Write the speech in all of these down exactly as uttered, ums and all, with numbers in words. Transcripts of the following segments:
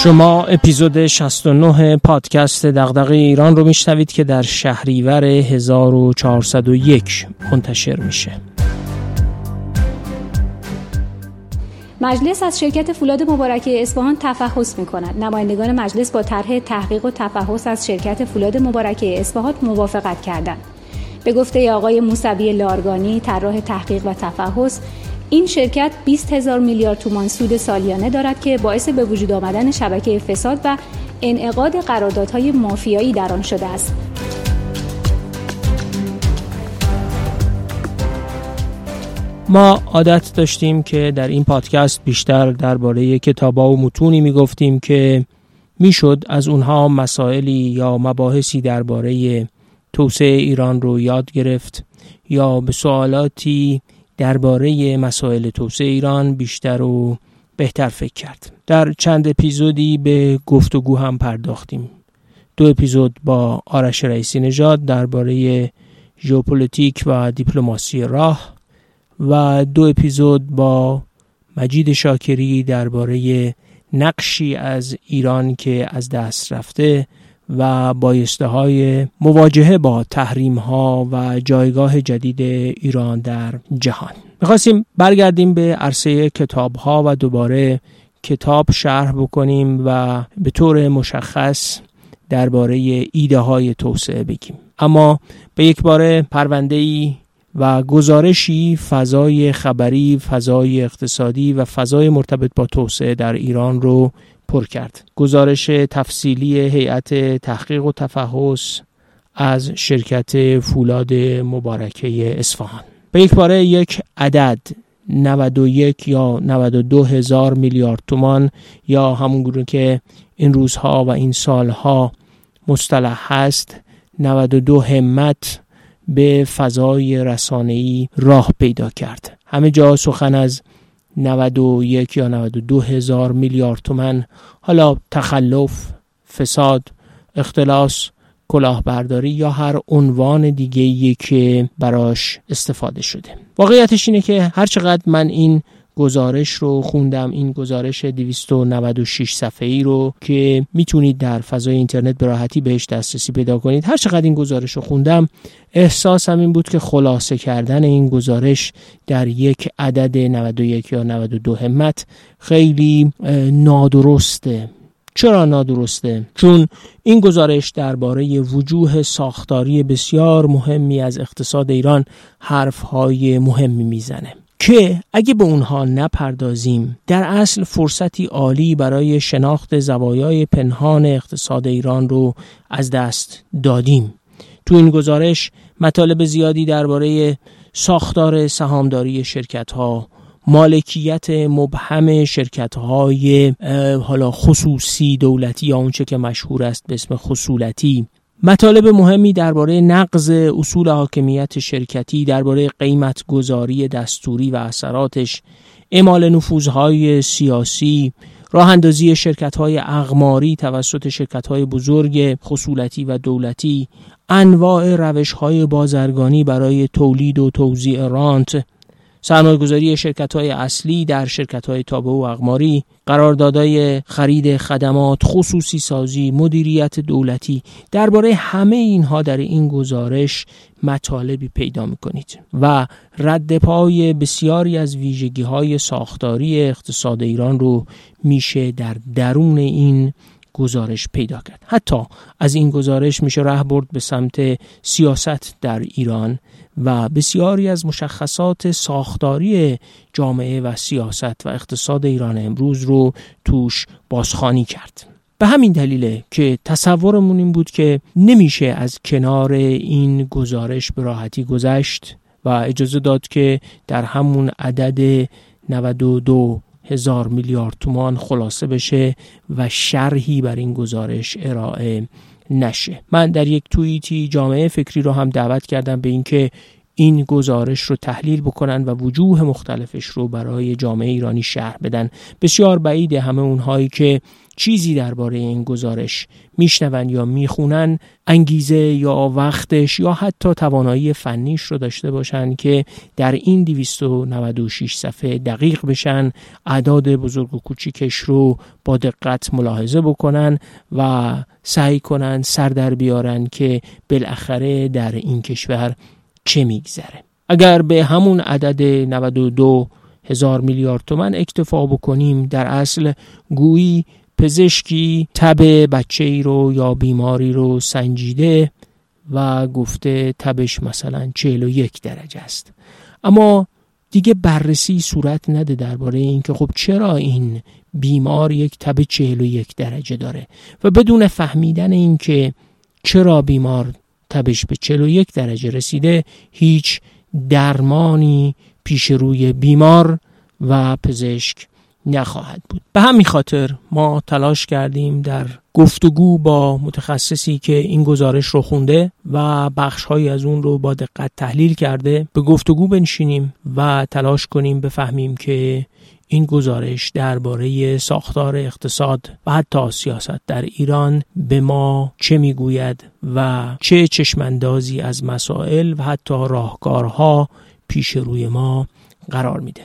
شما اپیزود شصت و نه پادکست دغدغه ایران رو میشنوید که در شهریور هزار و چهارصد و یک منتشر میشه. مجلس از شرکت فولاد مبارکه اصفهان تفحص می‌کند. نمایندگان مجلس با طرح تحقیق و تفحص از شرکت فولاد مبارکه اصفهان موافقت کردند. به گفته آقای موسوی لارگانی، طراح تحقیق و تفحص، این شرکت بیست هزار میلیارد تومان سود سالیانه دارد که باعث به وجود آمدن شبکه فساد و انعقاد قراردادهای مافیایی در آن شده است. ما عادت داشتیم که در این پادکست بیشتر درباره کتاب‌ها و متونی می‌گفتیم که میشد از اونها مسائلی یا مباحثی درباره توسعه ایران رو یاد گرفت یا به سوالاتی درباره مسائل توسعه ایران بیشتر و بهتر فکر کرد. در چند اپیزودی به گفتگو هم پرداختیم. دو اپیزود با آرش رئیسی نژاد درباره ژئوپلیتیک و دیپلماسی راه و دو اپیزود با مجید شاکری درباره نقشی از ایران که از دست رفته و بایسته‌های مواجهه با تحریم‌ها و جایگاه جدید ایران در جهان. می‌خواستیم برگردیم به عرصه کتاب‌ها و دوباره کتاب شرح بکنیم و به طور مشخص درباره ایده‌های توسعه بگیم. اما به یک باره پرونده‌ای و گزارشی فضای خبری، فضای اقتصادی و فضای مرتبط با توسعه در ایران رو پر کرد. گزارش تفصیلی هیئت تحقیق و تفحص از شرکت فولاد مبارکه اصفهان. به یک باره یک عدد نود و یک یا نود و دو هزار میلیارد تومان یا همون گونه که این روزها و این سالها مصطلح هست نود و دو همت به فضای رسانه‌ای راه پیدا کرد. همه جا سخن از نود و یک یا نود و دو هزار میلیارد تومان، حالا تخلف، فساد، اختلاس، کلاهبرداری یا هر عنوان دیگه‌ای که براش استفاده شده. واقعیتش اینه که هر چقدر من این گزارش رو خوندم، این گزارش دویست و نود و شش صفحه‌ای رو که میتونید در فضای اینترنت به راحتی بهش دسترسی پیدا کنید، هر چقدر این گزارش رو خوندم احساسم این بود که خلاصه کردن این گزارش در یک عدد نود و یک یا نود و دو همت خیلی نادرسته. چرا نادرسته؟ چون این گزارش درباره وجوه ساختاری بسیار مهمی از اقتصاد ایران حرف‌های مهمی میزنه که اگه به اونها نپردازیم در اصل فرصتی عالی برای شناخت زوایای پنهان اقتصاد ایران رو از دست دادیم. تو این گزارش مطالب زیادی درباره ساختار سهامداری شرکت‌ها، مالکیت مبهم شرکت‌های حالا خصوصی دولتی یا اونچه که مشهور است به اسم خصولتی، مطالب مهمی درباره نقض اصول حاکمیت شرکتی، درباره قیمت گذاری دستوری و اثراتش، اعمال نفوذهای سیاسی، راه اندازی شرکت‌های اقماری توسط شرکت‌های بزرگ خصولتی و دولتی، انواع روش‌های بازرگانی برای تولید و توزیع رانت، سرمایه‌گذاری شرکت‌های اصلی در شرکت‌های تابع و اقماری، قراردادهای خرید خدمات، خصوصی سازی، مدیریت دولتی. درباره همه اینها در این گزارش مطالبی پیدا می‌کنید و رد پای بسیاری از ویژگی‌های ساختاری اقتصاد ایران رو میشه در درون این گزارش پیدا کرد. حتی از این گزارش میشه راه برد به سمت سیاست در ایران و بسیاری از مشخصات ساختاری جامعه و سیاست و اقتصاد ایران امروز رو توش بازخوانی کرد. به همین دلیله که تصورمون این بود که نمیشه از کنار این گزارش به راحتی گذشت و اجازه داد که در همون عدد نود و دو هزار میلیارد تومان خلاصه بشه و شرحی بر این گزارش ارائه نشه. من در یک توییتی جامعه فکری رو هم دعوت کردم به اینکه این گزارش رو تحلیل بکنن و وجوه مختلفش رو برای جامعه ایرانی شرح بدن. بسیار بعیده همه اونهایی که چیزی درباره این گزارش میشنون یا میخونن انگیزه یا وقتش یا حتی توانایی فنیش رو داشته باشن که در این دویست و نود و شش صفحه دقیق بشن، اعداد بزرگ و کوچیکش رو با دقت ملاحظه بکنن و سعی کنن سر در بیارن که بالاخره در این کشور چه میگذره. اگر به همون عدد نود و دو هزار میلیارد تومان اکتفا بکنیم، در اصل گویی پزشکی تب بچه ای رو یا بیماری رو سنجیده و گفته تبش مثلا چهل و یک درجه است، اما دیگه بررسی صورت نده درباره این که خب چرا این بیمار یک تب چهل و یک درجه داره و بدون فهمیدن این که چرا بیمار تبش به چهل و یک درجه رسیده هیچ درمانی پیش روی بیمار و پزشک نخواهد بود. به همین خاطر ما تلاش کردیم در گفتگو با متخصصی که این گزارش رو خونده و بخش‌هایی از اون رو با دقت تحلیل کرده به گفتگو بنشینیم و تلاش کنیم بفهمیم که این گزارش درباره ساختار اقتصاد و حتی سیاست در ایران به ما چه میگوید و چه چشماندازی از مسائل و حتی راهکارها پیش روی ما قرار میده.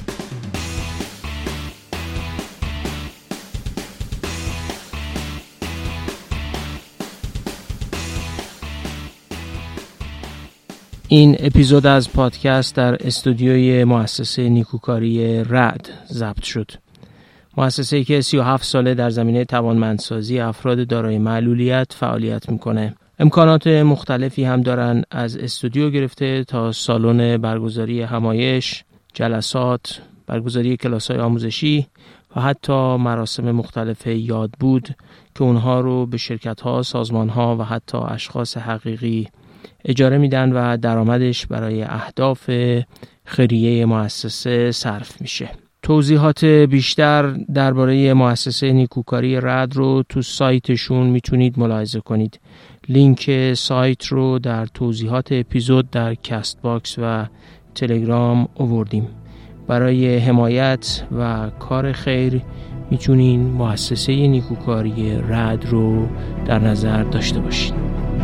این اپیزود از پادکست در استودیوی مؤسسه نیکوکاری رعد ضبط شد. مؤسسه‌ای که سی و هفت ساله در زمینه توانمندسازی افراد دارای معلولیت فعالیت میکنه. امکانات مختلفی هم دارن، از استودیو گرفته تا سالن برگزاری همایش، جلسات، برگزاری کلاس‌های آموزشی و حتی مراسم مختلف یادبود که اونها رو به شرکت‌ها، سازمان‌ها و حتی اشخاص حقیقی اجاره میدن و درآمدش برای اهداف خیریه مؤسسه صرف میشه. توضیحات بیشتر درباره مؤسسه نیکوکاری رعد رو تو سایتشون میتونید ملاحظه کنید. لینک سایت رو در توضیحات اپیزود در کست باکس و تلگرام آوردیم. برای حمایت و کار خیر میتونین مؤسسه نیکوکاری رعد رو در نظر داشته باشید.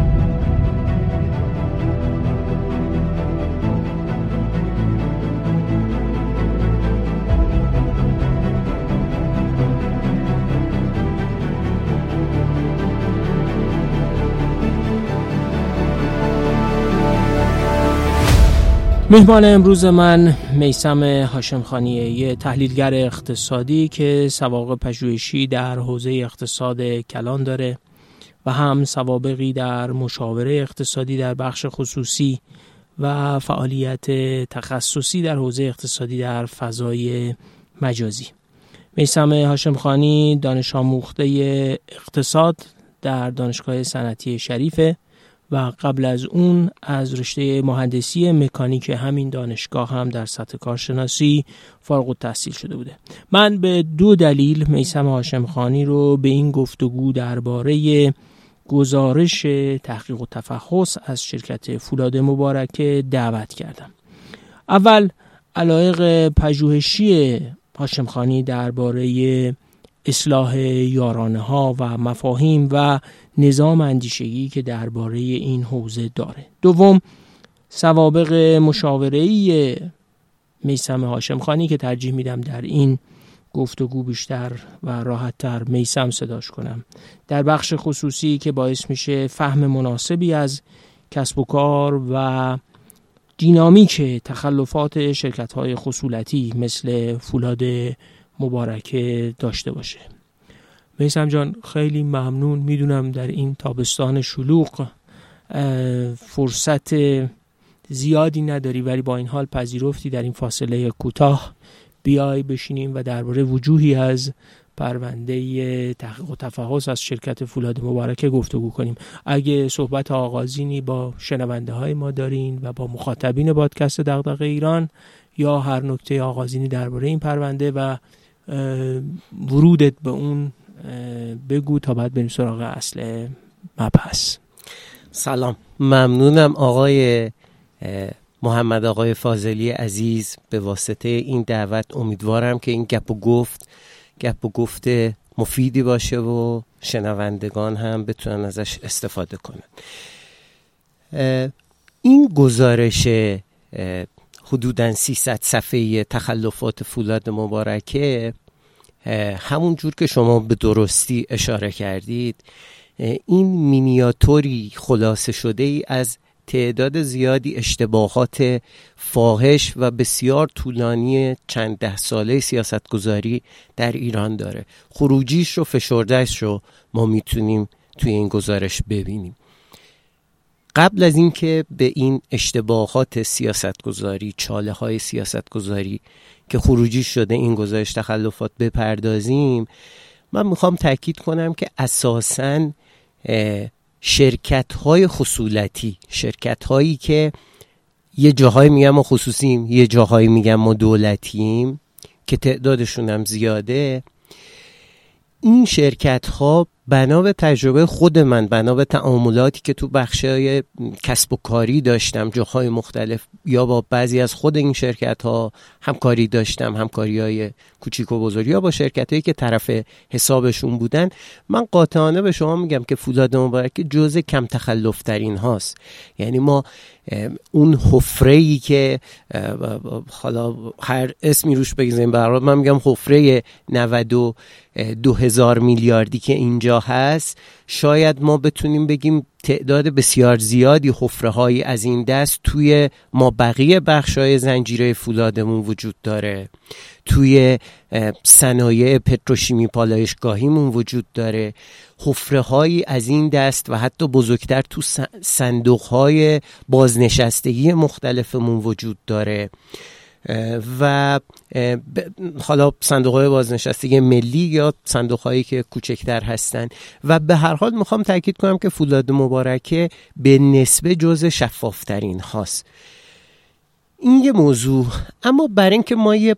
مهمان امروز من میثم هاشمخانیه، یه تحلیلگر اقتصادی که سوابق پژوهشی در حوزه اقتصاد کلان داره و هم سوابقی در مشاوره اقتصادی در بخش خصوصی و فعالیت تخصصی در حوزه اقتصادی در فضای مجازی. میثم هاشمخانی دانش آموخته اقتصاد در دانشگاه صنعتی شریفه و قبل از اون از رشته مهندسی مکانیک همین دانشگاه هم در سطح کارشناسی فارغ التحصیل شده بوده. من به دو دلیل میثم هاشمخانی رو به این گفتگو درباره گزارش تحقیق و تفحص از شرکت فولاد مبارکه دعوت کردم. اول علایق پژوهشی هاشمخانی درباره اصلاح یارانه ها و مفاهیم و نظام اندیشگی که درباره این حوزه داره. دوم، سوابق مشاوره‌ای میثم هاشمخانی که ترجیح میدم در این گفتگو بیشتر و راحت‌تر میثم صداش کنم، در بخش خصوصی که باعث میشه فهم مناسبی از کسب و کار و دینامیک تخلفات شرکت‌های خصولتی مثل فولاد مبارکه داشته باشه. میثم جان خیلی ممنون. میدونم در این تابستان شلوغ فرصت زیادی نداری، ولی با این حال پذیرفتی در این فاصله کوتاه بیای بشینیم و درباره وجوهی از پرونده تحقیق و تفحص از شرکت فولاد مبارکه گفتگو کنیم. اگه صحبت آغازینی با شنونده های ما دارین و با مخاطبین پادکست دغدغه ایران یا هر نکته آغازینی درباره این پرونده و ورودت به اون بگو تا بعد بریم سراغ اصل مبحث. سلام، ممنونم آقای محمد آقای فاضلی عزیز. به واسطه این دعوت امیدوارم که این گپ و گفت گپ و گفت مفیدی باشه و شنوندگان هم بتونن ازش استفاده کنن. این گزارش حدوداً سیصد صفحه‌ای تخلفات فولاد مبارکه، همون جور که شما به درستی اشاره کردید، این مینیاتوری خلاصه شده ای از تعداد زیادی اشتباهات فاحش و بسیار طولانی چند ده ساله سیاستگذاری در ایران داره. خروجیش رو، فشردهش رو ما میتونیم توی این گزارش ببینیم. قبل از این که به این اشتباهات سیاستگذاری، چاله های سیاستگذاری که خروجی شده این گزارش تخلفات بپردازیم، من میخوام تاکید کنم که اساساً شرکت های خصولتی، شرکت هایی که یه جاهایی میگم ما خصوصیم، یه جاهایی میگم ما دولتیم که تعدادشون هم زیاده، این شرکت ها بنا به تجربه خود من، بنا به تعاملاتی که تو بخشای کسب و کاری داشتم جاهای مختلف، یا با بعضی از خود این شرکت ها همکاری داشتم، همکاری های کوچیک و بزرگ، یا با شرکت هایی که طرف حسابشون بودن، من قاطعانه به شما میگم که فولاد مبارکه جزء کم تخلف ترین هاست. یعنی ما اون حفره‌ای که حالا هر اسمی روش بگذاریم، برای من میگم حفره نود و دو هزار میلیاردی که اینجا هست، شاید ما بتونیم بگیم تعداد بسیار زیادی حفره هایی از این دست توی ما بقیه بخش های زنجیره فولادمون وجود داره، توی صنایع پتروشیمی پالایشگاهیمون وجود داره، حفره هایی از این دست و حتی بزرگتر تو صندوق های بازنشستگی مختلفمون وجود داره و حالا صندوق های بازنشستگی ملی یا صندوق هایی که کوچکتر هستن. و به هر حال میخوام تاکید کنم که فولاد مبارکه به نسبه جزء شفافترین هاست. این یه موضوع. اما برای اینکه ما یه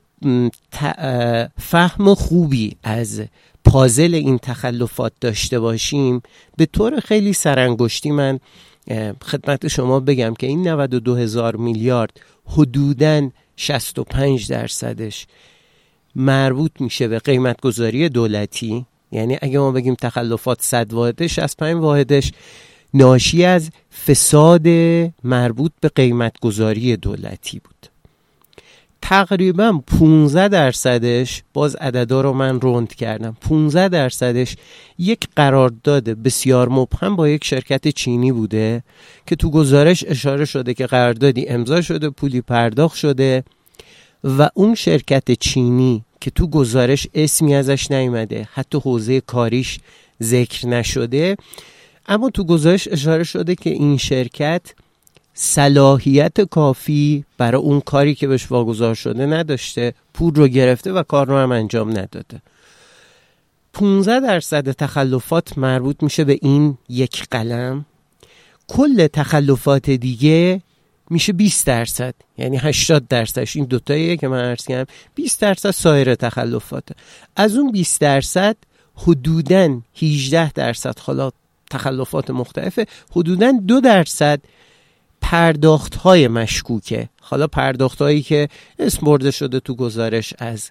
فهم خوبی از پازل این تخلفات داشته باشیم، به طور خیلی سرانگشتی من خدمت شما بگم که این نود و دو هزار میلیارد حدوداً شصت و پنج درصدش مربوط میشه به قیمت گذاری دولتی. یعنی اگه ما بگیم تخلفات صد واحدش، شصت و پنج واحدش ناشی از فساد مربوط به قیمت گذاری دولتی بود. تقریبا پانزده درصدش، باز عددا رو من روند کردم، پانزده درصدش یک قرارداد بسیار مبهم با یک شرکت چینی بوده که تو گزارش اشاره شده که قراردادی امضا شده، پولی پرداخت شده و اون شرکت چینی که تو گزارش اسمی ازش نیامده، حتی حوزه کاریش ذکر نشده، اما تو گزارش اشاره شده که این شرکت صلاحیت کافی برای اون کاری که بهش واگذار شده نداشته، پول رو گرفته و کار رو هم انجام نداده. پانزده درصد تخلفات مربوط میشه به این یک قلم. کل تخلفات دیگه میشه بیست درصد، یعنی هشتاد درصدش این دوتاییه که من عرض کردم، بیست درصد سایر تخلفات. از اون بیست درصد حدوداً هجده درصد حالا تخلفات مختلفه، حدوداً دو درصد پرداخت های مشکوکه. حالا پرداخت هایی که اسم برده شده تو گزارش از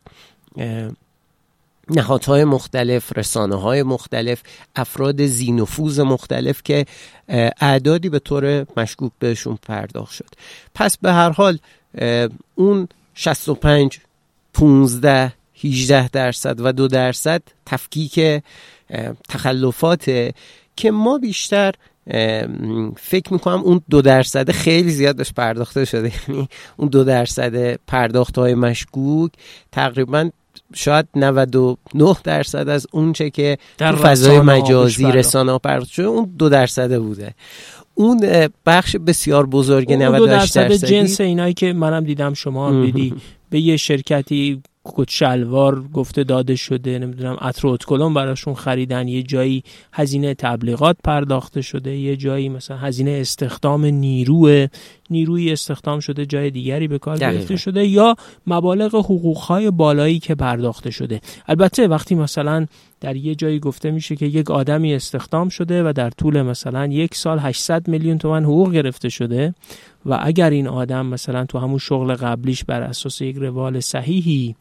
نهادهای مختلف، رسانه های مختلف، افراد ذی نفوذ مختلف که اعدادی به طور مشکوک بهشون پرداخت شد. پس به هر حال اون شصت و پنج، پانزده، هجده درصد و دو درصد تفکیک تخلفاته که ما بیشتر فکر میکنم اون دو درصد خیلی زیاد داشت پرداخته شده. یعنی اون دو درصد پرداخت های مشکوک تقریبا شاید نود و نه درصد از اون چه که در فضای مجازی رسانه ها پرداخت شده اون دو درصد بوده. اون بخش بسیار بزرگ نود درصد جنس اینایی که منم دیدم، شما هم دیدی، به یه شرکتی کت شلوار گفته داده شده، نمیدونم عطر و اتکلون براشون خریدن، یه جایی هزینه تبلیغات پرداخته شده، یه جایی مثلا هزینه استخدام نیروی نیروی استخدام شده جای دیگری به کار گرفته شده، یا مبالغ حقوقهای بالایی که پرداخته شده. البته وقتی مثلا در یه جایی گفته میشه که یک آدمی استخدام شده و در طول مثلا یک سال هشتصد میلیون تومان حقوق گرفته شده و اگر این آدم مثلا تو همون شغل قبلیش بر اساس یک روال صحیحی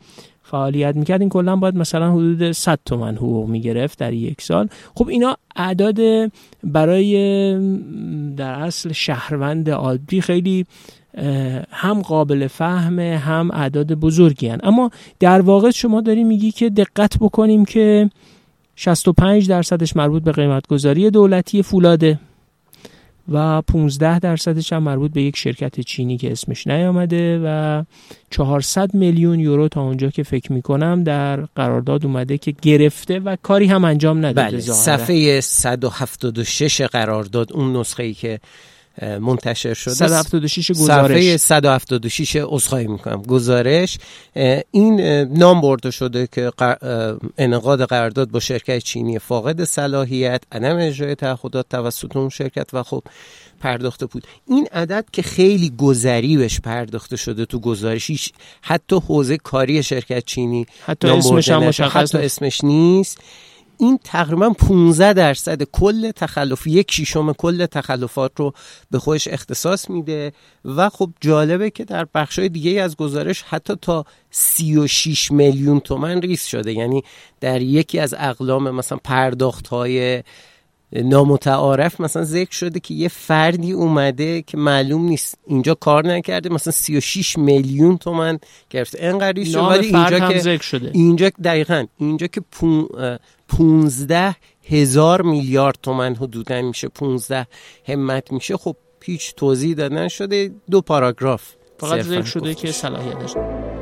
فعالیت میکرد، این کلا باید مثلا حدود صد تومن حقوق میگرفت در یک سال. خب اینا اعداد برای در اصل شهروند عادی خیلی هم قابل فهمه، هم اعداد بزرگی هن. اما در واقع شما داری میگی که دقت بکنیم که شصت و پنج درصدش مربوط به قیمتگذاری دولتی فولاده و پانزده درصدش هم مربوط به یک شرکت چینی که اسمش نیامده و چهارصد میلیون یورو تا اونجا که فکر میکنم در قرارداد اومده که گرفته و کاری هم انجام نداده. بله، صفحه صد و هفتاد و شش قرارداد، اون نسخه‌ای که منتشر شده، صد و هفتاد و شش گزارش، صفحه صد و هفتاد و شش عذرخواهی میکنم گزارش، این نام برده شده که انعقاد قرارداد با شرکت چینی فاقد صلاحیت، عدم اجرای تعهدات توسط اون شرکت و خب پرداخته بود. این عدد که خیلی گذری بهش پرداخته شده تو گزارشی، حتی حوزه کاری شرکت چینی حتی اسمش هم مشخص، حتی اسمش نیست. این تقریبا پانزده درصد کل تخلف، یک شیشم کل تخلفات رو به خودش اختصاص میده و خب جالبه که در بخشای دیگه از گزارش حتی تا سی و شش میلیون تومان ریز شده. یعنی در یکی از اقلام مثلا پرداخت‌های نامتعارف مثلا ذکر شده که یه فردی اومده که معلوم نیست اینجا کار نکرده، مثلا سی و شش میلیون تومان گرفته. اینقدر ریز شده، ولی اینجا که ذکر شده، اینجا دقیقاً اینجا که پونزده هزار میلیارد تومان حدوداً میشه، پونزده همت میشه. خب هیچ توضیح دادن شده، دو پاراگراف فقط ذکر شده که صلاحیتش.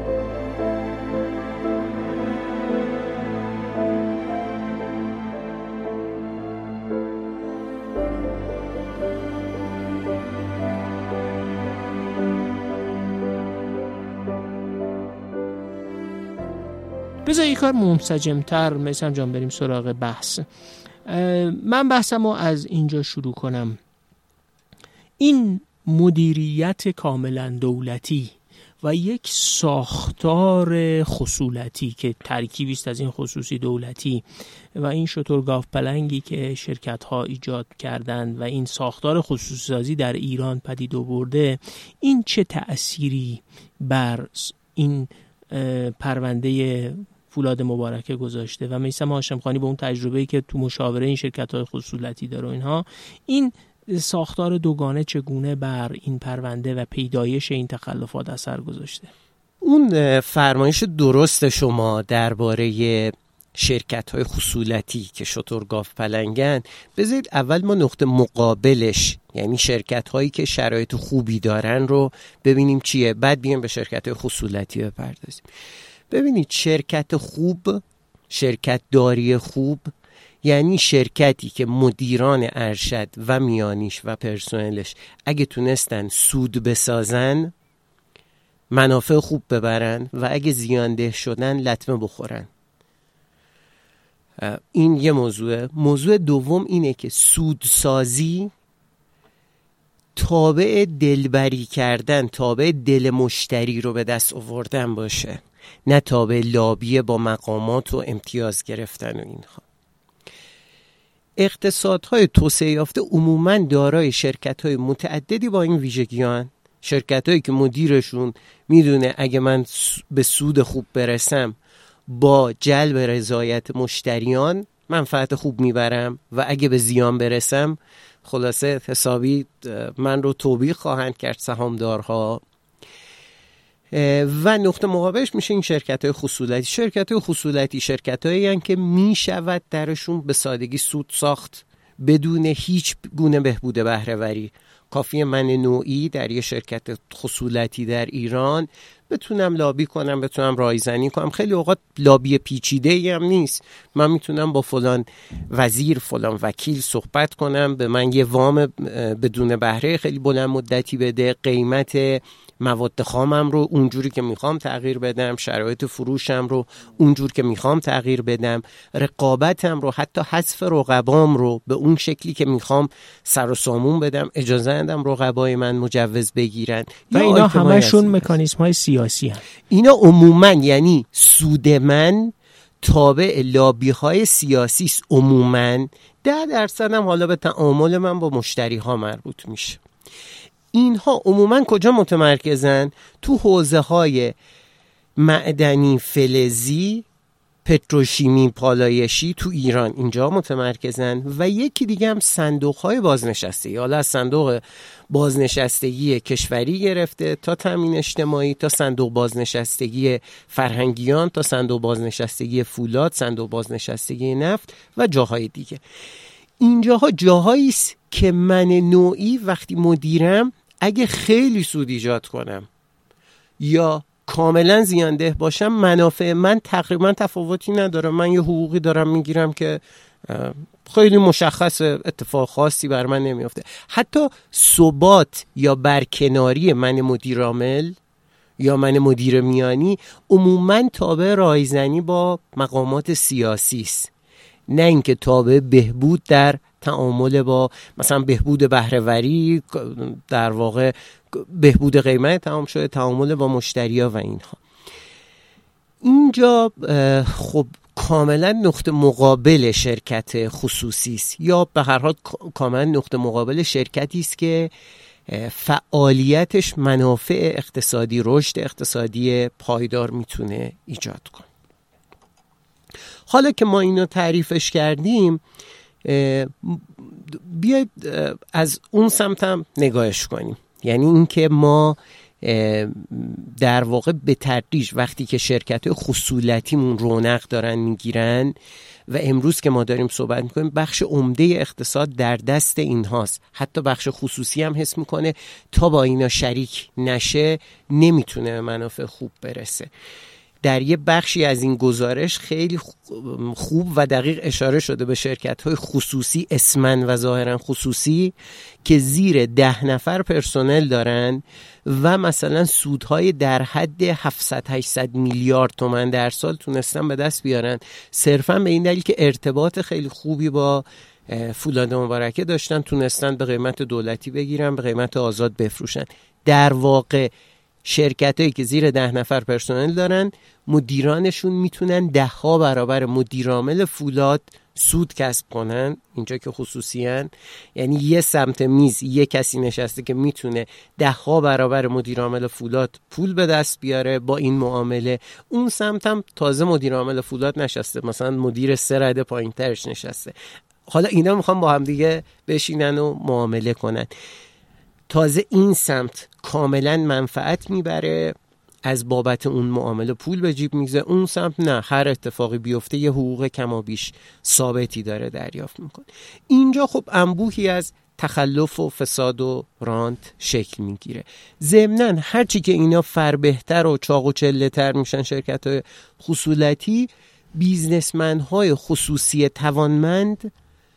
بذار یک کار منسجم‌تر مثلا جان بریم سراغ بحث. من بحثمو از اینجا شروع کنم. این مدیریت کاملا دولتی و یک ساختار خصولتی که ترکیبی است از این خصوصی دولتی و این شترگاف پلنگی که شرکت‌ها ایجاد کردند و این ساختار خصوصی سازی در ایران پدید آورده، این چه تأثیری بر این پرونده فولاد مبارکه گذاشته؟ و میثم هاشمخانی با اون تجربه‌ای که تو مشاوره این شرکت‌های خصولتی داره و اینها، این ساختار دوگانه چگونه بر این پرونده و پیدایش این تخلفات اثر گذاشته؟ اون فرمایش درست شما درباره شرکت‌های خصولتی که شترگاف پلنگن، بذارید اول ما نقطه مقابلش، یعنی شرکت‌هایی که شرایط خوبی دارن رو ببینیم چیه، بعد بیایم به شرکت‌های خصولتی بپردازیم. ببینید شرکت خوب، شرکت داری خوب، یعنی شرکتی که مدیران ارشد و میانیش و پرسنلش اگه تونستن سود بسازن، منافع خوب ببرن و اگه زیانده شدن لطمه بخورن. این یه موضوع. موضوع دوم اینه که سودسازی تابع دلبری کردن، تابع دل مشتری رو به دست آوردن باشه، نه تابع لابی با مقامات و امتیاز گرفتن و اینها. اقتصادهای توسعه یافته عموماً دارای شرکت‌های متعددی با این ویژگی‌هن. شرکت‌هایی که مدیرشون میدونه اگه من به سود خوب برسم با جلب رضایت مشتریان منفعت خوب میبرم و اگه به زیان برسم خلاصه حسابی من رو توبیخ خواهند کرد سهامدارها. و نقطه مقابلش میشه این شرکت‌های خصولتی. شرکت‌های خصولتی شرکت‌هایی هستند که میشود درشون به سادگی سود ساخت بدون هیچ گونه بهبود بهره‌وری. کافیه من نوعی در یه شرکت خصولتی در ایران بتونم لابی کنم، بتونم رایزنی کنم. خیلی اوقات لابی پیچیده‌ای هم نیست. من میتونم با فلان وزیر، فلان وکیل صحبت کنم، به من یه وام بدون بهره خیلی بلند مدتی بده، قیمت مواد خامم رو اونجوری که میخوام تغییر بدم، شرایط فروشم رو اونجور که میخوام تغییر بدم، رقابتم رو، حتی حذف رقبام رو به اون شکلی که میخوام سر و سامون بدم، اجازه ندم رقبای من مجوز بگیرن. و اینا همشون مکانیزم های سیاسی هست. اینا عموما یعنی سود من تابع لابی های سیاسی است. عموما ده درصد هم حالا به تعامل من با مشتری ها مربوط میشه. اینها عموما کجا متمرکزن؟ تو حوزه های معدنی، فلزی، پتروشیمی، پالایشی تو ایران اینجا متمرکزن و یکی دیگه هم صندوق‌های بازنشستگی، حالا از صندوق بازنشستگی کشوری گرفته تا تامین اجتماعی، تا صندوق بازنشستگی فرهنگیان، تا صندوق بازنشستگی فولاد، صندوق بازنشستگی نفت و جاهای دیگه. اینجاها جاهایی است که من نوعی وقتی مدیرم اگه خیلی سود ایجاد کنم یا کاملا زیانده باشم، منافع من تقریبا تفاوتی نداره. من یه حقوقی دارم میگیرم که خیلی مشخص، اتفاق خاصی بر من نمیفته. حتی ثبات یا برکناری من مدیر عامل یا من مدیر میانی عموما تابع رایزنی با مقامات سیاسی است، نه اینکه تابع بهبود در تعامل با مثلا بهبود بهره‌وری، در واقع بهبود قیمت تمام شده، تعامل با مشتریا و اینها. اینجا خب کاملا نقطه مقابل شرکت خصوصی است، یا به هر حال کاملا نقطه مقابل شرکتی است که فعالیتش منافع اقتصادی، رشد اقتصادی پایدار میتونه ایجاد کنه. حالا که ما اینو تعریفش کردیم، بیاید از اون سمت هم نگاهش کنیم. یعنی اینکه ما در واقع به تدریج وقتی که شرکت خصولتیمون رونق دارن میگیرن و امروز که ما داریم صحبت میکنیم بخش عمده اقتصاد در دست اینهاست، حتی بخش خصوصی هم حس میکنه تا با اینا شریک نشه نمیتونه به منافع خوب برسه. در یه بخشی از این گزارش خیلی خوب و دقیق اشاره شده به شرکت‌های خصوصی، اسمن و ظاهرا خصوصی، که زیر ده نفر پرسنل دارن و مثلا سودهای در حد هفتصد هشتصد میلیارد تومان در سال تونستن به دست بیارن، صرفا به این دلیل که ارتباط خیلی خوبی با فولاد مبارکه داشتن، تونستن به قیمت دولتی بگیرن، به قیمت آزاد بفروشن. در واقع شرکتایی که زیر ده نفر پرسنل دارن، مدیرانشون میتونن ده ها برابر مدیرعامل فولاد سود کسب کنن. اینجا که خصوصیان، یعنی یه سمت میز یه کسی نشسته که میتونه ده ها برابر مدیرعامل فولاد پول به دست بیاره با این معامله. اون سمت هم تازه مدیرعامل فولاد نشسته، مثلا مدیر سه رده پایین ترش نشسته. حالا اینا میخوان با هم دیگه بشینن و معامله کنن. تازه این سمت کاملا منفعت میبره، از بابت اون معامله پول به جیب میگذاره. اون سمت نه، هر اتفاقی بیفته یه حقوق کم و بیش ثابتی داره دریافت میکنه. اینجا خب انبوهی از تخلف و فساد و رانت شکل میگیره. ضمناً هرچی که اینا فربهتر و چاق و چله تر میشن شرکت‌های خصولتی، بیزنسمن‌های خصوصی توانمند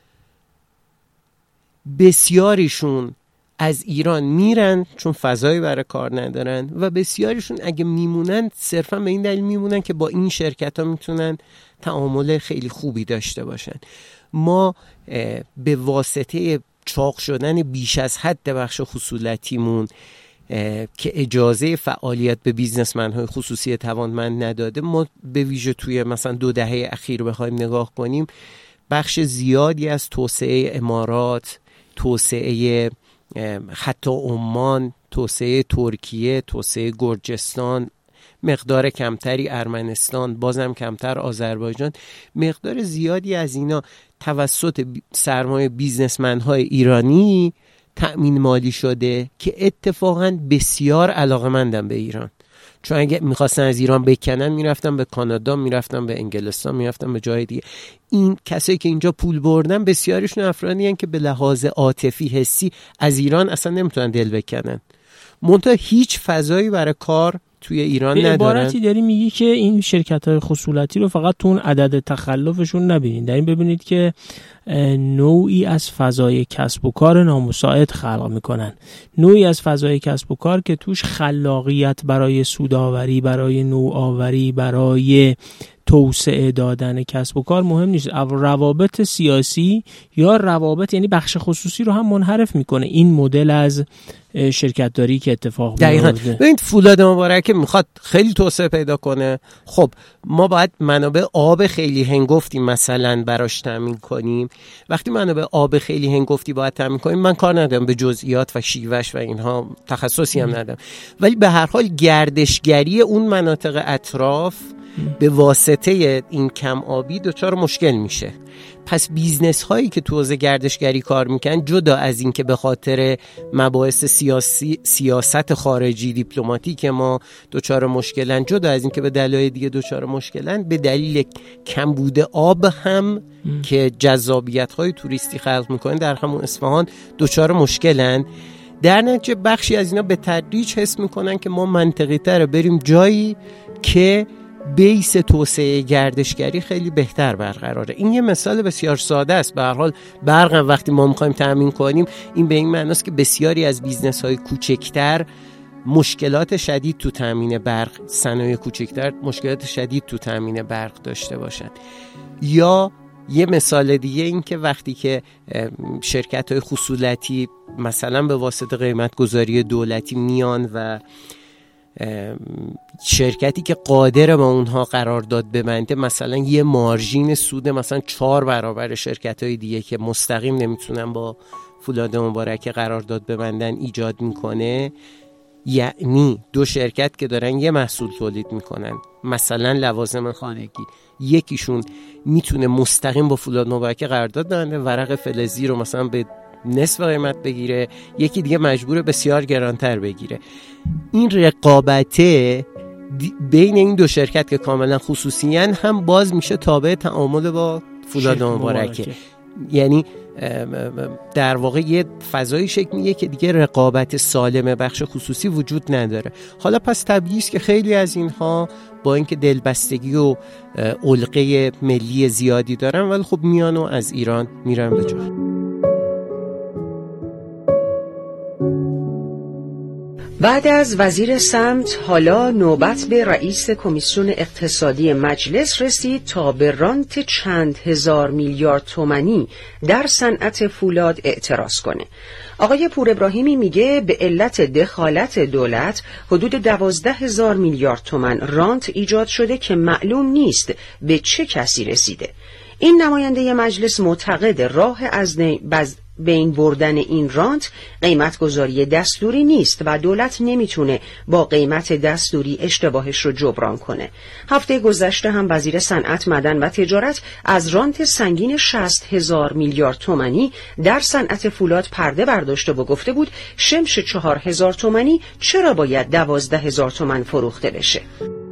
بسیاریشون از ایران میرن چون فضایی برای کار ندارن و بسیاریشون اگه میمونن صرفا به این دلیل میمونن که با این شرکت ها میتونن تعامل خیلی خوبی داشته باشن. ما به واسطه چاق شدن بیش از حد بخش خصولتیمون که اجازه فعالیت به بیزنسمن‌های خصوصی توانمند نداده، ما به ویژه توی مثلا دو دهه اخیر بخوایم نگاه کنیم، بخش زیادی از توسعه امارات، توسعه حتی عمان، توسعه ترکیه، توسعه گرجستان، مقدار کمتری ارمنستان، بازم کمتر آذربایجان، مقدار زیادی از اینا توسط سرمایه بیزنسمن‌های ایرانی تأمین مالی شده که اتفاقاً بسیار علاقه‌مندن به ایران. چون اگه میخواستن از ایران بکنن میرفتن به کانادا، میرفتن به انگلستان، میرفتن به جای دیگه. این کسایی که اینجا پول بردن بسیارشون افرادی هستن که به لحاظ عاطفی حسی از ایران اصلا نمیتونن دل بکنن، منتها هیچ فضایی برای کار توی ایران ندارن. به عبارتی داری میگی که این شرکت‌های خصولتی رو فقط تو اون عدد تخلفشون نبینید، در این ببینید که نوعی از فضای کسب و کار نامساعد خلق میکنن، نوعی از فضای کسب و کار که توش خلاقیت برای سودآوری، برای نوآوری، برای توسعه دادن کسب و کار مهم نیست. روابط سیاسی یا روابط یعنی بخش خصوصی رو هم منحرف میکنه این مدل از شرکت داری که اتفاق میفته. ببین فولاد مبارکه میخواد خیلی توسعه پیدا کنه، خب ما باید منابع آب خیلی هنگفتی مثلا براش تامین کنیم. وقتی منابع آب خیلی هنگفتی باید تامین کنیم، من کار ندارم به جزئیات و شیوهش و اینها، تخصصی هم ندارم، ولی به هر حال گردشگری اون مناطق اطراف به واسطه این کم آبی دچار مشکل میشه. پس بیزنس هایی که تو حوزه گردشگری کار میکنن، جدا از این که به خاطر مباحث سیاسی سیاست خارجی دیپلماتیک ما دچار مشکلن، جدا از این که به دلایل دیگه دچار مشکلن، به دلیل کمبود آب هم م. که جذابیت های توریستی خلق میکنن در همون اصفهان دچار مشکلن. در نتیجه بخشی از اینا به تدریج حس میکنن که ما منطقی تره بریم جایی که بیس توسعه گردشگری خیلی بهتر برقراره. این یه مثال بسیار ساده است. به هر حال برق هم وقتی ما میخوایم تامین کنیم، این به این معناست که بسیاری از بیزنس های کوچکتر مشکلات شدید تو تامین برق، صنایع کوچکتر مشکلات شدید تو تامین برق داشته باشن. یا یه مثال دیگه این که وقتی که شرکت های خصوصی مثلا به واسطه قیمت گذاری دولتی میان و شرکتی که قادر با اونها قرارداد ببنده مثلا یه مارژین سود مثلا چهار برابر شرکت‌های دیگه که مستقیم نمیتونن با فولاد مبارکه قرارداد ببندن ایجاد میکنه، یعنی دو شرکت که دارن یه محصول تولید میکنن، مثلا لوازم خانگی، یکیشون میتونه مستقیم با فولاد مبارکه قرارداد ببنده، ورق فلزی رو مثلا به نصف قیمت بگیره، یکی دیگه مجبور بسیار گرانتر بگیره. این رقابته بین این دو شرکت که کاملا خصوصیان هم باز میشه تابع تعامل با فولاد مبارکه. یعنی در واقع یه فضایی شکل میگه که دیگه رقابت سالم بخش خصوصی وجود نداره. حالا پس طبیعی است که خیلی از اینها با اینکه دلبستگی و علقه ملی زیادی دارن، ولی خب میان و از ایران میرن به جا. بعد از وزیر سمت حالا نوبت به رئیس کمیسیون اقتصادی مجلس رسید تا به رانت چند هزار میلیارد تومانی در صنعت فولاد اعتراض کنه. آقای پور ابراهیمی میگه به علت دخالت دولت حدود دوازده هزار میلیارد تومان رانت ایجاد شده که معلوم نیست به چه کسی رسیده. این نماینده مجلس معتقد راه از بین بردن این رانت قیمت گذاری دستوری نیست و دولت نمیتونه با قیمت دستوری اشتباهش رو جبران کنه. هفته گذشته هم وزیر صنعت، معدن و تجارت از رانت سنگین شصت هزار میلیارد تومانی در صنعت فولاد پرده برداشته و گفته بود شمش چهار هزار تومانی چرا باید دوازده هزار تومان فروخته بشه.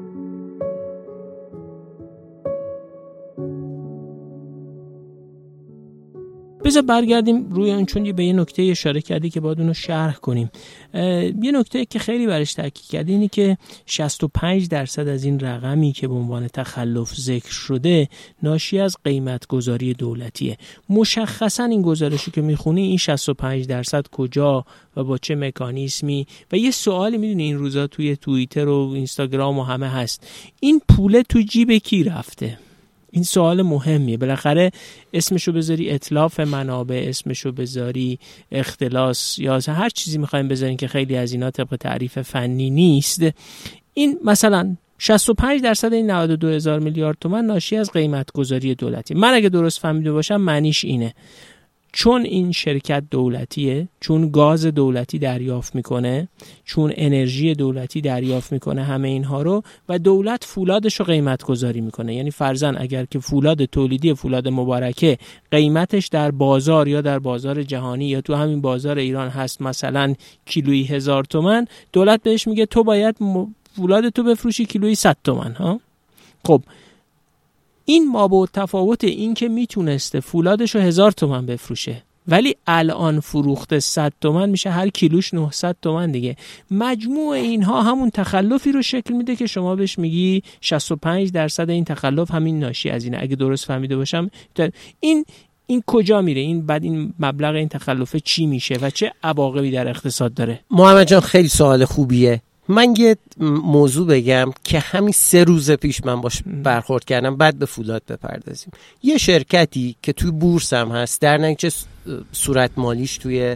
بذار برگردیم روی اون، چون به یه نکته اشاره کردی که باید اونو شرح کنیم. یه نکته که خیلی برش تاکید کردی اینی که شصت و پنج درصد از این رقمی که به عنوان تخلف ذکر شده ناشی از قیمت گذاری دولتیه. مشخصا این گزارشی که میخونی این شصت و پنج درصد کجا و با چه مکانیزمی؟ و یه سوالی میدونی این روزا توی توییتر و اینستاگرام و همه هست، این پول تو جیب کی رفته؟ این سوال مهمیه. بالاخره اسمشو بذاری اتلاف منابع، اسمشو بذاری اختلاس، یا هر چیزی میخوایم بذارین که خیلی از اینا طبق تعریف فنی نیست. این مثلا شصت و پنج درصد این نود و دو هزار میلیارد تومان ناشی از قیمت گذاری دولتی. من اگه درست فهمیده باشم معنیش اینه چون این شرکت دولتیه، چون گاز دولتی دریافت میکنه، چون انرژی دولتی دریافت میکنه، همه اینها رو، و دولت فولادش رو قیمت گذاری میکنه. یعنی فرضاً اگر که فولاد تولیدی فولاد مبارکه قیمتش در بازار یا در بازار جهانی یا تو همین بازار ایران هست مثلا کیلویی هزار تومان، دولت بهش میگه تو باید فولاد تو بفروشی کیلویی صد تومان. ها خب این مابعد تفاوت این که میتونسته فولادش رو هزار تومن بفروشه ولی الان فروخته صد تومن، میشه هر کیلوش نهصد تومن دیگه. مجموع اینها همون تخلفی رو شکل میده که شما بهش میگی شصت و پنج درصد این تخلف همین ناشی از اینه. اگه درست فهمیده باشم این این کجا میره؟ این بعد این مبلغ این تخلفه چی میشه و چه عواقبی در اقتصاد داره؟ محمد جان خیلی سوال خوبیه. من یه موضوع بگم که همین سه روز پیش من باش برخورد کردم، بعد به فولاد بپردازیم. یه شرکتی که توی بورس هم هست، در نتیجه صورت مالیش توی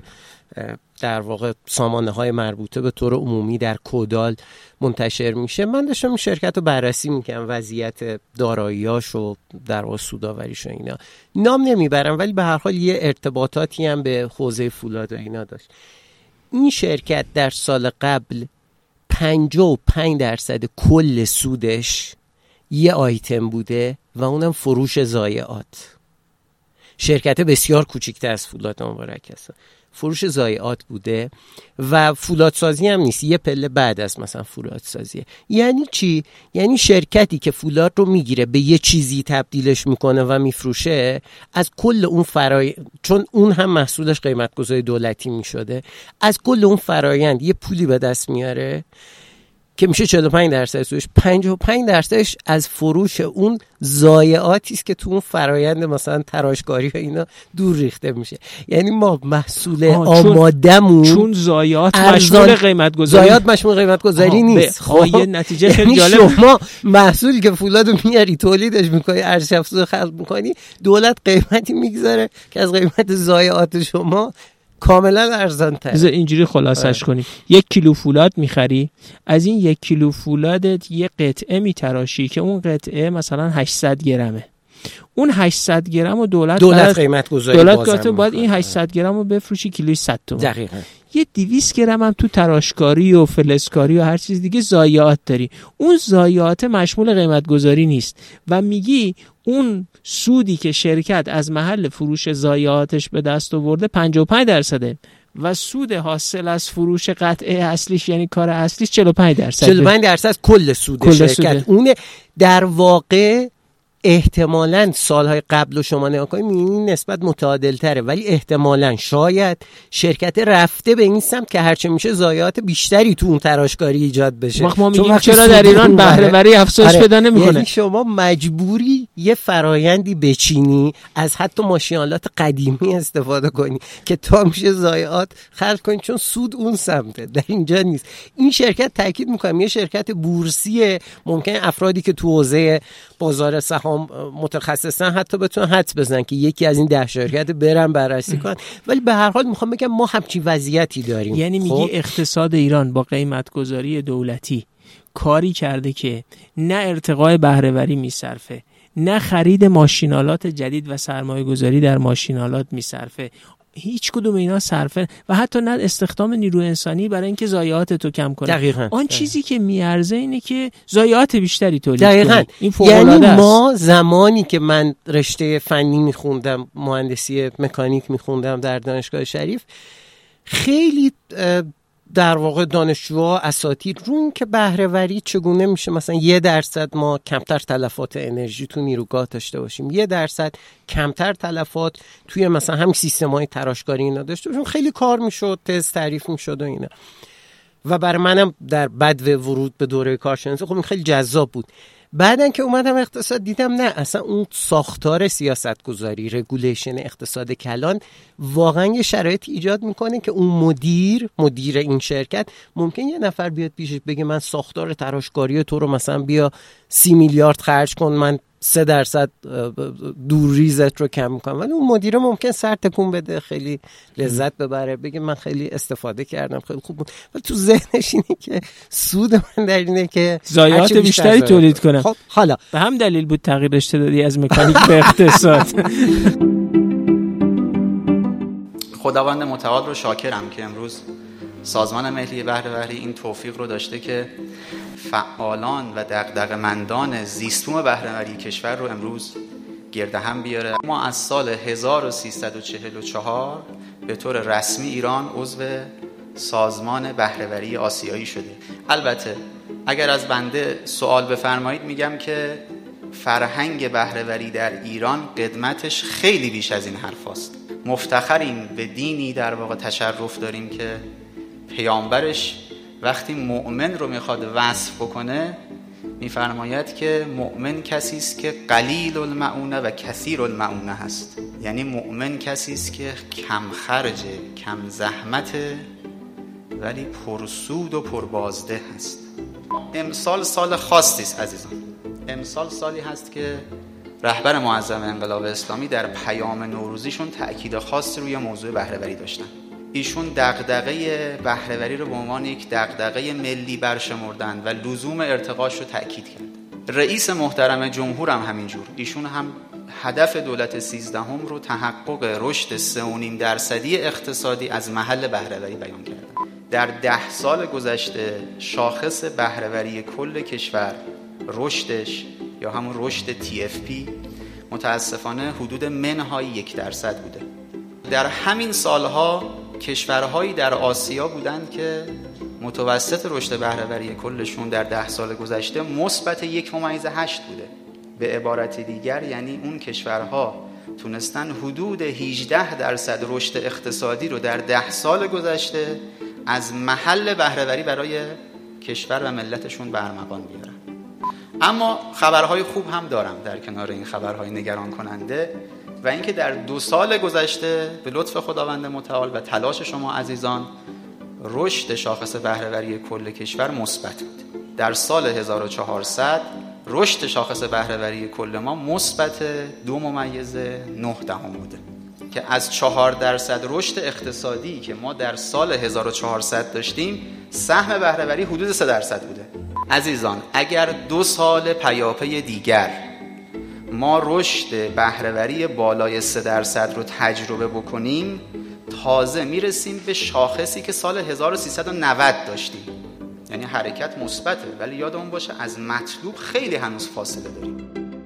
در واقع سامانه های مربوطه به طور عمومی در کودال منتشر میشه. من داشتم این شرکت رو بررسی میکنم، وضعیت داراییاش و در واقع سودآوریش و اینا. نام نمیبرم ولی به هر حال یه ارتباطاتی هم به حوزه فولاد و اینا داشت. این شرکت در سال قبل پنجاه و پنج درصد کل سودش یه آیتم بوده و اونم فروش ضایعات. شرکت بسیار کوچیک‌تر از فولاد مبارک است، فروش ضایعات بوده و فولادسازی هم نیست، یه پله بعد از مثلا فولادسازیه. یعنی چی؟ یعنی شرکتی که فولاد رو میگیره به یه چیزی تبدیلش میکنه و میفروشه، از کل اون فرای چون اون هم محصولش قیمت‌گذاری دولتی میشده، از کل اون فرایند یه پولی به دست میاره که میشه چهل و پنج درصد سودش. پنجاه و پنج درصدش از فروش اون ضایعاتی است که تو اون فرایند مثلا تراشکاری و اینا دور ریخته میشه. یعنی ما محصول آمادمون چون ضایعات مشمول قیمت گذاری ضایعات مشمول قیمت گذاری نیست. خب یه نتیجه خیلی یعنی جالب، شما محصولی که فولادو میاری تولیدش میکنی، ارزش افزوده خلق میکنی، دولت قیمتی میگذاره که از قیمت ضایعات شما کاملا ارزان تر. بذار اینجوری خلاصش کنیم. یک کیلو فولاد میخری، از این یک کیلو فولادت یک قطعه میتراشی که اون قطعه مثلا هشتصد گرمه. اون هشتصد گرم و دولت دولت قیمت گذاری دولت گاته باید این هشتصد گرم رو بفروشی کیلوی صد تومان. دقیقاً. یه دویست گرم هم تو تراشکاری و فلزکاری و هر چیز دیگه ضایعات داری. اون ضایعات مشمول قیمت گذاری نیست و میگی اون سودی که شرکت از محل فروش ضایعاتش به دست آورده پنجاه و پنج درصده و سود حاصل از فروش قطعه اصلیش یعنی کار اصلیش چهل و پنج درصد. چهل و پنج درصد کل سود کل شرکت سوده. اون در واقع احتمالاً سالهای قبل و شما نگاه کنید می‌بینید نسبت متعادل تره، ولی احتمالاً شاید شرکت رفته به این سمت که هرچه میشه ضایعات بیشتری تو اون تراشکاری ایجاد بشه. ما میگیم چرا در ایران بهره وری افزایش پیدا نمی‌کنه؟ یعنی شما مجبوری یه فرایندی بچینی، از حتی ماشین‌آلات قدیمی استفاده کنی که تا میشه ضایعات خلق کنی، چون سود اون سمته، در اینجا نیست. این شرکت تاکید می‌کنم یه شرکت بورسیه، ممکن افرادی که تو حوزه بازار سهام متخصصن حتی بتونن حدس بزنن که یکی از این ده شرکت برن بررسی کنن، ولی به هر حال میخوام بگم ما همچین وضعیتی داریم. یعنی خب؟ میگی اقتصاد ایران با قیمتگذاری دولتی کاری کرده که نه ارتقای بهره‌وری میصرفه، نه خرید ماشینالات جدید و سرمایه گذاری در ماشینالات میصرفه، هیچ کدوم اینا صرفه و حتی نه استخدام نیرو انسانی برای اینکه ضایعات تو کم کنه. دقیقاً. آن چیزی که میارزه اینه که ضایعات بیشتری تولید دقیقاً. کنی. این فوق یعنی العاده است. ما زمانی که من رشته فنی میخوندم، مهندسی مکانیک میخوندم در دانشگاه شریف، خیلی در واقع دانشجوها اساتید رون که بهره وری چگونه میشه مثلا یه درصد ما کمتر تلفات انرژی تو نیروگاه داشته باشیم، یه درصد کمتر تلفات توی مثلا هم سیستم‌های تراشکاری اینا داشته باشیم. خیلی کار میشد، تز تعریف میشد و اینا. و برای منم در بدو ورود به دوره کارشناسی خب این خیلی جذاب بود. بعدن که اومدم اقتصاد دیدم نه، اصلا اون ساختار سیاست گذاری، رگولیشن اقتصاد کلان واقعا یه شرایطی ایجاد میکنه که اون مدیر مدیر این شرکت ممکن یه نفر بیاد پیشش بگه من ساختار تراشکاری تو رو مثلا بیا سی میلیارد خرج کن، من سه درصد دور ریزت رو کم میکنم، ولی اون مدیره ممکن سر تکون بده، خیلی لذت ببره، بگه من خیلی استفاده کردم، خیلی خوب بود، ولی تو ذهنش اینه که سود من در اینه که ضایعات بیشتری تولید کنم. خب حالا به هم دلیل بود تغییر رشته دادی از مکانیک به اقتصاد. خداوند متعال رو شاکرم که امروز سازمان ملی بهره‌وری این توفیق رو داشته که فعالان و دغدغه‌مندان زیستبوم بهره‌وری کشور رو امروز گرد هم بیاره. ما از سال هزار و سیصد و چهل و چهار به طور رسمی ایران عضو سازمان بهره‌وری آسیایی شده. البته اگر از بنده سوال بفرمایید میگم که فرهنگ بهره‌وری در ایران قدمتش خیلی بیش از این حرف هست. مفتخریم به دینی در واقع تشرف داریم که پیامبرش وقتی مؤمن رو میخواد وصف بکنه میفرماید که مؤمن کسی است که قلیل المعونه و کثیر المعونه هست. یعنی مؤمن کسی است که کم خرجه، کم زحمته ولی پرسود و پربازده هست. امسال سال خاصی است عزیزان. امسال سالی هست که رهبر معظم انقلاب اسلامی در پیام نوروزیشون تأکید خاصی روی موضوع بهره‌وری داشتن. ایشون دغدغه بهره‌وری رو به عنوان یک دغدغه ملی برشمردن و لزوم ارتقاش رو تأکید کرد. رئیس محترم جمهور هم همینجور. ایشون هم هدف دولت سیزدهم رو تحقق رشد سه و نیم درصدی اقتصادی از محل بهره‌وری بیان کردن. در ده سال گذشته شاخص بهره‌وری کل کشور رشدش یا همون رشد تی اف پی متاسفانه حدود منهای یک درصد بوده. در همین سالها کشورهایی در آسیا بودند که متوسط رشد بهره‌وری کلشون در ده سال گذشته مثبت یک ممیز هشت بوده. به عبارت دیگر یعنی اون کشورها تونستن حدود هجده درصد رشد اقتصادی رو در ده سال گذشته از محل بهره‌وری برای کشور و ملتشون برمغان بیارن. اما خبرهای خوب هم دارم در کنار این خبرهای نگران کننده، و اینکه در دو سال گذشته به لطف خداوند متعال و تلاش شما عزیزان رشد شاخص بهره‌وری کل کشور مثبت بود. در سال هزار و چهارصد رشد شاخص بهره‌وری کل ما مثبت دو ممیز نه دهم بوده که از چهار درصد رشد اقتصادی که ما در سال هزار و چهارصد داشتیم سهم بهره‌وری حدود سه درصد بوده. عزیزان اگر دو سال پیاپی دیگر ما رشد بهره‌وری بالای سه درصد رو تجربه بکنیم تازه میرسیم به شاخصی که سال هزار و سیصد و نود داشتیم. یعنی حرکت مثبته، ولی یادمون باشه از مطلوب خیلی هنوز فاصله داریم.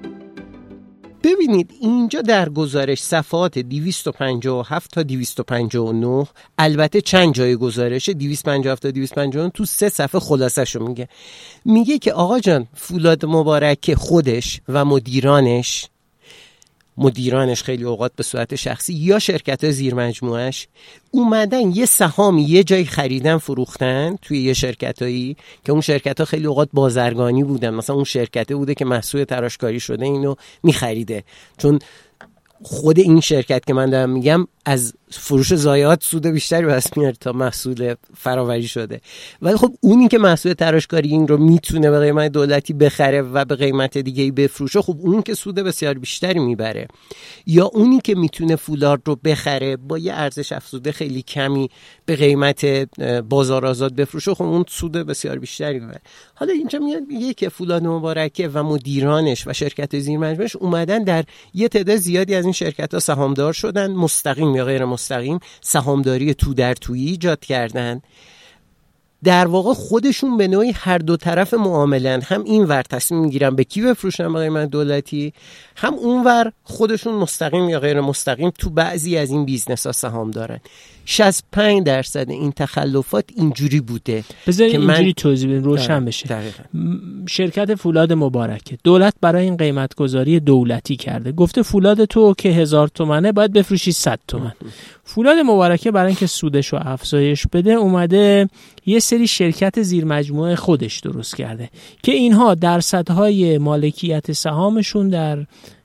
ببینید اینجا در گزارش صفحات دویست و پنجاه و هفت تا دویست و پنجاه و نه، البته چند جای گزارش دویست و پنجاه و هفت تا دویست و پنجاه و نه تو سه صفحه خلاصه‌شو میگه. میگه که آقا جان فولاد مبارک خودش و مدیرانش مدیرانش خیلی اوقات به صورت شخصی یا شرکت زیر مجموعش اومدن یه سهامی یه جایی خریدن فروختن توی یه شرکتایی که اون شرکت‌ها خیلی اوقات بازرگانی بودن. مثلا اون شرکته بوده که محصول تراشکاری شده اینو می‌خریده، چون خود این شرکت که من دارم میگم از فروش ضایعات سود بیشتری بس میاره تا محصول فراوری شده. ولی خب اونی که محصول تراشکاری این رو میتونه به قیمت دولتی بخره و به قیمت دیگه‌ای بفروشه، خب اون که سود بسیار بیشتری میبره. یا اونی که میتونه فولاد رو بخره با یه ارزش افزوده خیلی کمی به قیمت بازار آزاد بفروشه، خب اون سود بسیار بیشتری میبره. حالا اینجا میاد میگه که فولاد مبارکه و مدیرانش و شرکت زیر مجموعش اومدن در یه تعداد زیادی از این شرکت‌ها سهامدار شدن، مستقیم یا غیر مستقیم سهامداری تو در تویی ایجاد کردن. در واقع خودشون به نوعی هر دو طرف معاملن، هم این ور تصمیم میگیرن به کی بفروشن به قیمت دولتی، هم اون ور خودشون مستقیم یا غیر مستقیم تو بعضی از این بیزنس ها سهام دارن. شصت و پنج درصد این تخلفات اینجوری بوده. بذارید که اینجوری من... توضیح بدیم روشن بشه. دقیقا. شرکت فولاد مبارکه دولت برای این قیمت گذاری دولتی کرده، گفته فولاد تو که هزار تومنه باید بفروشی صد تومن. فولاد مبارکه برای اینکه سودش رو افزایش بده اومده یه سری شرکت زیر مجموعه خودش درست کرده که اینها درصدهای مالکیت سهامشون در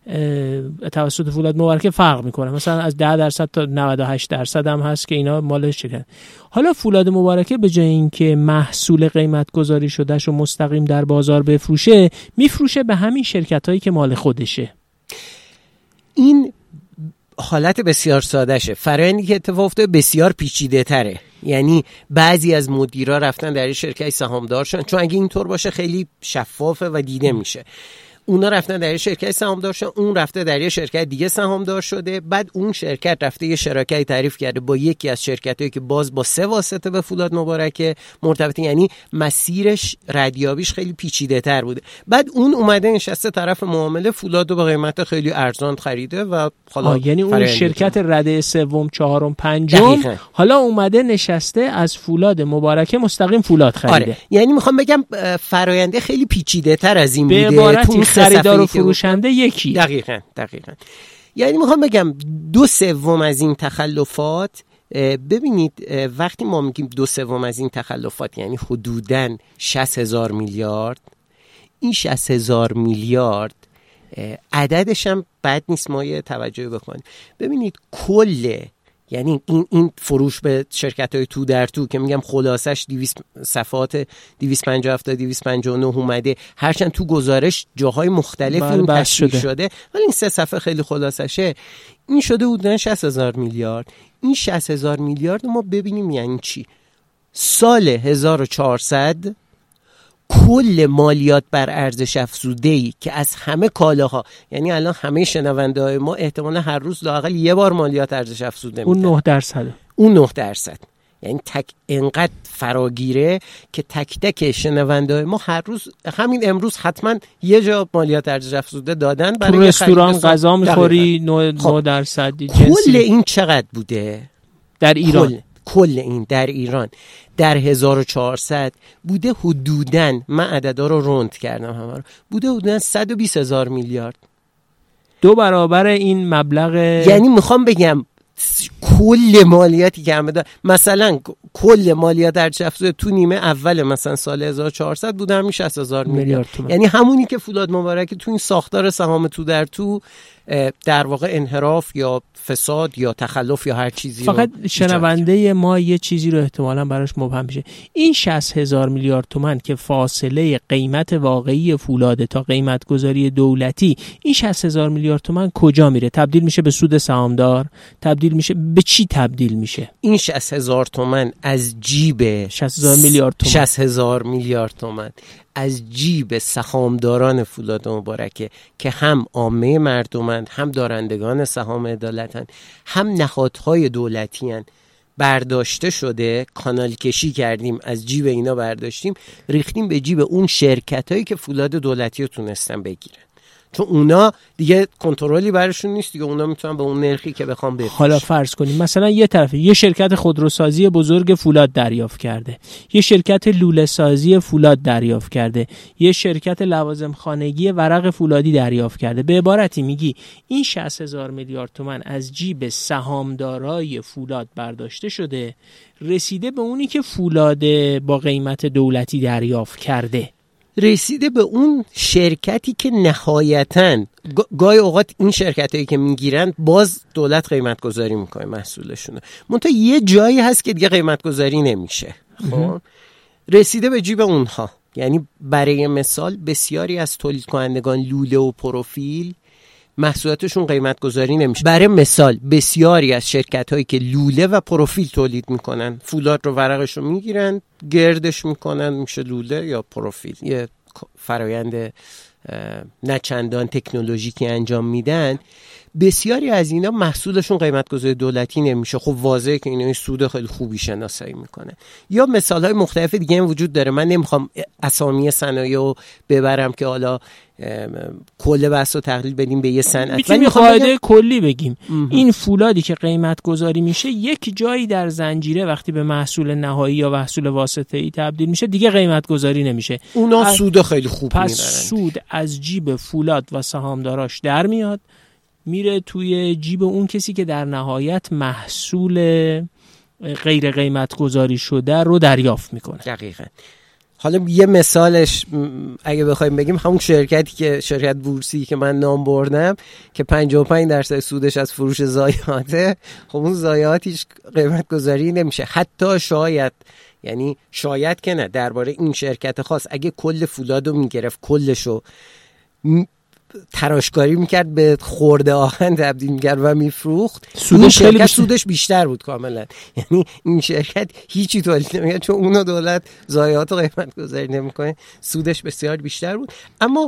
توسط فولاد مبارکه فرق میکنه. مثلا از ده درصد تا نود و هشت درصد هم هست که اینا مال شرکت. حالا فولاد مبارکه به جای اینکه محصول قیمت گذاری شدهشو مستقیم در بازار بفروشه، میفروشه به همین شرکت هایی که مال خودشه. این حالت بسیار سادهشه. فرآیندی که اتفاق افتاده بسیار پیچیده تره. یعنی بعضی از مدیرا رفتن در شرکت سهامدار شدن، چون اگه اینطور باشه خیلی شفافه و دیده میشه. اونا رفتن در یه شرکت سهامدار شدن، اون رفته در یه شرکت دیگه سهامدار شده، بعد اون شرکت رفته یه شراکتی تعریف کرده با یکی از شرکتایی که باز با سه واسطه به فولاد مبارکه مرتبطه. یعنی مسیرش ردیابیش خیلی پیچیده تر بوده. بعد اون اومده نشسته طرف معامله فولاد رو به قیمت خیلی ارزان خریده و حالا یعنی اون شرکت رده سوم چهارم پنجم حالا اومده نشسته از فولاد مبارکه مستقیم فولاد خریده. آره. یعنی میخوام بگم فراینده خیلی پیچیده تر از این بوده. خریدار و فروشنده یکی. دقیقاً دقیقاً. یعنی میخوام بگم دو سوم از این تخلفات، ببینید وقتی ما میگیم دو سوم از این تخلفات یعنی حدوداً شصت هزار میلیارد، این شصت هزار میلیارد عددش هم بد نیست ما یه توجه بکنیم. ببینید کل یعنی این این فروش به شرکت‌های تو در تو که میگم خلاصش دویست صفحات دویست و پنجاه تا دویست و پنجاه و نه اومده، هرچند تو گزارش جاهای مختلف این تشریح شده. شده ولی این سه صفحه خیلی خلاصشه. این شده حدوداً شصت هزار میلیارد. این شصت هزار میلیارد ما ببینیم یعنی چی. سال هزار و چهارصد کل مالیات بر ارزش افزوده‌ای که از همه کالاها، یعنی الان همه شنونده‌های ما احتمالاً هر روز لااقل یه بار مالیات ارزش افزوده میدن، اون نه درصد اون نه درصد، یعنی تک انقدر فراگیره که تک تک شنونده‌های ما هر روز، همین امروز حتما یه جا مالیات ارزش افزوده دادن برای تو رستوران غذا می‌خوری نه درصد. کل این چقدر بوده در ایران؟ کل, کل این در ایران در هزار و چهارصد بوده حدوداً، من عددا رو روند کردم همه رو، بوده حدوداً صد و بیست هزار میلیارد. دو برابر این مبلغ. یعنی میخوام بگم کل مالیاتی که همه دار، مثلا کل مالیات ارزش افزوده تو نیمه اول مثلا سال هزار و چهارصد بوده همین شصت هزار میلیارد. یعنی همونی که فولاد مبارک تو این ساختار سهام تو در تو در واقع انحراف یا فساد یا تخلف یا هر چیزی. فقط شنونده ما یه چیزی رو احتمالاً براش مبهم میشه. این شصت هزار میلیارد تومان که فاصله قیمت واقعی فولاد تا قیمت گذاری دولتی، این شصت هزار میلیارد تومان کجا میره؟ تبدیل میشه به سود سهامدار؟ تبدیل میشه به چی؟ تبدیل میشه این شصت هزار تومان از جیب شصت هزار میلیارد تومان شصت هزار میلیارد تومان از جیب سهامداران فولاد مبارکه که هم عامه مردمند، هم دارندگان سهام عدالتند، هم نهادهای دولتی‌اند، برداشته شده، کانال کشی کردیم، از جیب اینا برداشتیم ریختیم به جیب اون شرکتایی که فولاد دولتی رو تونستن بگیرن، چون اونا دیگه کنترلی برشون نیست دیگه، اونا میتونن به اون نرخی که بخوام بفروشن. حالا فرض کنیم مثلا یه طرف یه شرکت خودروسازی بزرگ فولاد دریافت کرده، یه شرکت لوله سازی فولاد دریافت کرده، یه شرکت لوازم خانگی ورق فولادی دریافت کرده. به عبارتی میگی این شصت هزار میلیارد تومان از جیب سهامدارای فولاد برداشته شده، رسیده به اونی که فولاد با قیمت دولتی دریافت کرده، رسیده به اون شرکتی که نهایتاً گاهی اوقات این شرکتایی که میگیرن باز دولت قیمت گذاری میکنه محصولشونه، منتها یه جایی هست که دیگه قیمت گذاری نمیشه. خب رسیده به جیب اونها. یعنی برای مثال بسیاری از تولید کنندگان لوله و پروفیل محصولاتشون قیمت گذاری نمیشه. برای مثال بسیاری از شرکت هایی که لوله و پروفیل تولید میکنن فولاد رو ورقش رو میگیرن گردش میکنن میشه لوله یا پروفیل، یه فرایند نه چندان تکنولوژیکی انجام میدن. بسیاری از اینا محصولشون قیمت گذاری دولتی نمیشه. خب واضحه که اینا سود خیلی خوبی شناسایی میکنه. یا مثال های مختلف دیگه هم وجود داره. من نمیخوام اسامی صنایع رو ببرم که حالا کل بحث رو تقلیل بدیم به یه صنعت، میتونیم قاعده کلی بگیم امه. این فولادی که قیمت گذاری میشه یک جایی در زنجیره وقتی به محصول نهایی یا محصول واسطه‌ای تبدیل میشه دیگه قیمت گذاری نمیشه، اونا سود خیلی خوب میبرن. پس سود از جیب فولاد و سهامداراش در میاد میره توی جیب اون کسی که در نهایت محصول غیر قیمت گذاری شده رو دریافت میکنه. دقیقاً. حالا یه مثالش اگه بخوایم بگیم همون شرکتی که شرکت بورسی که من نام بردم که پنجاه و پنج درصد سودش از فروش ضایعاته، خب اون ضایعات هیچ قیمت گذاری نمیشه. حتی شاید، یعنی شاید که نه، درباره این شرکت خاص اگه کل فولادو میگرفت کلشو تراشکاری میکرد به خورده آهن تبدیل میکرد و میفروخت، این شرکت سودش بیشتر بود کاملا. یعنی این شرکت هیچی تولید نمیکرد چون اونو دولت ضایعات و قیمت گذاری نمیکنه، سودش بسیار بیشتر بود. اما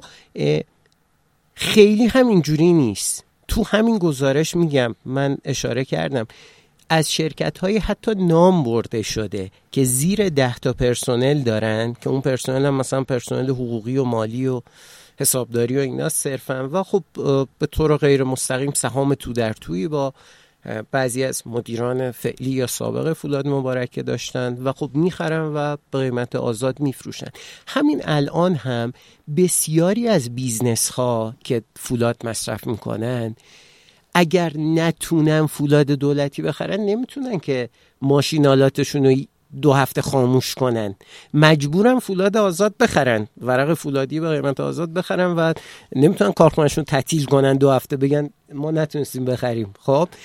خیلی هم اینجوری نیست. تو همین گزارش میگم من اشاره کردم از شرکت های حتی نام برده شده که زیر ده تا پرسنل دارن که اون پرسنل هم مثلا پرسنل حقوقی و مالی و حسابداری و اینا صرفا و خب به طور غیر مستقیم سهام تو در توی با بعضی از مدیران فعلی یا سابق فولاد مبارکه داشتن و خب میخرن و به قیمت آزاد میفروشن. همین الان هم بسیاری از بیزنس ها که فولاد مصرف میکنن اگر نتونن فولاد دولتی بخرن نمیتونن که ماشینالاتشون رو دو هفته خاموش کنن، مجبورن فولاد آزاد بخرن، ورق فولادی به قیمت آزاد بخرن و نمیتونن کارخونهشون تعطیل کنن دو هفته بگن ما نتونستیم بخریم. خب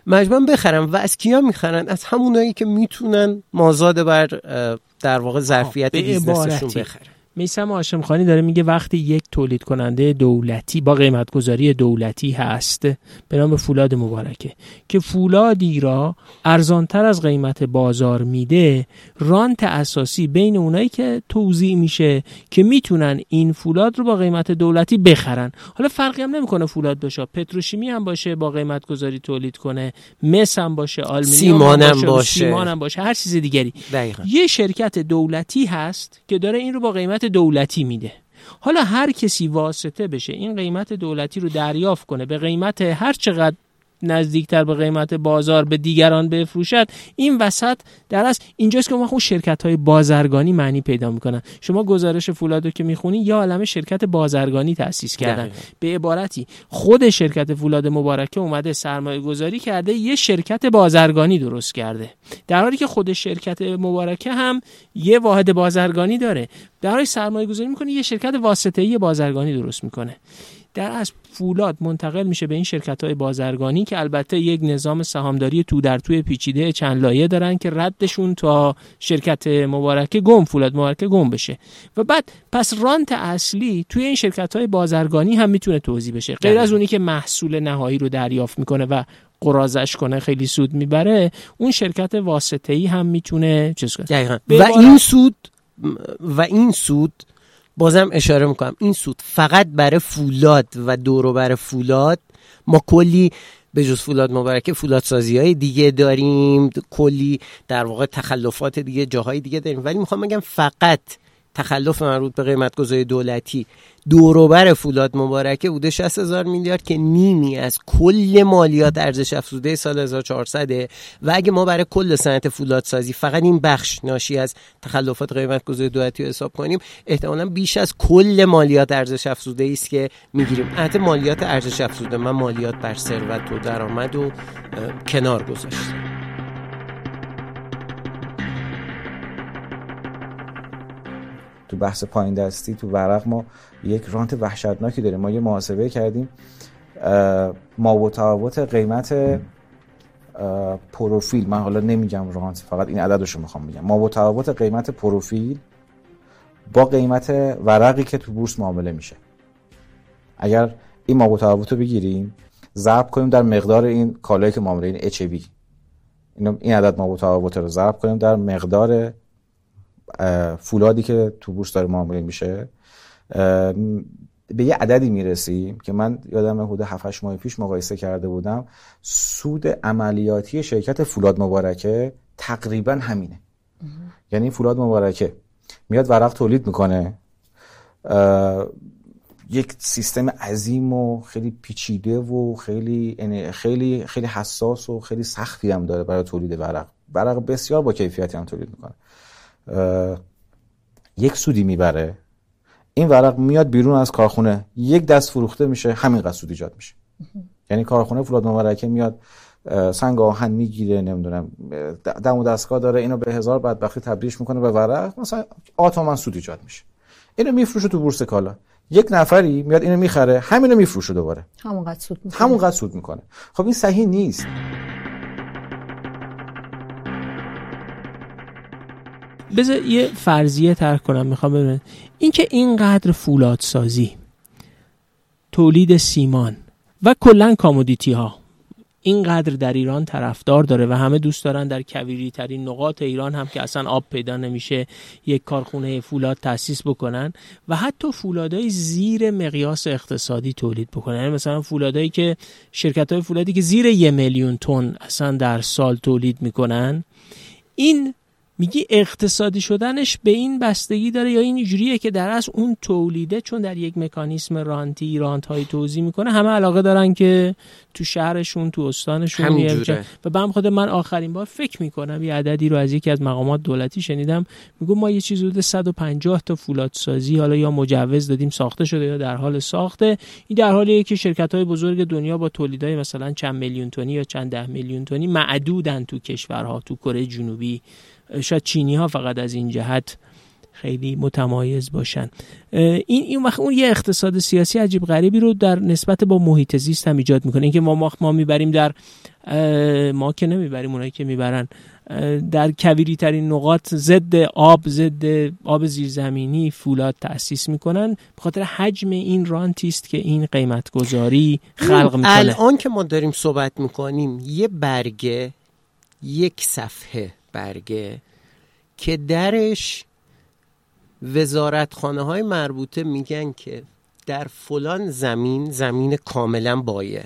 مجبورن بخرن. و از کیا میخرن؟ از همونایی که میتونن مازاد بر در واقع ظرفیت بیزنسشون بخرن. میثم هاشمخانی داره میگه وقتی یک تولید کننده دولتی با قیمتگذاری دولتی هست به نام فولاد مبارکه که فولادی را ارزانتر از قیمت بازار میده، رانت اساسی بین اونایی که توزیع میشه که میتونن این فولاد رو با قیمت دولتی بخرن. حالا فرقی هم نمیکنه فولاد باشه، پتروشیمی هم باشه با قیمت گذاری تولید کنه، مس هم باشه، آلومینیوم هم باشه، باشه. سیمان هم باشه، هر چیز دیگری. دقیقا. یه شرکت دولتی هست که داره این رو با قیمت دولتی میده. حالا هر کسی واسطه بشه این قیمت دولتی رو دریافت کنه به قیمت هر چقدر نزدیکتر به قیمت بازار به دیگران بفروشد، این وسط در اصل اینجاست که ما خود شرکت‌های بازرگانی معنی پیدا میکنن. شما گزارش فولادو که میخونی یا عالمه شرکت بازرگانی تأسیس کردن. دقیقا. به عبارتی خود شرکت فولاد مبارکه اومده سرمایه گذاری کرده، یه شرکت بازرگانی درست کرده، در حالی که خود شرکت مبارکه هم یه واحد بازرگانی داره، در حالی سرمایه گذاری میکنه یه شرکت واسطه‌ای بازرگانی درست میکنه. در اصل فولاد منتقل میشه به این شرکت‌های بازرگانی که البته یک نظام سهامداری تو در توی پیچیده چند لایه دارن که ردشون تا شرکت مبارکه گم فولاد مبارکه گم بشه و بعد پس رانت اصلی توی این شرکت‌های بازرگانی هم میتونه توزیع بشه، غیر از اونی که محصول نهایی رو دریافت میکنه و قراضش کنه خیلی سود میبره، اون شرکت واسطه‌ای هم میتونه چیز کنه و این سود و این سود بازم اشاره میکنم این سود فقط برای فولاد و دورو بر فولاد. ما کلی به جز فولاد مبارکه فولاد سازی های دیگه داریم، کلی در واقع تخلفات دیگه جاهای دیگه داریم، ولی میخوام بگم فقط تخلف مربوط به قیمت گذاری دولتی دوروبر فولاد مبارکه بوده شصت هزار میلیارد که نیمی از کل مالیات ارزش افزوده سال هزار و چهارصد و اگه ما برای کل صنعت فولاد سازی فقط این بخش ناشی از تخلفات قیمت گذاری دولتی رو حساب کنیم، احتمالاً بیش از کل مالیات ارزش افزوده است که میگیریم. البته مالیات ارزش افزوده، من مالیات بر ثروت و درآمد و کنار گذاشتم. تو بحث پایین دستی تو ورق ما یک رانت وحشتناکی داریم. ما یه محاسبه کردیم ما و تفاوت قیمت پروفیل، من حالا نمیگم رانت، فقط این عددشو میخوام بگم، ما و تفاوت قیمت پروفیل با قیمت ورقی که تو بورس معامله میشه. اگر این ما و تفاوتو بگیریم ضرب کنیم در مقدار این کالایی که معامله، این اچ بی، این عدد ما و تفاوت رو ضرب کنیم در مقدار فولادی که تو بورس داره معامله میشه، به یه عددی میرسیم که من یادم حدود هفت هشت ماه پیش مقایسه کرده بودم. سود عملیاتی شرکت فولاد مبارکه تقریبا همینه. یعنی فولاد مبارکه میاد ورق تولید میکنه، یک سیستم عظیم و خیلی پیچیده و خیلی خیلی خیلی حساس و خیلی سختی هم داره برای تولید ورق. ورق بسیار با کیفیتی هم تولید میکنه. یک سودی میبره، این ورق میاد بیرون از کارخونه، یک دست فروخته میشه، همینقدر سود ایجاد میشه. یعنی کارخونه فولاد مبارکه میاد سنگ آهن میگیره، نمیدونم دم و دستگاه داره، اینو به هزار بدبختی تبدیلش میکنه به ورق، مثلا آتومن سود ایجاد میشه، اینو میفروشه تو بورس کالا. یک نفری میاد اینو میخره، همینو میفروشه دوباره، همونقدر سود میکنه همونقدر سود میکنه. خب این صحیح نیست. بذار یه فرضیه طرح کنم، میخوام ببینم این که اینقدر فولاد سازی، تولید سیمان و کلا کامودیتی ها اینقدر در ایران طرفدار داره و همه دوست دارن در کویری ترین نقاط ایران هم که اصلا آب پیدا نمیشه یک کارخونه فولاد تأسیس بکنن و حتی فولادهای زیر مقیاس اقتصادی تولید بکنن. یعنی مثلا فولادهایی که شرکت‌های فولادی که زیر یه میلیون تن اصلا در سال تولید میکنن، این میگی اقتصادی شدنش به این بستگی داره یا این جوریه که در اصل اون تولیده چون در یک مکانیسم رانتی رانت های توزیع میکنه، همه علاقه دارن که تو شهرشون تو استانشون میارن. و به هم خود من آخرین بار فکر میکنم یه عددی رو از یکی از مقامات دولتی شنیدم، میگم ما یه چیز حدود صد و پنجاه تا فولادسازی حالا یا مجوز دادیم ساخته شده یا در حال ساخته. این در حالیه که شرکت‌های بزرگ دنیا با تولیدهای مثلا چند میلیون تنی یا چند ده میلیون تنی معدودن تو کشورها، تو کره جنوبی، شاید چینی ها فقط از این جهت خیلی متمایز باشن. این این وقت اون یه اقتصاد سیاسی عجیب غریبی رو در نسبت با محیط زیست هم ایجاد میکنه. اینکه ما ما, ما میبریم در ما که نمیبریم، اونایی که میبرن در کویری ترین نقاط ضد آب ضد آب زیرزمینی فولاد تأسیس میکنن، به خاطر حجم این رانتی است که این قیمت گذاری خلق میکنه. الان که ما داریم صحبت میکنیم یه برگه، یک صفحه برگه که درش وزارتخانه های مربوطه میگن که در فلان زمین، زمین کاملا بایر،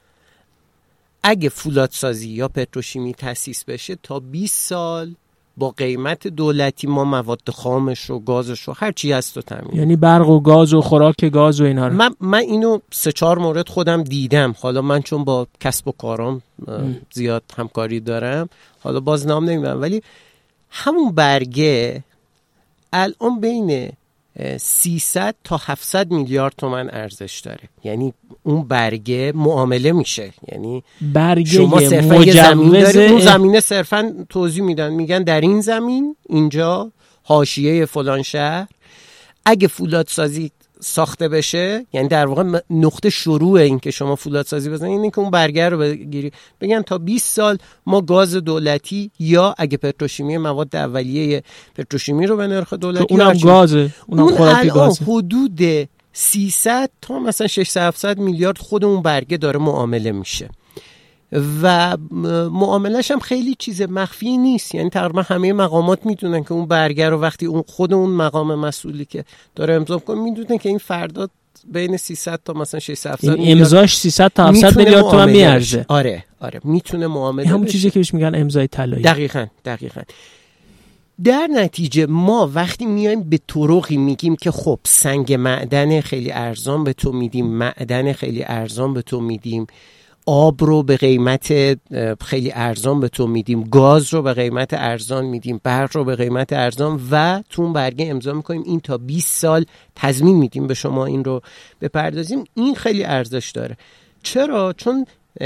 اگه فولادسازی یا پتروشیمی تأسیس بشه تا بیست سال با قیمت دولتی ما مواد خامش و گازش و هر چی هست رو تامین، یعنی برق و گاز و خوراک گاز و اینا رو. من, من اینو سه چهار مورد خودم دیدم. حالا من چون با کسب و کارام زیاد همکاری دارم حالا باز نام نمیبرم، ولی همون برگه الان بین سیصد تا هفتصد میلیارد تومان ارزش داره. یعنی اون برگه معامله میشه، یعنی برگه شما صرفا یه زمین داری، اون زمینه صرفا توضیح میدن، میگن در این زمین اینجا حاشیه فلان شهر اگه فولادسازی ساخته بشه، یعنی در واقع نقطه شروع این که شما فولادسازی بزنید اینه که اون برگر رو بگیری، بگن تا بیست سال ما گاز دولتی یا اگه پتروشیمی مواد اولیه پتروشیمی رو به نرخ دولتی، اونم گازه، اونم خوراکی گازه، حدود سیصد تا مثلا ششصد هفتصد میلیارد خود اون برگه داره معامله میشه و معاملش هم خیلی چیز مخفی نیست. یعنی تقریبا همه مقامات میدونن که اون برگر رو وقتی اون خود اون مقام مسئولی که داره امضا میکنه میدونن که این فردا بین سیصد تا مثلا ششصد هفتصد میلیارد امضاش سیصد تا هفتصد میلیارد تومان میارزه. آره آره میتونه معامله همون چیزی که بهش میگن امضای طلایی. دقیقاً دقیقاً. در نتیجه ما وقتی میایم به طرقی میگیم که خب سنگ معدن خیلی ارزان به تو میدیم، معدن خیلی ارزان به تو میدیم، آب رو به قیمت خیلی ارزان به تو میدیم، گاز رو به قیمت ارزان میدیم، برق رو به قیمت ارزان و تو اون برگه امضا میکنیم این تا بیست سال تضمین میدیم به شما این رو بپردازیم، این خیلی ارزش داره. چرا؟ چون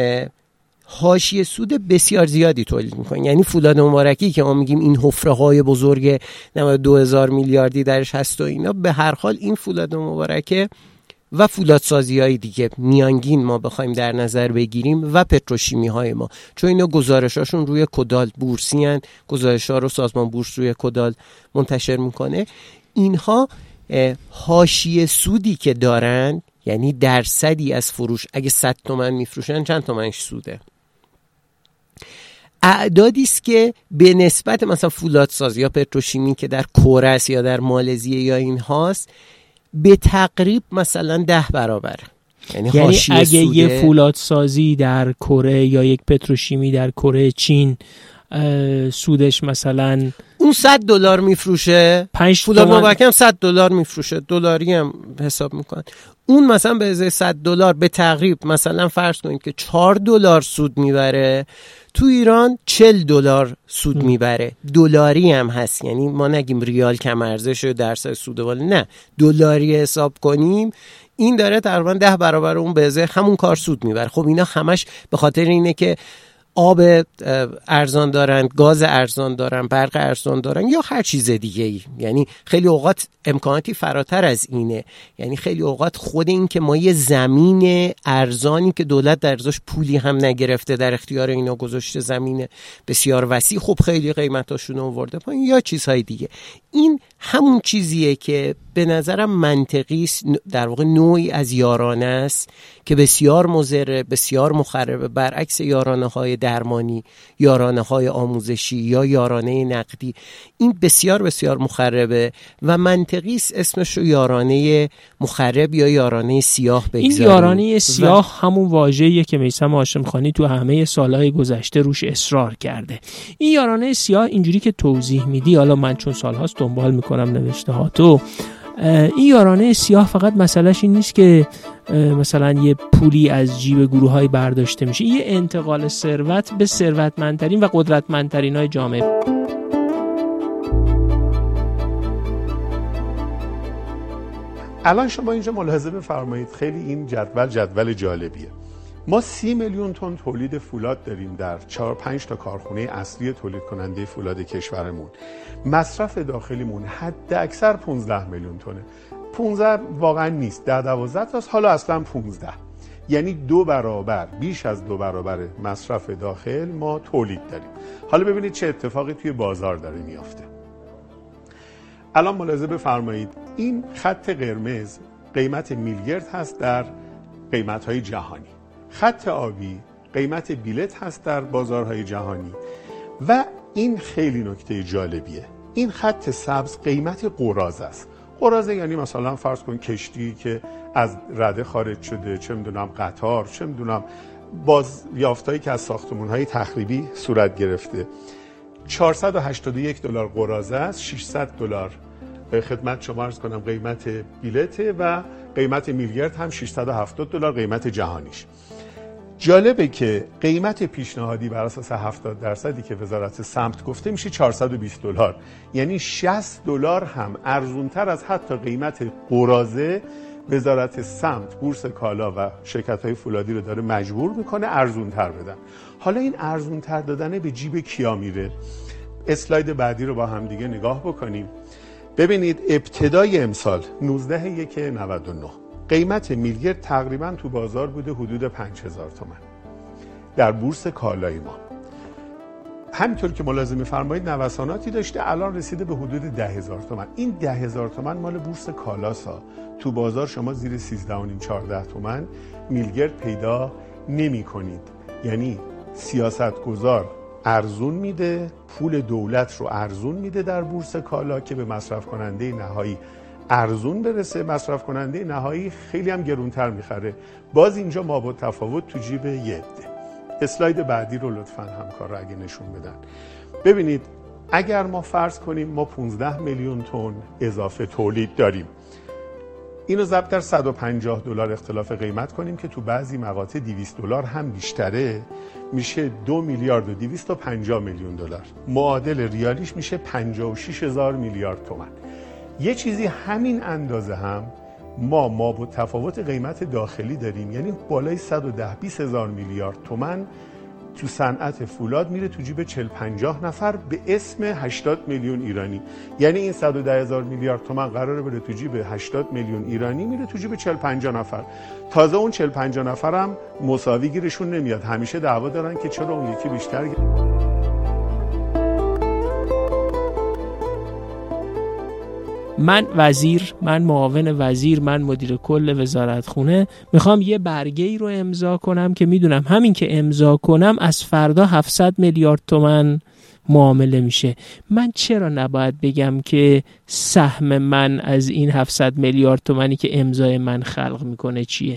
حاشیه سود بسیار زیادی تولید میکنه. یعنی فولاد مبارکی که ما میگیم این حفره های بزرگ دو هزار میلیاردی درش هست و اینا، به هر حال این فولاد مبارکه و فولادسازی های دیگه میانگین ما بخوایم در نظر بگیریم و پتروشیمی های ما، چون اینا گزارشاشون روی کدال بورسی هن، گزارش ها رو سازمان بورس روی کدال منتشر میکنه، اینها حاشیه سودی که دارن، یعنی درصدی از فروش اگه صد تومن میفروشن چند تومنش سوده، اعدادی است که به نسبت مثلا فولادسازی یا پتروشیمی که در کره است یا در مالزی یا این هاست به تقریب مثلا ده برابر. یعنی, یعنی اگه سوده یه فولادسازی در کره یا یک پتروشیمی در کره چین سودش مثلا اون صد دلار میفروشه، فولاد مبارک هم صد دلار میفروشه، دلاری هم حساب میکنن، اون مثلا به ازای صد دلار به تقریب مثلا فرض کنید که چهار دلار سود میبره، تو ایران چهل دلار سود میبره. دلاری هم هست، یعنی ما نگیم ریال کم ارزش و درصد سود ولی نه، دلاری حساب کنیم این داره تقریبا ده برابر اون به ازای همون کار سود میبره. خب اینا همش به خاطر اینه که آب ارزان دارن، گاز ارزان دارن، برق ارزان دارن یا هر چیز دیگه ای. یعنی خیلی اوقات امکاناتی فراتر از اینه. یعنی خیلی اوقات خود این که ما یه زمین ارزانی که دولت در ازاش پولی هم نگرفته در اختیار اینا گذاشته، زمین بسیار وسیع، خب خیلی قیمتاشون آورده پایین یا چیزهای دیگه. این همون چیزیه که به نظرم منطقی است، در واقع نوعی از یارانه است که بسیار مضر، بسیار مخربه، برعکس یارانه های درمانی، یارانه های آموزشی یا یارانه نقدی. این بسیار بسیار مخربه و منطقی است اسمش رو یارانه مخرب یا یارانه سیاه بگذاریم. این یارانه سیاه و... همون واژه‌ایه که میثم هاشمخانی تو همه سالهای گذشته روش اصرار کرده. این یارانه سیاه اینجوری که توضیح میدی، حالا من چون سالهاست دنبال میکنم نوشته ها تو، این یارانه سیاه فقط مسئلهش این نیست که مثلا یه پولی از جیب گروه‌های برداشته میشه، یه انتقال ثروت به ثروتمندترین و قدرتمندترین های جامعه. الان شما اینجا ملاحظه بفرمایید، خیلی این جدول جدول جالبیه. ما سی میلیون تن تولید فولاد داریم در چهار پنج تا کارخونه اصلی تولید کننده فولاد کشورمون. مصرف داخلیمون حد اکثر پانزده میلیون تنه. پانزده واقعا نیست، ده دوازده تاست، حالا اصلا پانزده، یعنی دو برابر، بیش از دو برابر مصرف داخل ما تولید داریم. حالا ببینید چه اتفاقی توی بازار داره میافته. الان ملاحظه بفرمایید این خط قرمز قیمت میلگرد هست در قیمت‌های جهانی، خط آبی قیمت بیلت هست در بازارهای جهانی و این خیلی نکته جالبیه، این خط سبز قیمت قراض است. قراضه یعنی مثلا فرض کن کشتی که از رده خارج شده، چه میدونم قطار، چه میدونم بازیافتایی که از ساختمان‌های تخریبی صورت گرفته. چهارصد و هشتاد و یک دلار قراضه است، ششصد دلار خدمت شما عرض کنم قیمت بیلته و قیمت میلگرد هم ششصد و هفتاد دلار قیمت جهانیش. جالبه که قیمت پیشنهادی بر اساس هفتاد درصدی که وزارت سمت گفته میشه چهارصد و بیست دلار، یعنی شصت دلار هم ارزونتر از حتی قیمت قراضه وزارت سمت بورس کالا و شرکت‌های فولادی رو داره مجبور میکنه ارزونتر بدن. حالا این ارزونتر دادن به جیب کیا میره؟ اسلاید بعدی رو با هم دیگه نگاه بکنیم. ببینید ابتدای امسال نوزده یک نود و نه قیمت میلگرد تقریبا تو بازار بوده حدود پنج هزار تومان در بورس کالای ما. همینطور که ملاحظه می‌فرمایید نوساناتی داشته، الان رسیده به حدود ده هزار تومان. این ده هزار تومان مال بورس کالاسا، تو بازار شما زیر سیزده و نیم چهارده تومان میلگرد پیدا نمی‌کنید. یعنی سیاستگزار ارزون میده، پول دولت رو ارزون میده در بورس کالا که به مصرف کننده نهایی ارزون برسه، مصرف کننده نهایی خیلی هم گرونتر میخره. باز اینجا ما با تفاوت تو جیب یه عده. اسلاید بعدی رو لطفاً همکار رو اگه نشون بدن. ببینید اگر ما فرض کنیم ما پانزده میلیون تن اضافه تولید داریم، اینو ضرب در صد و پنجاه دلار اختلاف قیمت کنیم که تو بعضی مقاطع دویست دلار هم بیشتره، میشه دو میلیارد و دویست و پنجاه میلیون دلار. معادل ریالیش میشه پنجاه و شش هزار میلیارد تومان. یه چیزی همین اندازه هم ما ما با تفاوت قیمت داخلی داریم، یعنی بالای صد و ده بیست هزار میلیارد تومان تو صنعت فولاد میره تو جیب چهل پنجاه نفر به اسم هشتاد میلیون ایرانی. یعنی این صد و ده هزار میلیارد تومان قراره بره تو جیب هشتاد میلیون ایرانی، میره تو جیب چهل پنجاه نفر. تازه اون چهل پنجاه نفرم مساوی گیرشون نمیاد، همیشه دعوا دارن که چرا اون یکی بیشتر گیر... من وزیر، من معاون وزیر، من مدیر کل وزارتخونه میخوام یه برگه ای رو امضا کنم که میدونم همین که امضا کنم از فردا هفتصد میلیارد تومان معامله میشه. من چرا نباید بگم که سهم من از این هفتصد میلیارد تومانی که امضای من خلق میکنه چیه؟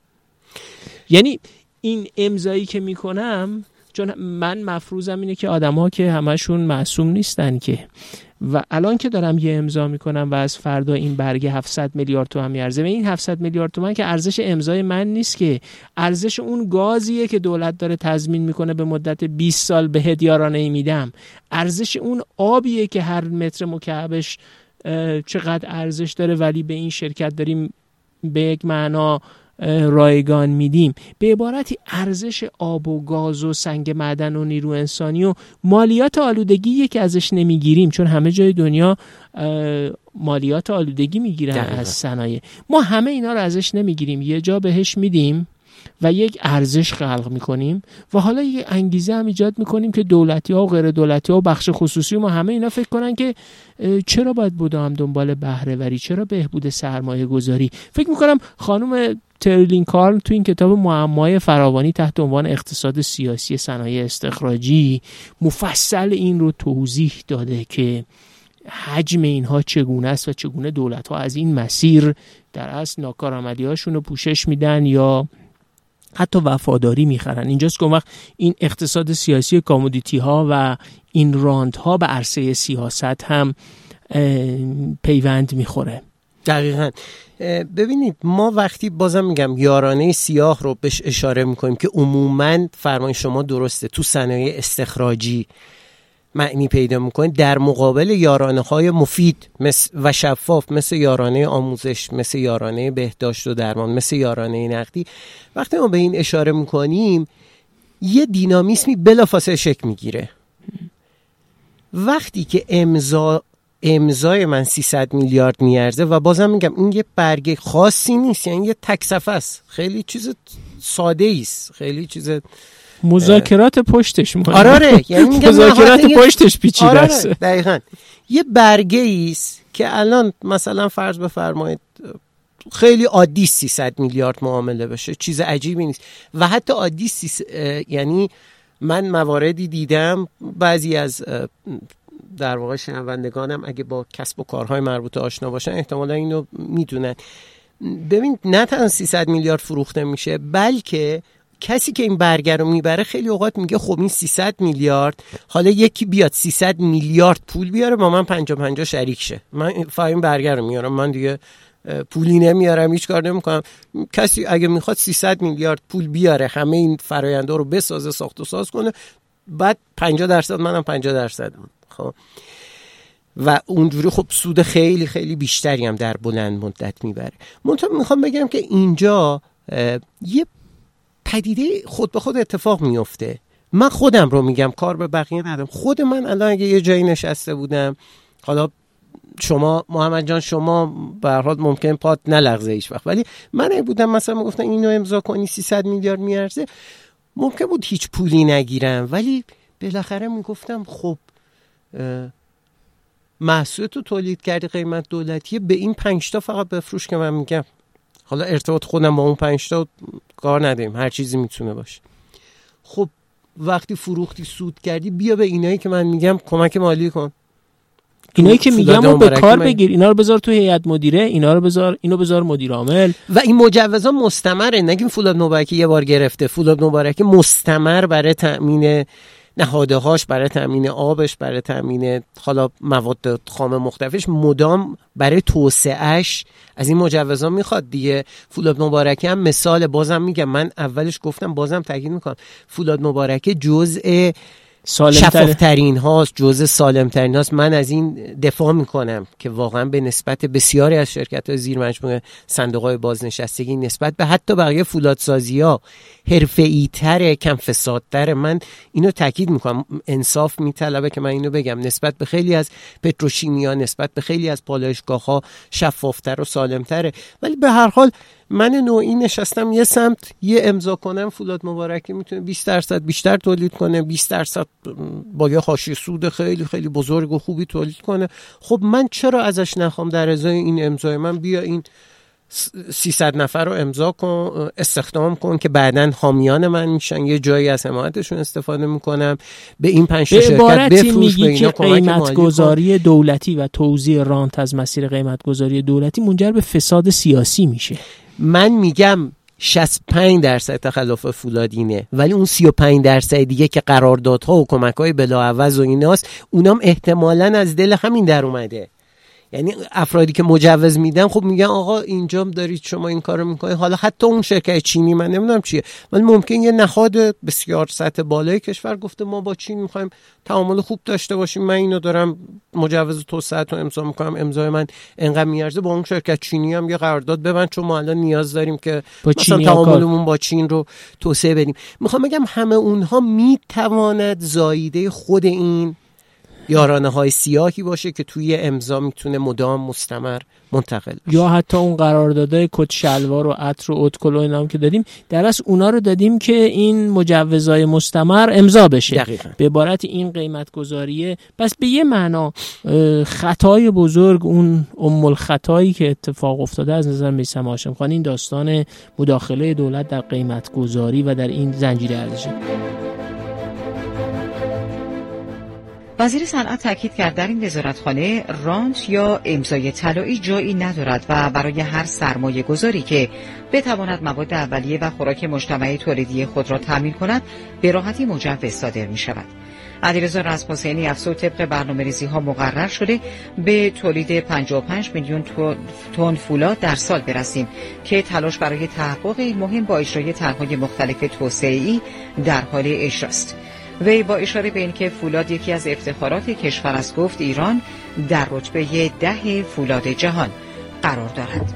یعنی این امضایی که میکنم، چون من مفروضم اینه که آدم‌ها که همشون معصوم نیستن که، و الان که دارم یه امضا میکنم و از فردا این برگه هفتصد میلیارد تومان میارزه، و این هفتصد میلیارد تومان که ارزش امضای من نیست، که ارزش اون گازیه که دولت داره تضمین میکنه به مدت بیست سال به هدیارانه میدم، ارزش اون آبیه که هر متر مکعبش چقدر ارزش داره ولی به این شرکت داریم به یک معنا رایگان میدیم. به عبارتی ارزش آب و گاز و سنگ معدن و نیرو انسانی و مالیات آلودگی که ازش نمیگیریم، چون همه جای دنیا مالیات آلودگی میگیرن از صنایع، ما همه اینا رو ازش نمیگیریم، یه جا بهش میدیم و یک ارزش خلق میکنیم و حالا یک انگیزه هم ایجاد میکنیم که دولتی ها و غیر دولتی ها و بخش خصوصی ما همه اینا فکر کنن که چرا باید بودم دنبال بهره وری، چرا بهبود سرمایه گذاری. فکر میکنم خانم ترلین کارل تو این کتاب معمای فراوانی تحت عنوان اقتصاد سیاسی صنایع استخراجی مفصل این رو توضیح داده که حجم اینها چگونه است و چگونه دولت ها از این مسیر در اصل ناکارآمدی هاشون رو پوشش میدن یا حتی وفاداری میخرن. اینجاست که اون وقت این اقتصاد سیاسی کامودیتی ها و این راند ها به عرصه سیاست هم پیوند میخوره. دقیقاً. ببینید ما وقتی بازم میگم یارانه سیاه رو بهش اشاره میکنیم که عموماً فرمای شما درسته، تو صنایع استخراجی معنی پیدا میکنه در مقابل یارانه های مفید و شفاف مثل یارانه آموزش، مثل یارانه بهداشت و درمان، مثل یارانه نقدی. وقتی ما به این اشاره میکنیم یه دینامیسمی بلافاصله شکل میگیره. وقتی که امضا امضای من سیصد میلیارد میارزه و بازم میگم این یه برگه خاصی نیست، یعنی یه تک صفحه است، خیلی چیز ساده است، خیلی چیز مذاکرات پشتش مهمه. آره آره، یعنی میگم مذاکرات پشتش پیچیده آره است. دقیقاً یه برگه است که الان مثلا فرض بفرمایید خیلی عادی سیصد میلیارد معامله بشه، چیز عجیبی نیست. و حتی عادی سیس... یعنی من مواردی دیدم، بعضی از در واقع شنوندگانم اگه با کسب و کارهای مربوطه آشنا باشن احتمالا اینو میدونن. ببین نه تنها سیصد میلیارد فروخته میشه، بلکه کسی که این برگر رو میبره خیلی اوقات میگه خب این سیصد میلیارد، حالا یکی بیاد سیصد میلیارد پول بیاره با من پنجاه پنجاه شریک شه، من فاین برگر رو میارم، من دیگه پولی نمیارم، هیچ کار نمیکنم. کسی اگه میخواد سیصد میلیارد پول بیاره، همه این فراینده رو بسازه، ساخت و ساز کنه، بعد پنجاه درصد منم پنجاه درصد من. خب و اونجوری خب سود خیلی خیلی بیشتری هم در بلند مدت میبره. منتها میخوام بگم که اینجا یه پدیده خود به خود اتفاق میفته. من خودم رو میگم، کار به بقیه ندارم. خود من الان اگه یه جایی نشسته بودم، حالا شما محمد جان شما به هر حال ممکن پات نلغزه هیچ وقت، ولی من اگه بودم مثلا میگفتن اینو امضا کنی سیصد میلیارد میارزه، ممکن بود هیچ پولی نگیرم، ولی بالاخره میگفتم خب محصول تو تولید کردی، قیمت دولتیه، به این پنج تا فقط بفروش که من میگم. حالا ارتباط خودم با اون پنج تا کار نداریم، هر چیزی میتونه باشه. خب وقتی فروختی سود کردی، بیا به اینایی که من میگم کمک مالی کن. اینایی که میگم رو به کار بگیر، اینا رو بذار تو هیئت مدیره، اینا رو بذار، اینو بذار مدیر عامل. و این مجوزا مستمره، نگیم فولاد مبارکی یه بار گرفته. فولاد مبارکی مستمر برای تأمین نهادهاش، برای تأمین آبش، برای تأمین حالا مواد خام مختلفش، مدام برای توسعهش از این مجوزا میخواد دیگه. فولاد مبارکی هم مثال، بازم میگم، من اولش گفتم بازم تاکید میکنم، فولاد مبارکی جزء شفافترین هاست، جزء سالم ترین هاست. من از این دفاع میکنم که واقعا به نسبت بسیاری از شرکت های زیر مجموعه صندوق‌های بازنشستگی، نسبت به حتی بقیه فولادسازی ها حرفه‌ای تره، کم فسادتره. من اینو تاکید میکنم، انصاف میطلبه که من اینو بگم، نسبت به خیلی از پتروشیمیا، نسبت به خیلی از پالایشگاه ها شفافتر و سالم تره. ولی به هر حال من نوعی نشستم یه سمت، یه امضا کنم فولاد مبارکی میتونه بیست درصد بیشتر تولید کنه، بیست درصد با یه حاشیه سود خیلی خیلی بزرگ و خوبی تولید کنه. خب من چرا ازش نخوام در ازای این امضای من بیا این سیصد نفر رو امضا کن، استخدام کن که بعداً حامیان من میشن، یه جایی از حمایتشون استفاده میکنم، به این پنج تا شرکت بفروش، به اینا کمک قیمت گذاری دولتی و توزیع رانت از مسیر قیمت گذاری دولتی منجر به فساد سیاسی میشه. من میگم شصت و پنج درصد تخلف فولادینه، ولی اون سی و پنج درصد دیگه که قراردادها و کمک‌های بلاعوض و ایناست، اونام احتمالاً از دل همین در اومده. یعنی افرادی که مجوز میدن خب میگن آقا اینجا دارید شما این کارو میکنید. حالا حتی اون شرکت چینی، من نمیدونم چیه، ولی ممکن یه نهاد بسیار سطح بالای کشور گفته ما با چین میخوایم تعامل خوب داشته باشیم، من اینو دارم مجوز توسعه رو امضا میکنم، امضای من انقدر میارزه، با اون شرکت چینی هم یه قرارداد ببند چون ما الان نیاز داریم که مثلا تعاملمون با چین رو توسعه بدیم. میخوام بگم همه اونها میتواند زاییده خود این یارانه های سیاهی باشه که توی امضا میتونه مدام مستمر منتقل بشه. یا حتی اون قراردادهای کت شلوار و عطر و اتکلو اینا هم که دادیم، در اصل اونا رو دادیم که این مجوزهای مستمر امضا بشه. دقیقاً. به عبارت این قیمت گذاریه. بس به یه معنا خطای بزرگ، اون ام الخطایی که اتفاق افتاده از نظر میثم هاشم‌خان، این داستان مداخله دولت در قیمت گذاری و در این زنجیره ارزشی. وزیر صنعت تاکید کرد در این وزارتخانه رانت یا امضای طلایی جایی ندارد و برای هر سرمایه گذاری که بتواند مواد اولیه و خوراک مجتمعی تولیدی خود را تامین کند به راحتی مجوز صادر می شود. علیرضا رزمحسینی افزود طبق برنامه‌ریزی ها مقرر شده به تولید پنجاه و پنج میلیون تن فولاد در سال برسیم که تلاش برای تحقق این مهم با اجرای طرح‌های مختلف توسعه‌ای در حال اجراست. وی با اشاره به اینکه فولاد یکی از افتخارات کشور است گفت ایران در رتبه ده فولاد جهان قرار دارد.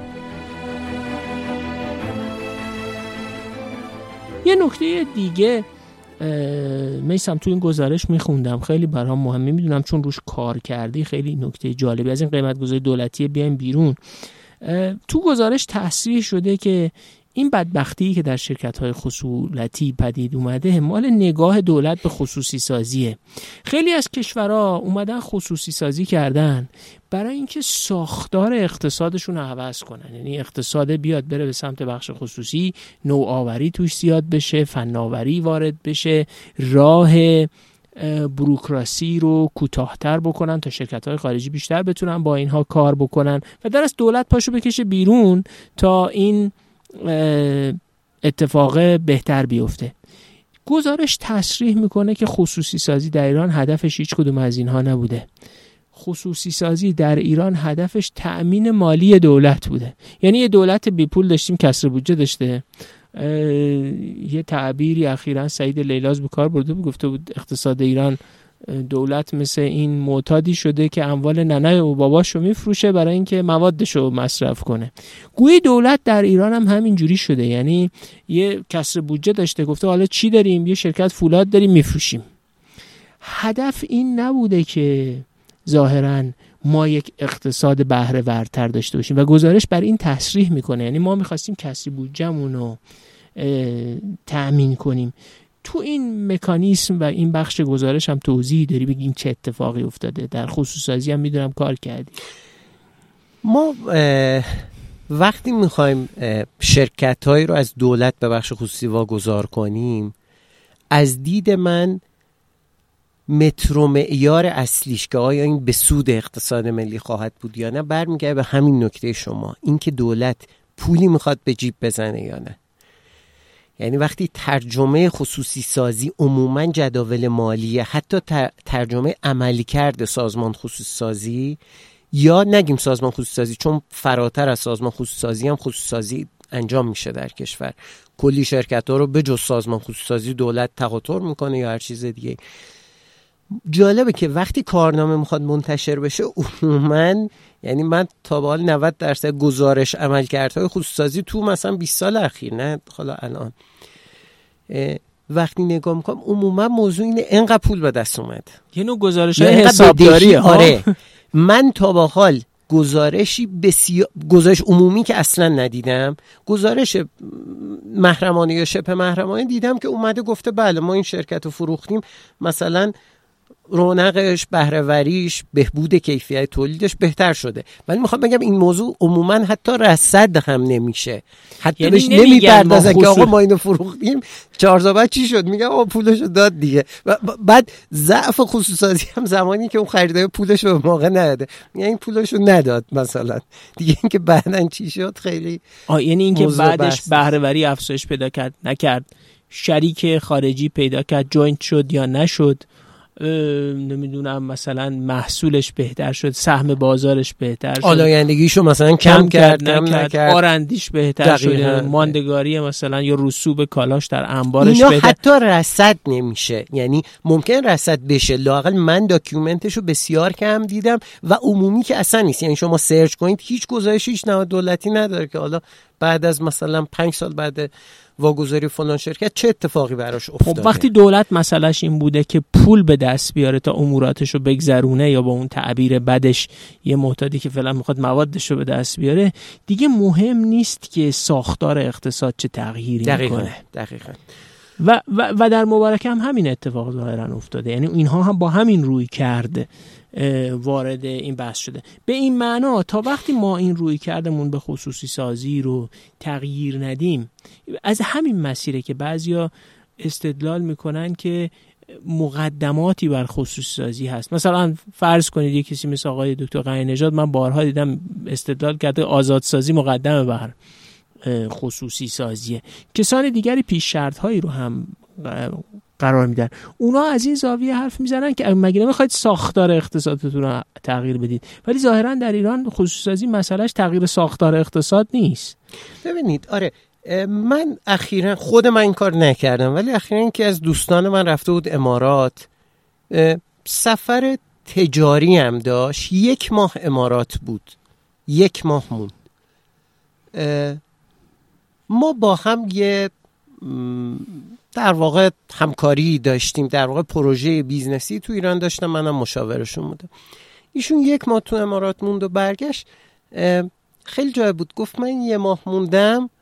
یه نکته دیگه میسم تو این گزارش میخوندم، خیلی برام مهمه، میدونم چون روش کار کردی، خیلی نکته جالبی از این قیمت گذاری دولتی بیایم بیرون. تو گزارش تصریح شده که این بدبختی که در شرکت‌های خصوصی پدید اومده مال نگاه دولت به خصوصی سازیه. خیلی از کشورها اومدن خصوصی سازی کردن برای اینکه ساختار اقتصادشون رو عوض کنن، یعنی اقتصاد بیاد بره به سمت بخش خصوصی، نوآوری توش زیاد بشه، فناوری وارد بشه، راه بوروکراسی رو کوتاه‌تر بکنن تا شرکت‌های خارجی بیشتر بتونن با اینها کار بکنن و در از دولت پاشو بکشه بیرون تا این اتفاق بهتر بیفته. گزارش تصریح میکنه که خصوصی سازی در ایران هدفش هیچ کدوم از اینها نبوده. خصوصی سازی در ایران هدفش تأمین مالی دولت بوده. یعنی یه دولت بی پول داشتیم، کسر بودجه داشته. یه تعبیری اخیراً سعید لیلاز به کار برده بود، گفته بود اقتصاد ایران دولت مثل این معتادی شده که اموال ننه و باباشو میفروشه برای اینکه موادشو مصرف کنه. گویی دولت در ایران هم همین جوری شده، یعنی یه کسر بودجه داشته، گفته حالا چی داریم؟ یه شرکت فولاد داریم میفروشیم. هدف این نبوده که ظاهراً ما یک اقتصاد بهره ورتر داشته باشیم و گزارش بر این تصریح میکنه، یعنی ما میخواستیم کسری بودجه‌مون رو تأمین کنیم. تو این مکانیسم و این بخش گزارش هم توضیح داری بگیم چه اتفاقی افتاده؟ در خصوصی سازی هم میدونم کار کردی. ما وقتی میخوایم شرکت هایی رو از دولت به بخش خصوصی واگذار کنیم، از دید من متر و معیار اصلیش که آیا این به سود اقتصاد ملی خواهد بود یا نه برمیگرده به همین نکته شما، اینکه دولت پولی میخواد به جیب بزنه یا نه. یعنی وقتی ترجمه خصوصی سازی عموماً جداول مالیه، حتی ترجمه عملی کرده سازمان خصوصی سازی، یا نگیم سازمان خصوصی سازی چون فراتر از سازمان خصوصی سازی هم خصوصی سازی انجام میشه در کشور، کلی شرکت ها رو به جز سازمان خصوصی سازی دولت تقاطر میکنه یا هر چیز دیگه. جالبه که وقتی کارنامه میخواد منتشر بشه عموماً، یعنی من تا به حال نود درصد گزارش عملکردهای خصوصی سازی تو مثلا بیست سال اخیر، نه حالا الان، وقتی نگاه میکنم عموما موضوع اینه انقدر پول به دست اومد، یه نوع گزارش حسابداری. آره من تا به حال گزارشی بسیار گزارش عمومی که اصلا ندیدم، گزارش محرمانه یا شبه محرمانه دیدم که اومده گفته بله ما این شرکت رو فروختیم، مثلا رونقش، بهره‌وریش، بهبود کیفیت تولیدش بهتر شده. ولی میخوام بگم این موضوع عموما حتی رصد هم نمیشه، حتی یعنی بهش نمیپردازه که آقا ما اینو فروختیم چهار بعد چی شد، میگم آقا پولشو داد دیگه. و بعد ضعف خصوصی سازی هم زمانی که اون خریدار پولشو به موقع نداده، میگم این پولشو نداد مثلا دیگه، اینکه بعدن چی شد خیلی آ یعنی اینکه بعدش بهره‌وری افزایش پیدا کرد نکرد، شریک خارجی پیدا کرد جوینت شد یا نشد، نمیدونم مثلا محصولش بهتر شد، سهم بازارش بهتر شد، آلایندگیشو مثلا کم, کم کرد نکرد, نکرد. آرندیش بهتر شده، ماندگاری مثلا یا رسوب کالاش در انبارش اینا بهتر. حتی رصد نمیشه، یعنی ممکن رصد بشه، لااقل من داکیومنتشو بسیار کم دیدم و عمومی که اصلا نیست. یعنی شما سرچ کنید هیچ گزارشی هیچ نهاد دولتی نداره که حالا بعد از مثلا پنج سال بعد واگذاری فلان شرکت چه اتفاقی براش افتاده. خب وقتی دولت مسئلهش این بوده که پول به دست بیاره تا اموراتشو بگذرونه، یا با اون تعبیر بدش یه معتادی که فعلا میخواد موادشو به دست بیاره، دیگه مهم نیست که ساختار اقتصاد چه تغییری دقیقاً. میکنه. دقیقاً. و, و, و در مبارکه هم همین اتفاق ظاهرا افتاده، یعنی اینها هم با همین روی کرده وارد این بحث شده. به این معنا تا وقتی ما این روی کردمون به خصوصی سازی رو تغییر ندیم، از همین مسیره که بعضیا استدلال میکنن که مقدماتی بر خصوصی سازی هست. مثلا فرض کنید یک کسی مثل آقای دکتر غنی نژاد، من بارها دیدم استدلال کرده آزادسازی مقدمه بر خصوصی سازیه. کسان دیگری پیش شرط هایی رو هم قرار میدن. اونا از این زاویه حرف میزنن که مگه نمیخواید ساختار اقتصادتون رو تغییر بدید؟ ولی ظاهرا در ایران خصوصی سازی مسئلهش تغییر ساختار اقتصاد نیست. ببینید آره من اخیراً خود من این کار نکردم، ولی اخیراً که از دوستان من رفته بود امارات، سفر تجاری هم داشت، یک ماه امارات بود، یک ماه موند. ما با هم یه در واقع همکاری داشتیم، در واقع پروژه بیزنسی تو ایران داشتم، منم مشاورشون بودم. ایشون یک ماه تو امارات موند و برگشت. خیلی جای بود، گفت من یه ماه موندم،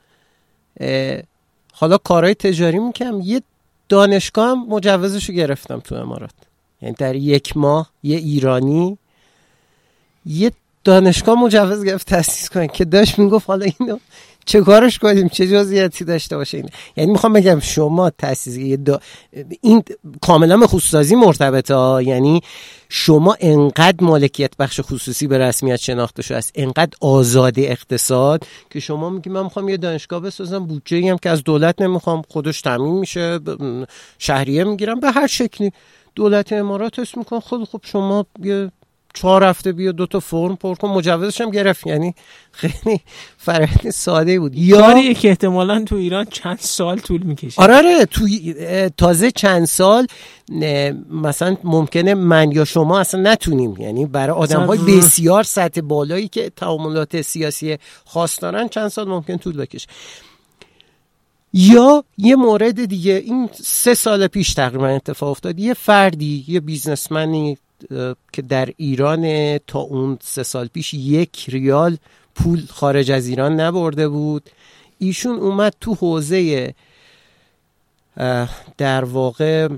حالا کارهای تجاری میکنم، یه دانشگاه هم مجوزشو گرفتم تو امارات. یعنی در یک ماه یه ایرانی یه دانشگاه مجوز گرفت تأسیس کنه که داشت میگفت حالا اینو چه کارش کنیم، چه جزئیاتی داشته باشه این. یعنی میخوام بگم شما تأسیس دا... این کاملا به خصوصی مرتبطه ها. یعنی شما انقدر مالکیت بخش خصوصی به رسمیت شناخته شده است، انقدر آزاد اقتصاد که شما میگی من میخوام یه دانشگاه بسازم، بودجه‌ای هم که از دولت نمیخوام، خودش تامین میشه، شهریه میگیرم به هر شکلی. دولت امارات اسم میکنه خود خب شما یه چهار هفته بیا دو تا فرم پر کن، مجوزش هم گرفت. یعنی خیلی فرآیند ساده بود. یا کاریه که احتمالاً تو ایران چند سال طول میکشه. آره آره تو تازه چند سال مثلا ممکنه من یا شما اصلا نتونیم، یعنی برای آدم‌های بسیار سطح بالایی که تعاملات سیاسی خاص دارن چند سال ممکن طول بکشه. یا یه مورد دیگه، این سه سال پیش تقریبا اتفاق افتاد، یه فردی، یه بیزنسمنی که در ایران تا اون سه سال پیش یک ریال پول خارج از ایران نبرده بود، ایشون اومد تو حوزه در واقع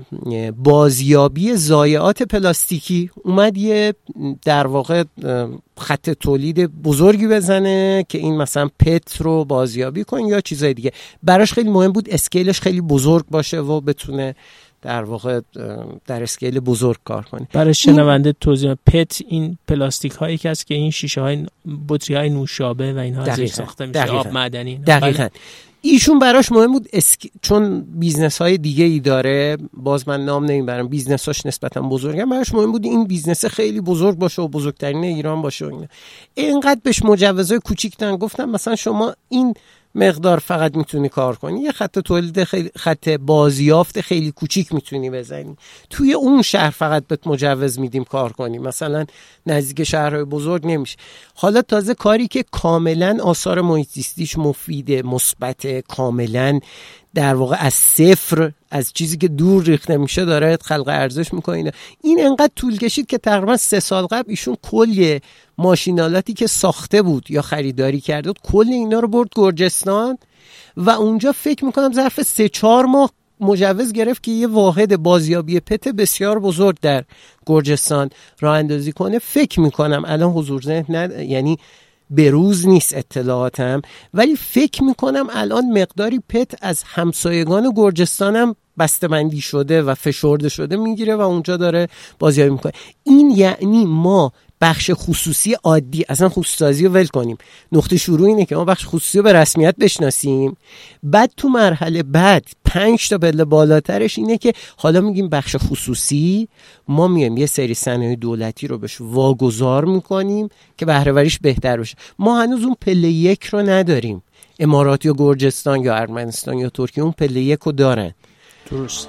بازیابی ضایعات پلاستیکی، اومد یه در واقع خط تولید بزرگی بزنه که این مثلا پت رو بازیابی کن یا چیزای دیگه. براش خیلی مهم بود اسکیلش خیلی بزرگ باشه و بتونه در واقع در اسکیل بزرگ کار کنه. برای شنونده توضیح، پت این پلاستیک هایی که هست که این شیشه های بطری های نوشابه و اینها ازش ساخته میشه، آب معدنی. دقیقاً. ایشون براش مهم بود اسک... چون بیزنس های دیگه ای داره، باز من نام نمیبرم، بیزنس هاش نسبتا بزرگه، براش مهم بود این بیزنس خیلی بزرگ باشه و بزرگترین ایران باشه و اینا. اینقدر بهش مجوزهای کوچیک دادن، گفتم مثلا شما این مقدار فقط میتونی کار کنی، یه خط تولید خیلی خط بازیافت خیلی کوچیک میتونی بزنی، توی اون شهر فقط بهت مجوز میدیم کار کنی، مثلا نزدیک شهرهای بزرگ نمیشه. حالا تازه کاری که کاملا آثار محیط زیستیش مفیده، مثبت، کاملا در واقع از صفر، از چیزی که دور ریخته میشه داره خلق ارزش میکنه. این انقدر طول کشید که تقریبا سه سال قبل ایشون کل ماشینالاتی که ساخته بود یا خریداری کرده بود کل اینا رو برد گرجستان و اونجا فکر میکنم ظرف سه چهار ماه مجوز گرفت که یه واحد بازیابی پت بسیار بزرگ در گرجستان راه اندازی کنه. فکر میکنم الان حضور ذهن ند... یعنی بروز نیست اطلاعاتم، ولی فکر میکنم الان مقداری پت از همسایگان گرجستانم بسته‌بندی شده و فشرده شده میگیره و اونجا داره بازیابی میکنه. این یعنی ما بخش خصوصی عادی، اصلا خصوصی رو ول کنیم، نقطه شروع اینه که ما بخش خصوصی رو به رسمیت بشناسیم، بعد تو مرحله بعد پنج تا پله بالاترش اینه که حالا میگیم بخش خصوصی، ما میایم یه سری صنایع دولتی رو بهش واگذار میکنیم که بهره وریش بهتر بشه. ما هنوز اون پله یک رو نداریم. امارات یا گرجستان یا ارمنستان یا ترکیه اون پله یک رو دارن. درست.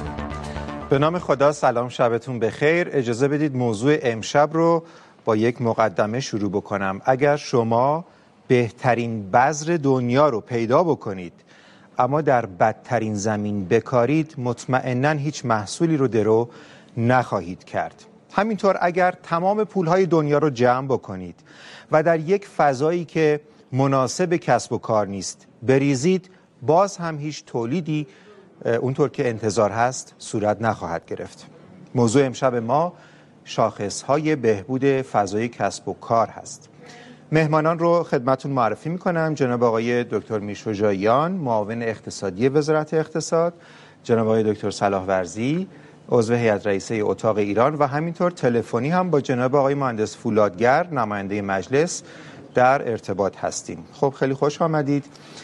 به نام خدا، سلام، شبتون بخیر. اجازه بدید موضوع امشب رو با یک مقدمه شروع بکنم. اگر شما بهترین بذر دنیا رو پیدا بکنید اما در بدترین زمین بکارید، مطمئناً هیچ محصولی رو درو نخواهید کرد. همینطور اگر تمام پولهای دنیا رو جمع بکنید و در یک فضایی که مناسب کسب و کار نیست بریزید، باز هم هیچ تولیدی اونطور که انتظار هست صورت نخواهد گرفت. موضوع امشب ما شاخصهای بهبود فضای کسب و کار هست. مهمانان رو خدمتون معرفی میکنم. جناب آقای دکتر میرشجاعیان، معاون اقتصادی وزارت اقتصاد، جناب آقای دکتر صلاح ورزی، عضو هیئت رئیسه اتاق ایران، و همینطور تلفنی هم با جناب آقای مهندس فولادگر، نماینده مجلس، در ارتباط هستیم. خب خیلی خوش آمدید.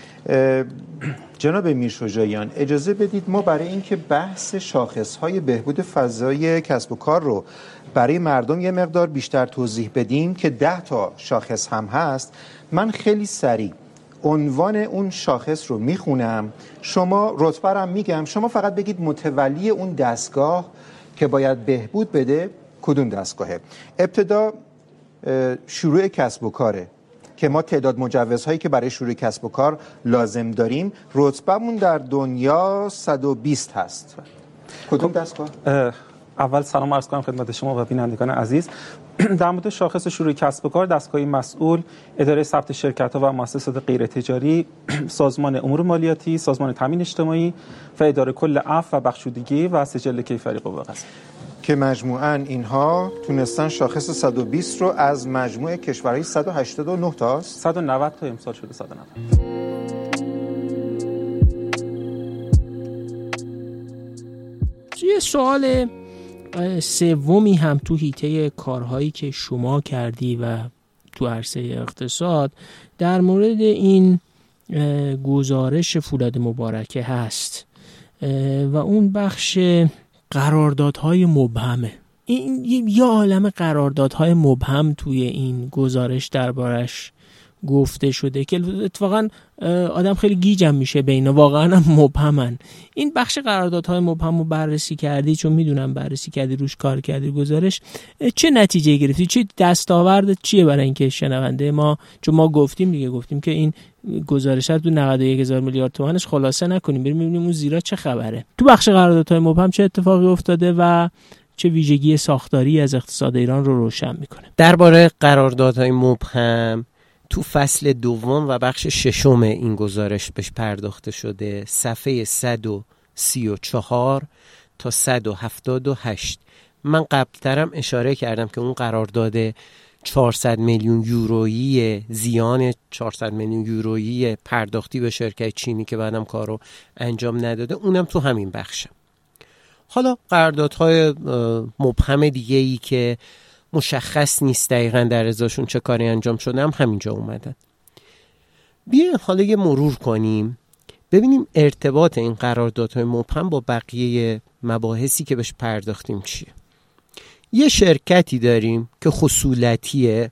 جناب میرشجاعیان، اجازه بدید ما برای اینکه بحث شاخصهای بهبود فضای کسب و کار رو برای مردم یه مقدار بیشتر توضیح بدیم که ده تا شاخص هم هست، من خیلی سریع عنوان اون شاخص رو میخونم، شما رتبه رو میگم، شما فقط بگید متولی اون دستگاه که باید بهبود بده کدوم دستگاهه. ابتدا شروع کسب و کاره که ما تعداد مجوزهایی که برای شروع کسب و کار لازم داریم، رتبه‌مون در دنیا صد و بیست هست. کدوم دستگاه؟ اول سلام عرض کنم خدمت شما و بینندگان عزیز. در مورد شاخص شروع کسب و کار، دستگاه مسئول، اداره ثبت شرکت‌ها و مؤسسات غیر تجاری، سازمان امور مالیاتی، سازمان تامین اجتماعی و اداره کل عفو و بخشودگی و سجل کیفری قوه قضاییه که مجموعاً اینها تونستن شاخص صد و بیست رو از مجموع کشورهای صد و هشتاد و نه تاست. صد و نود تا امسال شده صد و نود. یه سوال سومی هم تو حیطه کارهایی که شما کردی و تو عرصه اقتصاد در مورد این گزارش فولاد مبارکه هست و اون بخش قراردادهای مبهمه. این یه عالم قراردادهای مبهم توی این گزارش دربارش گفته شده که اتفاقا آدم خیلی گیجم میشه به اینا، واقعا هم مبهمن. این بخش قراردادهای مبهم رو بررسی کردی؟ چون میدونم بررسی کردی، روش کار کردی گزارش، چه نتیجه گرفتی؟ چه دستاورد چیه برای اینکه شنونده ما، چون ما گفتیم دیگه گفتیم که این گزارش رو تو نود و یک هزار میلیارد تومانش خلاصه نکنیم، بریم ببینیم اون زیرا چه خبره. تو بخش قراردادهای مبهم چه اتفاقی افتاده و چه ویژگی ساختاری از اقتصاد ایران رو روشن میکنه؟ درباره قراردادهای مبهم تو فصل دوم و بخش ششم این گزارش بهش پرداخته شده، صفحه صد و سی و چهار تا صد و هفتاد و هشت. من قبلترم اشاره کردم که اون قرارداد چهارصد میلیون یورویی، زیان چهارصد میلیون یورویی پرداختی به شرکت چینی که بعدم کارو انجام نداده، اونم تو همین بخشه. حالا قراردادهای مبهم دیگه ای که مشخص نیست دقیقاً در ازاشون چه کاری انجام شده هم همینجا اومدن. بیایم حالا یه مرور کنیم ببینیم ارتباط این قراردادهای مبهم با بقیه مباحثی که بهش پرداختیم چیه. یه شرکتی داریم که خصولتیه،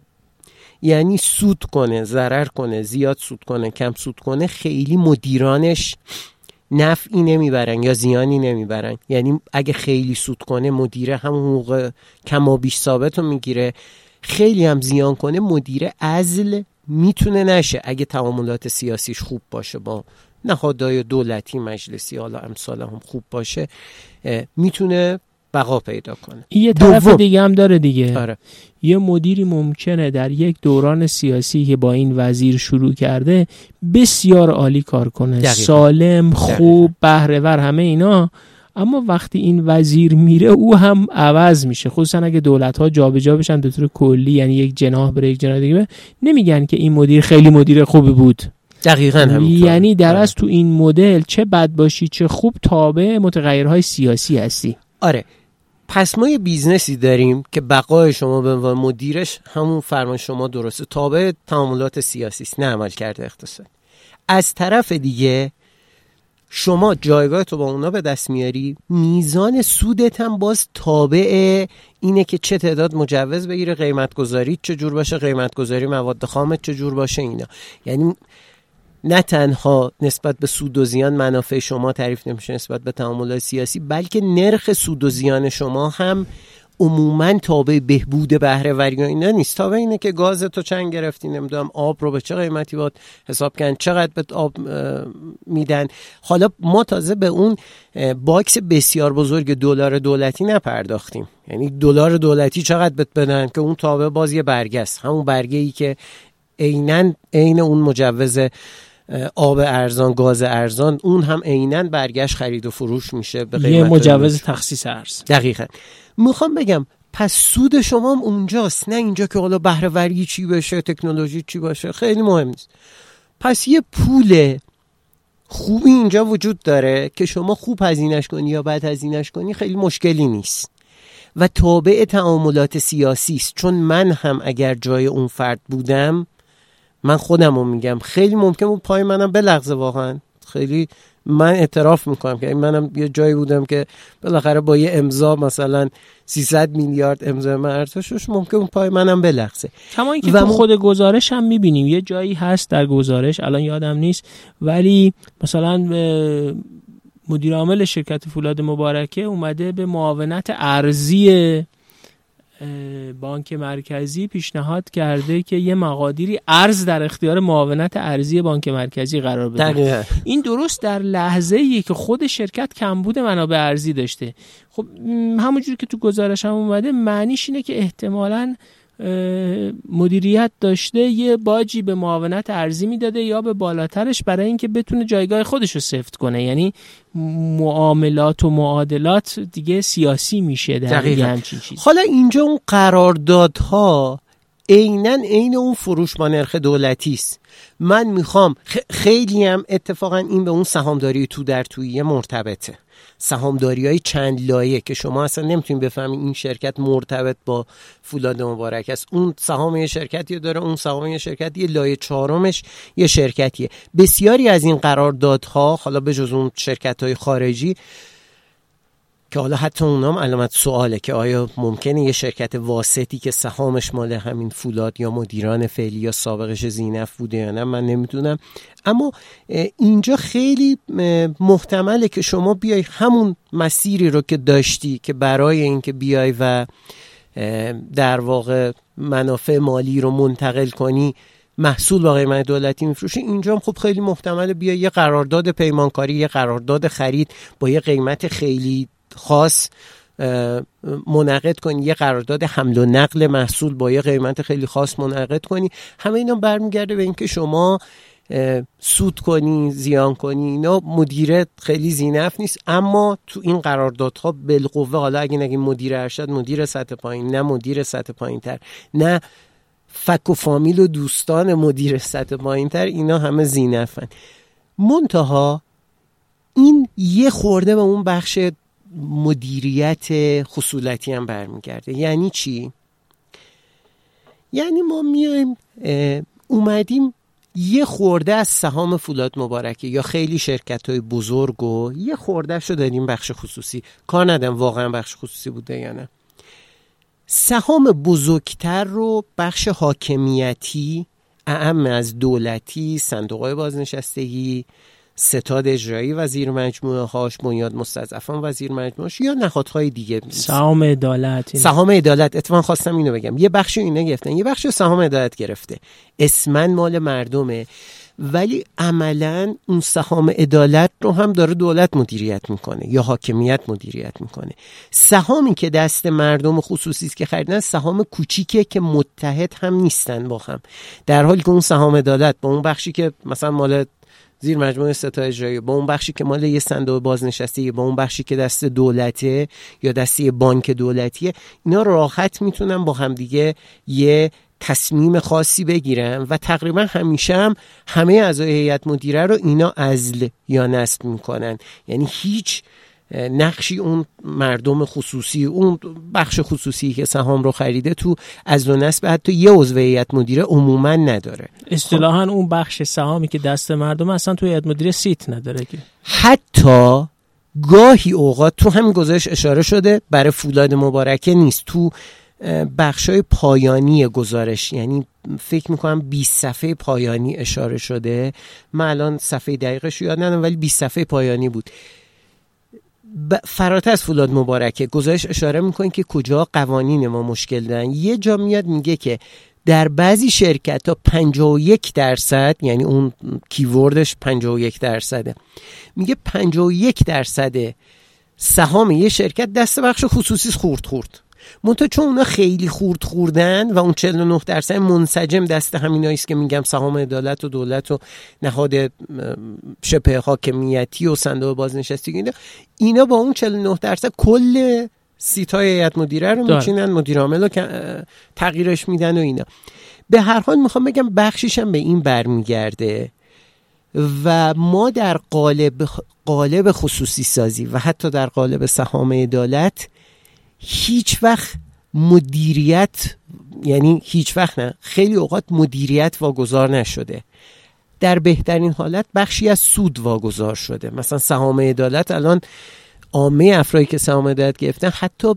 یعنی سود کنه، ضرر کنه، زیاد سود کنه، کم سود کنه، خیلی مدیرانش نفعی نمیبرن یا زیانی نمیبرن. یعنی اگه خیلی سود کنه مدیره همون موقع کم و بیش ثابت رو میگیره، خیلی هم زیان کنه مدیره عزل میتونه نشه اگه تعاملات سیاسیش خوب باشه، با نهادهای دولتی مجلسی حالا امثال هم خوب باشه، میتونه بقا پیدا کنه. یه طرف دوم. دیگه هم داره دیگه. آره. یه مدیری ممکنه در یک دوران سیاسی که با این وزیر شروع کرده بسیار عالی کار کنه، دقیقا. سالم، خوب، بهره‌ور، همه اینا، اما وقتی این وزیر میره او هم عوض میشه، خصوصا اگه دولت‌ها جابجا بشن به طور کلی، یعنی یک جناح بره یک جناح دیگه، نمیگن که این مدیر خیلی مدیر خوبی بود. دقیقاً همینطور. یعنی در اصل تو این مدل چه بد باشی چه خوب تابع متغیرهای سیاسی هستی. آره. پس ما یه بیزنسی داریم که بقای شما به عنوان مدیرش همون فرمان شما درسته، تابع تعاملات سیاسی است، نه عمل کرده اقتصاد. از طرف دیگه شما جایگاهتو با اونا به دست میاری، میزان سودت هم باز تابع اینه که چه تعداد مجوز بگیره، قیمت گذاری چه جور باشه، قیمت گذاری مواد خامت چه جور باشه، اینا. یعنی نه تنها نسبت به سود و زیان منافع شما تعریف نمیشه نسبت به تعاملات سیاسی، بلکه نرخ سود و زیان شما هم عموماً تابع بهبود بهره وری اینا نیست، تابع اینه که گاز تو چند گرفتی، نمیدونم آب رو به چه قیمتی باید حساب کردن، چقدر به آب میدن. حالا ما تازه به اون باکس بسیار بزرگ دلار دولتی نپرداختیم، یعنی دلار دولتی چقدر بهت بدن که اون تابع باز یه برگه است، همون برگه ای که عیناً عین اون مجوز آب ارزان، گاز ارزان، اون هم عیناً برگشت خرید و فروش میشه به قیمت یه مجوز تخصیص ارز. دقیقاً. میخوام بگم پس سود شما هم اونجاست، نه اینجا که حالا بهره وری چی بشه، تکنولوژی چی باشه، خیلی مهم نیست. پس یه پول خوبی اینجا وجود داره که شما خوب هزینه‌اش کنی یا بد هزینه‌اش کنی خیلی مشکلی نیست و تابع تعاملات سیاسی است. چون من هم اگر جای اون فرد بودم، من خودم رو میگم، خیلی ممکن بود پای منم بلغزه، واقعا خیلی من اعتراف میکنم که منم یه جایی بودم که بالاخره با یه امضا مثلا سیصد میلیارد امضا من ارزشش ممکن اون پای منم بلغزه. کما اینکه تو خود گزارش هم میبینیم یه جایی هست در گزارش الان یادم نیست، ولی مثلا مدیر عامل شرکت فولاد مبارکه اومده به معاونت ارزی بانک مرکزی پیشنهاد کرده که یه مقادیری ارز در اختیار معاونت ارزی بانک مرکزی قرار بده. این درست در لحظه‌ایه که خود شرکت کمبود منابع ارزی داشته. خب همونجوری که تو گزارش هم اومده معنیش اینه که احتمالاً مدیریت داشته یه باجی به معاونت ارزی میداده یا به بالاترش برای اینکه بتونه جایگاه خودش رو سفت کنه. یعنی معاملات و معادلات دیگه سیاسی میشه در همچین چیز. حالا اینجا اون قراردادها عیناً عین اون فروش با نرخ دولتی است. من میخوام خ- خیلی هم اتفاقا این به اون سهامداری تو در تویی مرتبطه. سهامداری های چند لایه که شما اصلا نمیتونید بفهمید این شرکت مرتبط با فولاد مبارک است. اون سهام یه شرکتی داره، اون سهام یه شرکتی، لایه چهارمش یه شرکتیه. بسیاری از این قراردادها حالا به جز اون شرکت های خارجی که حالا حتی اونام علامت سواله که آیا ممکنه یه شرکت واسطی که سهامش مال همین فولاد یا مدیران فعلی یا سابقش زینف بوده یا نه، من نمیدونم. اما اینجا خیلی محتمله که شما بیای همون مسیری رو که داشتی که برای اینکه بیای و در واقع منافع مالی رو منتقل کنی محصول با قیمت دولتی میفروشی، اینجا هم خب خیلی محتمله بیای یه قرارداد پیمانکاری، یه قرارداد خرید با یه قیمت خیلی خاص منعقد کنی، یه قرارداد حمل و نقل محصول با یه قیمت خیلی خاص منعقد کنی. همه اینا برمیگرده به اینکه شما سود کنی، زیان کنی. اینا مدیره خیلی زینف نیست، اما تو این قراردادها بالقوه، حالا اگه نگیم مدیر ارشد، مدیر سطح پایین، نه مدیر سطح پایین تر، نه فک و فامیل و دوستان مدیر سطح پایین تر، اینا همه زینفن. منتها این یه خورده به اون بخش مدیریت خصولتی هم برمیگرده. یعنی چی؟ یعنی ما میایم اومدیم یه خورده از سهام فولاد مبارکه یا خیلی شرکت‌های بزرگ و یه خورده شو دادیم بخش خصوصی. کار ندارم واقعا بخش خصوصی بوده یا نه. سهام بزرگتر رو بخش حاکمیتی اعم از دولتی، صندوق‌های بازنشستگی، ستاد اجرایی وزیر مجموعه هاش، بنیاد مستضعفان وزیر مجموعهش یا نهادهای دیگه، سهام عدالت سهام عدالت اتفاقا خواستم اینو بگم، یه بخش اینا گرفتن، یه بخش سهام عدالت گرفته، اسماً مال مردمه، ولی عملاً اون سهام عدالت رو هم داره دولت مدیریت میکنه یا حاکمیت مدیریت میکنه. سهامی که دست مردم خصوصی است که خریدن سهام کوچیکه که متحد هم نیستن با هم، در حالی که اون سهام عدالت با اون بخشی که مثلا مال زیر مجموعه ستاد اجرایی، با اون بخشی که مال یه صندوق بازنشستگی، با اون بخشی که دست دولته یا دست یه بانک دولتیه، اینا راحت میتونن با هم دیگه یه تصمیم خاصی بگیرن و تقریبا همیشه هم همه اعضای هیئت مدیره رو اینا عزل یا نصب میکنن. یعنی هیچ نقشی اون مردم خصوصی، اون بخش خصوصی که سهام رو خریده تو عزل و نصب حتی یه عضو هیئت مدیره عموما نداره. اصطلاحاً اون بخش سهامی که دست مردم اصلا تو هیئت مدیره سیت نداره که حتی گاهی اوقات تو همین گزارش اشاره شده برای فولاد مبارکه نیست، تو بخشای پایانی گزارش، یعنی فکر میکنم بیست صفحه پایانی اشاره شده، من الان صفحه دقیقش یاد ندارم ولی بیست صفحه پایانی بود. فراتر از فولاد مبارکه گزارش اشاره میکنه که کجا قوانین ما مشکل دارن. یه جا میاد میگه که در بعضی شرکت ها پنجاه و یک درصد، یعنی اون کیوردش پنجاه و یک درصده، میگه پنجاه و یک درصد سهام یه شرکت دست بخش خصوصی خورد خورد منتها چون اونا خیلی خورد خوردن و اون چهل و نه درصد منسجم دست همینایی است که میگم سهام عدالت و دولت و نهاد شبه حاکمیتی و صندوق بازنشستگی، اینا اینا با اون چهل و نه درصد کل سیتای هیئت مدیره رو میچینن، مدیر عامل رو تغییرش میدن و اینا. به هر حال میخوام بگم بخشش هم به این برمیگرده و ما در قالب قالب خصوصی سازی و حتی در قالب سهام عدالت هیچ وقت مدیریت، یعنی هیچ وقت نه، خیلی اوقات مدیریت واگذار نشده. در بهترین حالت بخشی از سود واگذار شده. مثلا سهام عدالت الان عامه افرادی که سهام عدالت گرفتن حتی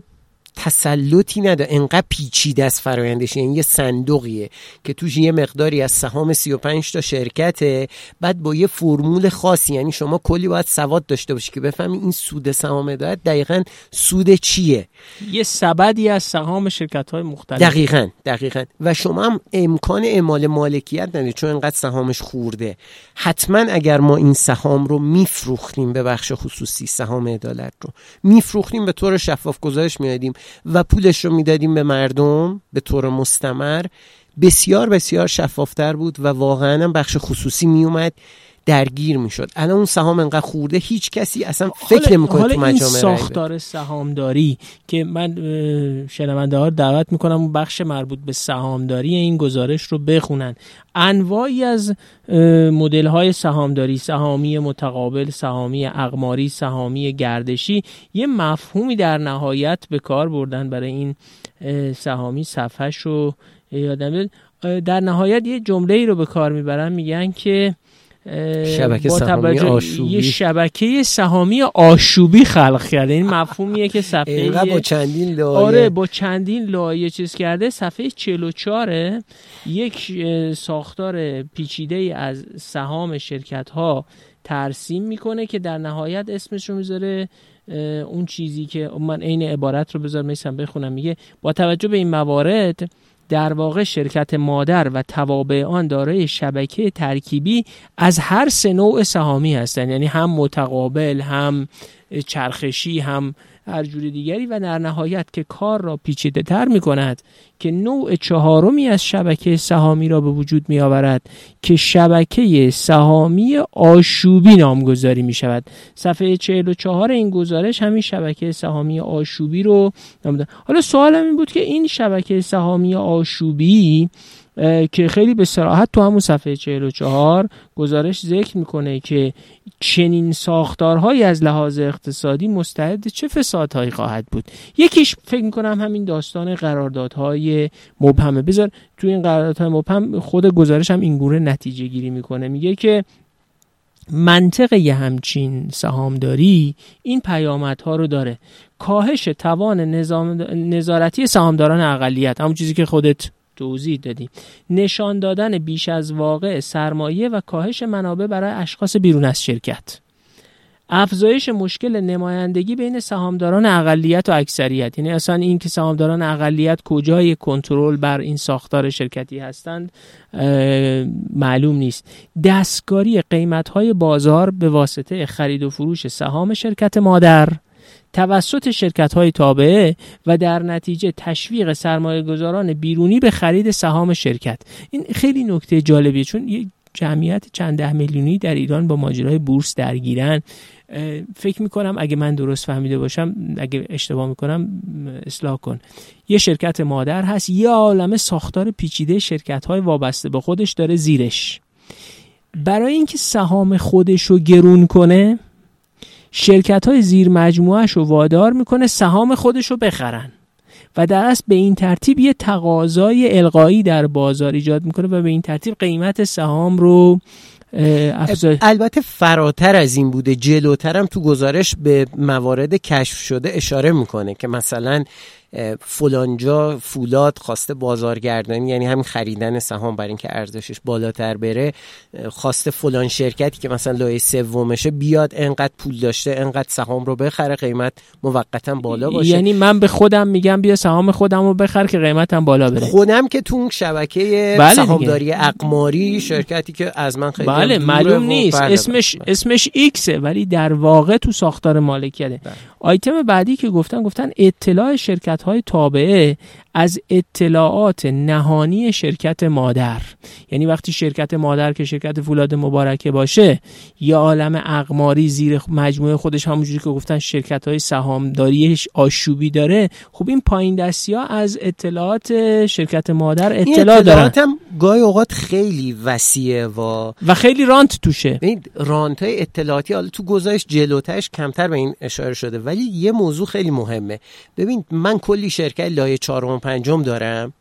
تسلطی نداره، انقدر پیچیده از فرآیندش. یعنی یه صندوقیه که توش یه مقداری از سهام سی و پنج تا شرکته، بعد با یه فرمول خاصی، یعنی شما کلی باید سواد داشته باشی که بفهمی این سود سهام عدالت دقیقاً سود چیه. یه سبدی از سهام شرکت‌های مختلف. دقیقاً دقیقاً و شما هم امکان اعمال مالکیت ندید چون انقدر سهامش خورده. حتما اگر ما این سهام رو میفروختیم به بخش خصوصی، سهام عدالت رو میفروختیم، به طور شفاف گزارش میدادیم و پولش رو میدادیم به مردم به طور مستمر، بسیار بسیار شفافتر بود و واقعا هم بخش خصوصی میومد درگیر میشد. الان اون سهام انقدر خورده هیچ کسی اصلا فکر نمیکنه تو مجامع رای بده. حالا این ساختار سهامداری که من شنونده ها دعوت میکنم اون بخش مربوط به سهامداری این گزارش رو بخونن. انواعی از مدل های سهامداری، سهامی متقابل، سهامی اقماری، سهامی گردشی، یه مفهومی در نهایت به کار بردن برای این سهامی. صفحه‌ش رو یادم در نهایت یه جمله‌ای رو به کار میبرن، میگن که شبکه سهامی آشوبی، یه شبکه سهامی آشوبی خلق کرده. این مفهومیه که صفحه با چندین لایه آره با چندین لایه چیز کرده. صفحه چهل و چهار یک ساختار پیچیده از سهام شرکت ها ترسیم میکنه که در نهایت اسمش رو میذاره اون چیزی که من عین عبارت رو بذار میسم بخونم. میگه با توجه به این موارد در واقع شرکت مادر و توابع آن دارای شبکه ترکیبی از هر سه نوع سهامی هستند، یعنی هم متقابل، هم چرخشی، هم هر جور دیگری، و در نهایت که کار را پیچیده تر می کند که نوع چهارمی از شبکه سهامی را به وجود می آورد که شبکه سهامی آشوبی نامگذاری می شود. صفحه چهل و چهار این گزارش همین شبکه سهامی آشوبی رو نام. حالا سوالم این بود که این شبکه سهامی آشوبی که خیلی به صراحت تو همون صفحه چهل و چهار گزارش ذکر میکنه که چنین ساختارهایی از لحاظ اقتصادی مستعد چه فسادهایی خواهد بود. یکیش فکر میکنم همین داستان قراردادهای مبهمه. بذار تو این قراردادهای مبهم خود گزارش هم اینگونه نتیجه گیری میکنه. میگه که منطق یه همچین سهامداری این پیامدها رو داره: کاهش توان نظام نظارتی سهامداران اقلیت، همون چیزی که خودت توضیح دادی، نشان دادن بیش از واقع سرمایه و کاهش منابع برای اشخاص بیرون از شرکت، افزایش مشکل نمایندگی بین سهامداران اقلیت و اکثریت، یعنی اصلا این که سهامداران اقلیت کجای کنترل بر این ساختار شرکتی هستند معلوم نیست، دستکاری قیمت‌های بازار به واسطه خرید و فروش سهام شرکت مادر توسط شرکت‌های تابعه و در نتیجه تشویق سرمایه‌گذاران بیرونی به خرید سهام شرکت. این خیلی نکته جالبیه چون یک جمعیت چند ده میلیونی در ایران با ماجرای بورس درگیرن. فکر میکنم اگه من درست فهمیده باشم، اگه اشتباه میکنم اصلاح کن، یه شرکت مادر هست، یه عالمه ساختار پیچیده شرکت‌های وابسته به خودش داره زیرش. برای اینکه سهام خودش رو گرون کنه، شرکت‌های زیر مجموعه‌اش رو وادار میکنه سهام خودش رو بخرن و در اصل به این ترتیب یه تقاضای القایی در بازار ایجاد میکنه و به این ترتیب قیمت سهام رو افزایش. البته فراتر از این بوده، جلوترم تو گزارش به موارد کشف شده اشاره میکنه که مثلا فلانجا فولاد خواسته بازارگردانی، یعنی همین خریدن سهام برای اینکه ارزشش بالاتر بره، خواسته فلان شرکتی که مثلا لایه سومشه بیاد انقدر پول داشته انقدر سهام رو بخره، قیمت موقتا بالا باشه. یعنی من به خودم میگم بیا سهام خودم رو بخر که قیمتم بالا بره. خودم که تو اون شبکه بله سهامداری اقماری شرکتی که از من خیلی بله معلوم نیست اسمش بله. اسمش ایکسه ولی در واقع تو ساختار مالکیته. بله. آیتم بعدی که گفتن گفتن اطلاع شرکت های تابعه از اطلاعات نهانی شرکت مادر، یعنی وقتی شرکت مادر که شرکت فولاد مبارکه باشه یا عالم اقماری زیر مجموعه خودش همونجوری که گفتن شرکت های سهامداری آشوبی داره، خب این پایین دستی ها از اطلاعات شرکت مادر اطلاع دارن. اطلاعات هم گاهی اوقات خیلی وسیعه و و خیلی رانت توشه. این رانت های اطلاعاتی حالا تو گزارش جلوترش کمتر به این اشاره شده، ولی یه موضوع خیلی مهمه. ببین من کلی شرکت لایه چهارم و پنجم دارم،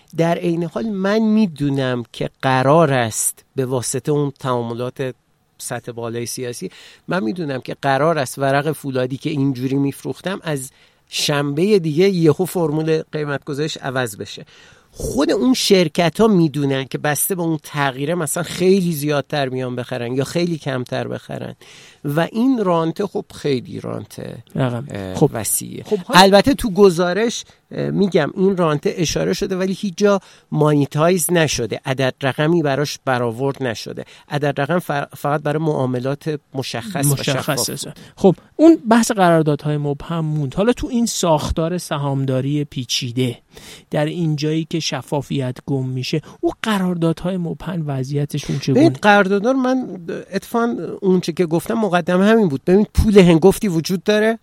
در عین حال من میدونم که قرار است به واسطه اون تعاملات سطح بالای سیاسی، من میدونم که قرار است ورق فولادی که اینجوری میفروختم از شنبه دیگه یهو فرمول قیمت گذاریش عوض بشه. خود اون شرکت ها میدونن که بسته به اون تغییره مثلا خیلی زیادتر میان بخرن یا خیلی کمتر بخرن و این رانته خب خیلی رانته خب وسیعه. خب البته تو گزارش میگم این رانته اشاره شده ولی هیچ جا مانیتایز نشده، عدد رقمی براش برآورد نشده، عدد رقم فقط برای معاملات مشخص, مشخص و شفاف. خب اون بحث قراردادهای مبهم موند. حالا تو این ساختار سهامداری پیچیده در این جایی که شفافیت گم میشه، اون قراردادهای مبهم وضعیتشون چگونه؟ این قراردادها من اتفاقا اون چه که گفتم مقدمه همین بود. ببین پول هنگفتی وجود داره،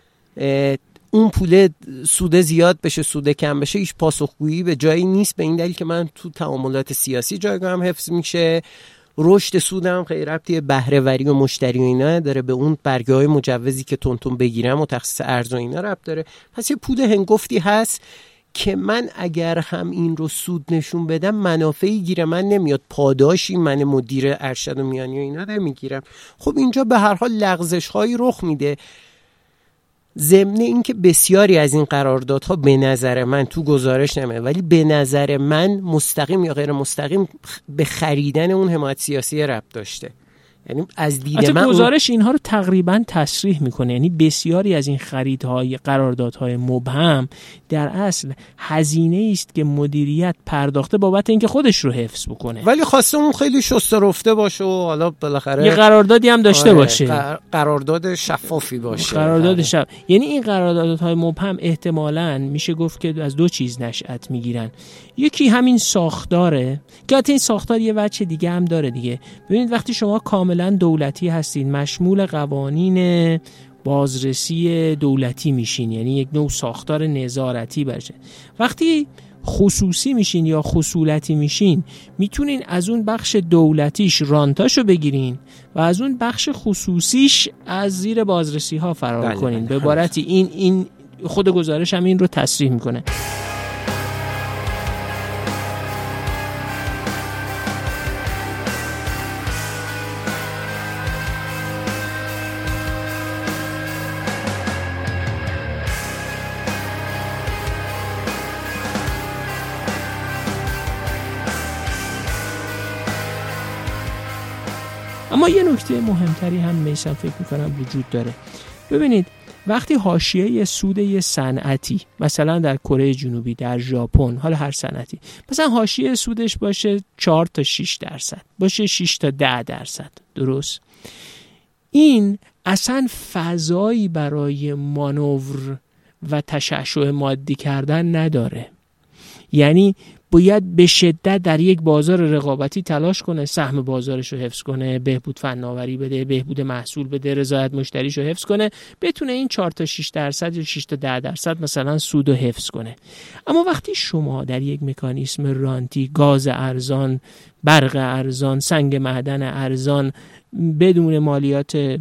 اون پول سود زیاد بشه سود کم بشه هیچ پاسخگویی به جایی نیست، به این دلیل که من تو تعاملات سیاسی جایگاهم حفظ میشه، رشد سودم غیر ربطی بهره وری و مشتری و اینا داره، به اون برگه‌های مجوزی که تون تون بگیرم و تخصیص ارز و اینا ربط داره. پس یه پول هنگفتی هست که من اگر هم این رو سود نشون بدم منافعی گیره من نمیاد، پاداشی من مدیر ارشد و میانی و اینا نمیگیرم. خب اینجا به هر حال لغزش هایی رخ میده. ضمن این که بسیاری از این قراردادها به نظر من تو گزارش نمیه ولی به نظر من مستقیم یا غیر مستقیم به خریدن اون حمایت سیاسی ربط داشته. یعنی از دید من گزارش اینها رو تقریبا تصریح میکنه، یعنی بسیاری از این خریدهای قراردادهای مبهم در اصل هزینه است که مدیریت پرداخته بابت اینکه خودش رو حفظ بکنه، ولی خواسته اون خیلی شسته رفته باشه و حالا بالاخره یه قراردادی هم داشته آره باشه، قرارداد شفافی باشه. قرارداد شف... یعنی این قراردادهای مبهم احتمالاً میشه گفت که از دو چیز نشأت میگیرن. یکی همین ساختاره که حتی این ساختار یه وجه دیگه هم داره دیگه. ببینید وقتی شما کاملا دولتی هستین، مشمول قوانین بازرسی دولتی میشین، یعنی یک نوع ساختار نظارتی باشه. وقتی خصوصی میشین یا خصولتی میشین، میتونین از اون بخش دولتیش رانتاشو بگیرین و از اون بخش خصوصیش از زیر بازرسی ها فرار کنین. به عبارتی این این خود گزارش هم این رو تصریح میکنه. اما یه نکته مهمتری هم میسم فکر میکنم وجود داره. ببینید وقتی حاشیه سود یه صنعتی مثلا در کره جنوبی، در ژاپن، حالا هر صنعتی مثلا حاشیه سودش باشه چهار تا شش درصد، باشه شش تا ده درصد، درست؟ این اصلا فضایی برای مانور و تشعشع مادی کردن نداره. یعنی باید به شدت در یک بازار رقابتی تلاش کنه، سهم بازارش رو حفظ کنه، بهبود فناوری بده، بهبود محصول بده، رضایت مشتریش رو حفظ کنه، بتونه این چهار تا شش درصد یا شش تا ده درصد مثلا سود رو حفظ کنه. اما وقتی شما در یک مکانیسم رانتی گاز ارزان، برق ارزان، سنگ معدن ارزان بدون مالیات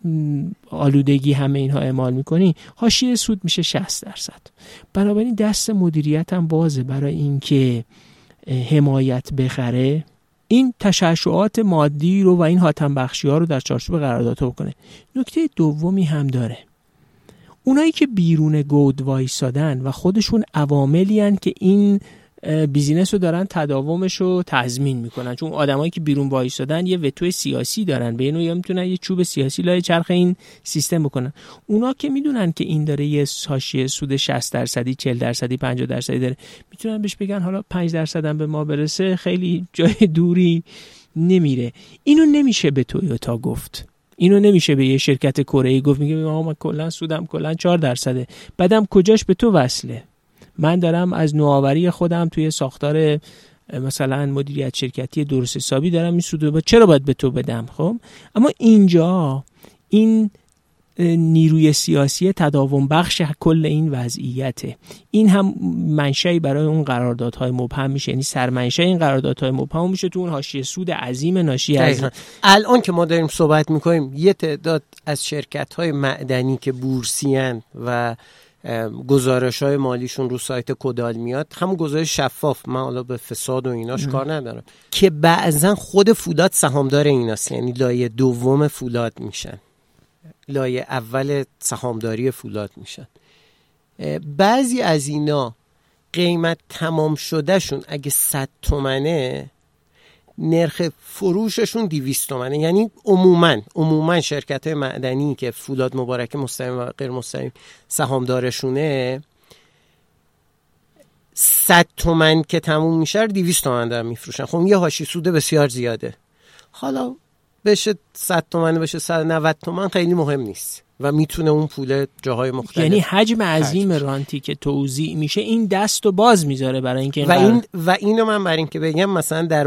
آلودگی همه اینها اعمال میکنی، حاشیه سود میشه شصت درصد. بنابراین دست مدیریت هم بازه برای اینکه حمایت بخره، این تشعشعات مادی رو و این حاتم بخشی ها رو در چارچوب قراردادها بکنه. نکته دومی هم داره، اونایی که بیرون گود وایسادن و خودشون عواملی هن که این بیزینس رو دارن تداومش رو تضمین میکنن، چون آدمایی که بیرون وایسادن یه وتو سیاسی دارن، به اینو یا میتونن یه چوب سیاسی لای چرخ این سیستم بکنن. اونا که میدونن که این داره یه حاشیه سود شصت درصدی، چهل درصدی، پنجاه درصدی داره، میتونن بهش بگن حالا پنج درصد هم به ما برسه، خیلی جای دوری نمیره. اینو نمیشه به تویوتا گفت، اینو نمیشه به یه شرکت کره‌ای گفت، میگه ما کلا سودم کلا چهار درصده، بعدم کجاش به تو وصله؟ من دارم از نوآوری خودم توی ساختار مثلا مدیریت شرکتی درست حسابی دارم این سود رو، چرا باید به تو بدم؟ خب اما اینجا این نیروی سیاسی تداوم بخش کل این وضعیته، این هم منشأی برای اون قراردادهای مبهم میشه، یعنی سرمنشأ این قراردادهای مبهم میشه تو اون حاشیه سود عظیم ناشی از الان که ما داریم صحبت میکنیم. یه تعداد از شرکت‌های معدنی که بورسیان و گزارش‌های مالیشون رو سایت کدال میاد، همون گزارش شفاف، من حالا به فساد و ایناش ام. کار ندارم، که بعضا خود فولاد سهامدار ایناست، یعنی لایه دوم فولاد میشن، لایه اول سهامداری فولاد میشن. بعضی از اینا قیمت تمام شده شون اگه صد تومنه، نرخ فروششون دویست تومنه. یعنی عموما عموما شرکت های معدنی که فولاد مبارکه مستقیم و غیر مستقیم سهامدارشونه، صد تومن که تموم میشه دویست تومن دارن میفروشن. خب یه حاشیه سود بسیار زیاده. حالا بشه صد تومن بشه صد و نود تومن خیلی مهم نیست و میتونه اون پول جاهای مختلف، یعنی حجم عظیم رانتی که توزیع میشه این دستو باز میذاره برای اینکه و این و اینو من برای اینکه بگم مثلا در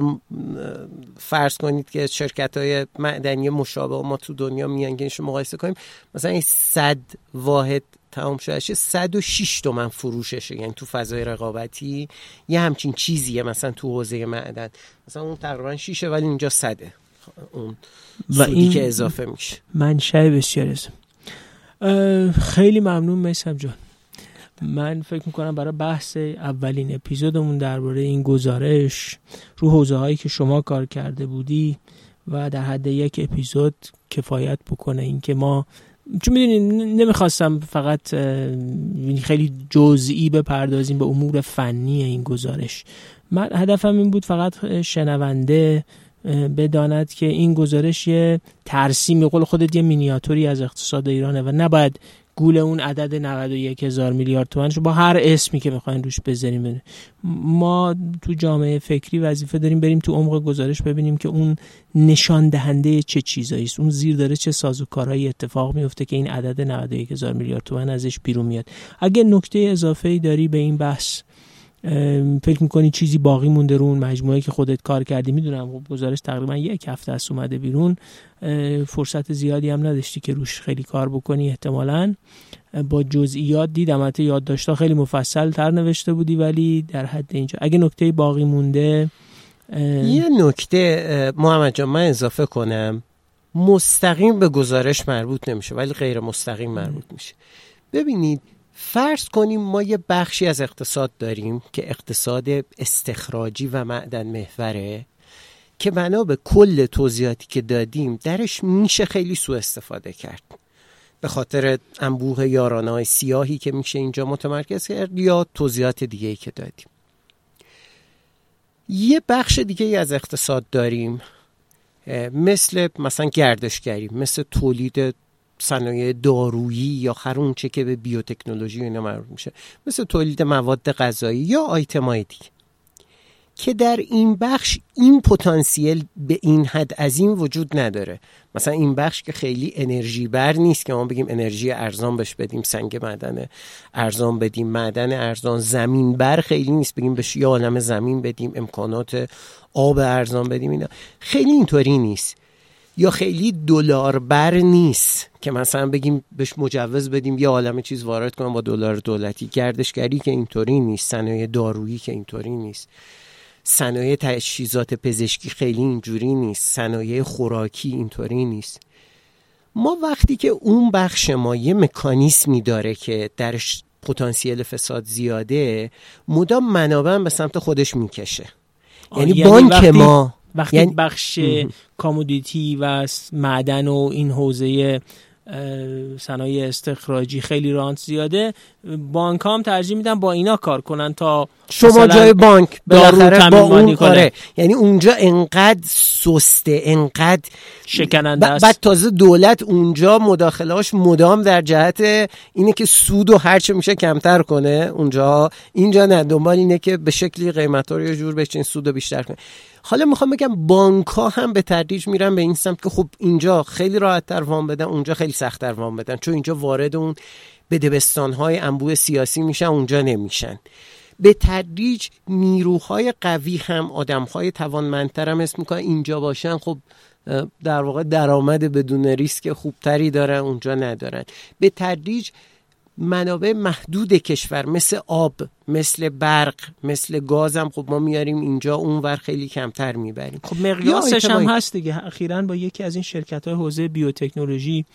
فرض کنید که شرکت‌های معدنی مشابه ما تو دنیا میانگینش رو مقایسه کنیم، مثلا این صد واحد تمام شده صد و شش تومن فروششه، یعنی تو فضای رقابتی یه همچین چیزیه. مثلا تو حوزه معدن مثلا اون تقریبا شش ولی اینجا صده، اون و سودی این که اضافه میشه. منشأ بسیار است. خیلی ممنون میثم جان. من فکر میکنم برای بحث اولین اپیزودمون درباره این گزارش رو حوزه هایی که شما کار کرده بودی و در حد یک اپیزود کفایت بکنه. این که ما چون میدونید نمیخواستم فقط خیلی جزئی بپردازیم به امور فنی این گزارش. من هدفم این بود فقط شنونده بداند که این گزارش یه ترسیم، به قول خودت یه مینیاتوری از اقتصاد ایرانه و نباید گول اون عدد نود و یک هزار میلیارد تومانش با هر اسمی که میخواین روش بذاریم. ما تو جامعه فکری وظیفه داریم بریم تو عمق گزارش ببینیم که اون نشان دهنده چه چیزایی است، اون زیر داره چه سازوکارهایی اتفاق میفته که این عدد نود و یک هزار میلیارد تومان ازش بیرون میاد. اگه نکته اضافه‌ای داری به این بحث، فکر میکنی چیزی باقی مونده رو اون مجموعه که خودت کار کردی؟ میدونم خب گزارش تقریبا یک هفته است اومده بیرون، فرصت زیادی هم نداشتی که روش خیلی کار بکنی، احتمالاً با جزئیات دیدم حتی یادداشت‌ها خیلی مفصل تر نوشته بودی، ولی در حد اینجا اگه نکته باقی مونده. یه نکته محمد جان من اضافه کنم، مستقیم به گزارش مربوط نمیشه ولی غیر مستقیم مربوط میشه. ببینید فرض کنیم ما یه بخشی از اقتصاد داریم که اقتصاد استخراجی و معدن محوره که بنا به کل توضیحاتی که دادیم درش میشه خیلی سوء استفاده کرد به خاطر انبوه یارانه‌های سیاهی که میشه اینجا متمرکز کرد یا توضیحات دیگه‌ای که دادیم. یه بخش دیگه از اقتصاد داریم مثل مثلا گردشگری، مثل تولید صنایع دارویی یا هر اون چه که به بیوتکنولوژی و اینا مربوط میشه، مثل تولید مواد غذایی یا آیتمای دیگه، که در این بخش این پتانسیل به این حد عظیم وجود نداره. مثلا این بخش که خیلی انرژی بر نیست که ما بگیم انرژی ارزان بهش بدیم، سنگ معدن ارزان بدیم، معدن ارزان، زمین بر خیلی نیست بگیم بهش یه عالمه زمین بدیم، امکانات آب ارزان بدیم، اینا خیلی اینطوری نیست. یا خیلی دلار بر نیست که مثلا بگیم بهش مجوز بدیم یه عالمه چیز وارد کنیم با دلار دولتی. گردشگری که اینطوری نیست، صنایع دارویی که اینطوری نیست، صنایع تجهیزات پزشکی خیلی اینجوری نیست، صنایع خوراکی اینطوری نیست. ما وقتی که اون بخش ما یه مکانیزمی داره که درش پتانسیل فساد زیاده، مدام منابع به سمت خودش میکشه. یعنی, یعنی بانک ما وقتی یعنی بخش کامودیتی و معدن و این حوزه صنایع استخراجی خیلی رانت زیاده، بانک هم ترجیح میدن با اینا کار کنن تا شما جای بانک بالاخره با اون کاره. یعنی اونجا انقدر سسته، انقدر شکننده است. بعد تازه دولت اونجا مداخلهاش مدام در جهت اینه که سود و هرچه میشه کمتر کنه اونجا، اینجا نه، دنبال اینه که به شکلی قیمتا رو یه جور بچین سود رو بیشتر کنه. حالا میخوام بگم بانک ها هم به تدریج میرن به این سمت که خب اینجا خیلی راحت تر وام بدن، اونجا خیلی سخت تر وام بدن، چون اینجا وارد اون بدبستان های انبوه سیاسی میشن، اونجا نمیشن. به تدریج نیروهای قوی هم آدمهای توانمندتر هم اسم میکنن اینجا باشن، خب در واقع درآمد بدون ریسک خوبتری دارن، اونجا ندارن. به تدریج منابع محدود کشور مثل آب، مثل برق، مثل گاز هم خب ما میاریم اینجا، اونور خیلی کمتر میبریم. خب مقیاسش هم هست دیگه. اخیراً با یکی از این شرکت‌های حوزه بیوتکنولوژی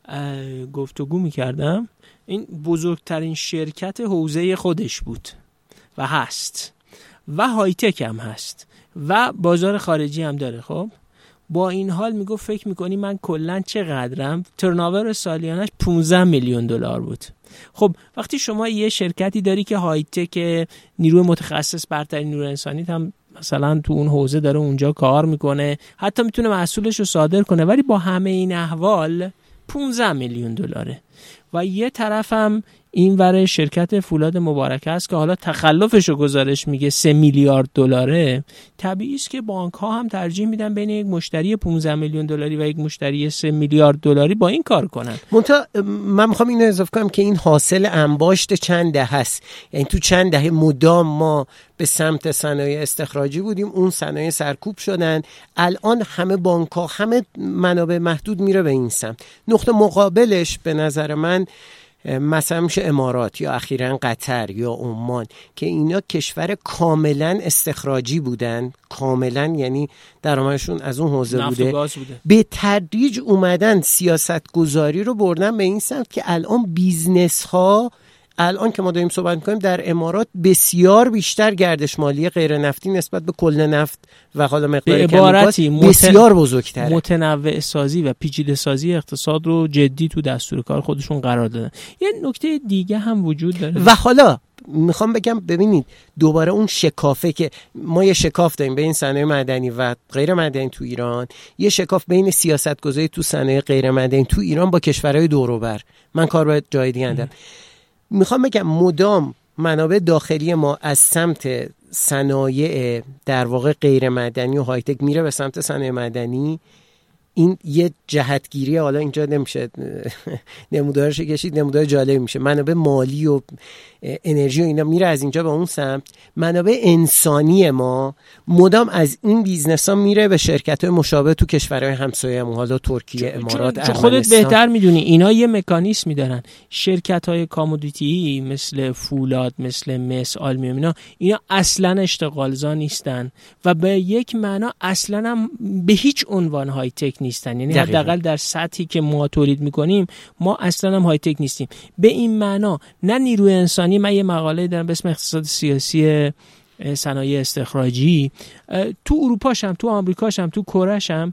گفتگو میکردم، این بزرگترین شرکت حوزه خودش بود و هست و های تک هم هست و بازار خارجی هم داره. خب با این حال میگو فکر میکنی من کلن چقدرم؟ ترناور سالیانش پانزده میلیون دلار بود. خب وقتی شما یه شرکتی داری که های تک، نیروی متخصص، برترین نیروی انسانی هم مثلا تو اون حوزه داره اونجا کار میکنه، حتی میتونه محصولش رو صادر کنه، ولی با همه این احوال پانزده میلیون دلاره. و یه طرف هم این ور شرکت فولاد مبارکه است که حالا تخلفش رو گزارش میگه سه میلیارد دلاره. طبیعی است که بانک ها هم ترجیح میدن بین یک مشتری پانزده میلیون دلاری و یک مشتری سه میلیارد دلاری با این کار کنن. منتها من میخوام اینو اضافه کنم که این حاصل انباشت چند دهه است. یعنی تو چند دهه مدام ما به سمت صنایع استخراجی بودیم، اون صنایع سرکوب شدن، الان همه بانک ها، همه منابع محدود میره به این سمت. نقطه مقابلش به نظر من مثلا میشه امارات یا اخیراً قطر یا عمان که اینا کشور کاملا استخراجی بودن، کاملا یعنی درآمدشون از اون حوزه بوده. بوده به تدریج اومدن سیاست گذاری رو بردن به این سمت که الان بیزنس ها، الان که ما داریم صحبت می‌کنیم در امارات بسیار بیشتر گردش مالی غیر نفتی نسبت به کل نفت و حالا مقدار عبارتی مت... بسیار بزرگتره. متنوع سازی و پیچیده سازی اقتصاد رو جدی تو دستور کار خودشون قرار دادن. یه نکته دیگه هم وجود داره و حالا میخوام بگم ببینید دوباره اون شکافه که ما یه شکاف داریم بین صنایع معدنی و غیر معدنی تو ایران، یه شکاف بین سیاست‌گذاری تو صنایع غیر معدنی تو ایران با کشورهای دور و بر. من کار باید جای دیگه اندم. میخوام بگم مدام منابع داخلی ما از سمت صنایع در واقع غیر معدنی و های تک میره به سمت صنایع معدنی. این یه جهتگیری، حالا اینجا نمیشه نمودارش کشید، نمودار جالب میشه. منابع مالی و انرژی و اینا میره از اینجا به اون سمت. منابع انسانی ما مدام از این بیزنس ها میره به شرکت های مشابه تو کشورهای همسایه‌مون، حالا ترکیه، امارات، ارمنستان. خودت بهتر میدونی اینا یه مکانیزمی دارن. شرکت های کامودیتی مثل فولاد، مثل مس، آلومینیوم، اینا اینا اصلا اشتغالزا نیستن و به یک معنا اصلا هم به هیچ عنوان های تک نیستن. یعنی حداقل در سطحی که ما تولید میکنیم ما اصلا هم های تک نیستیم. به این معنا نه نیروی انسانی. من یه مقاله دارم به اسم اقتصاد سیاسی صنایع استخراجی، تو اروپاش هم، تو آمریکاش هم، تو کره‌ش هم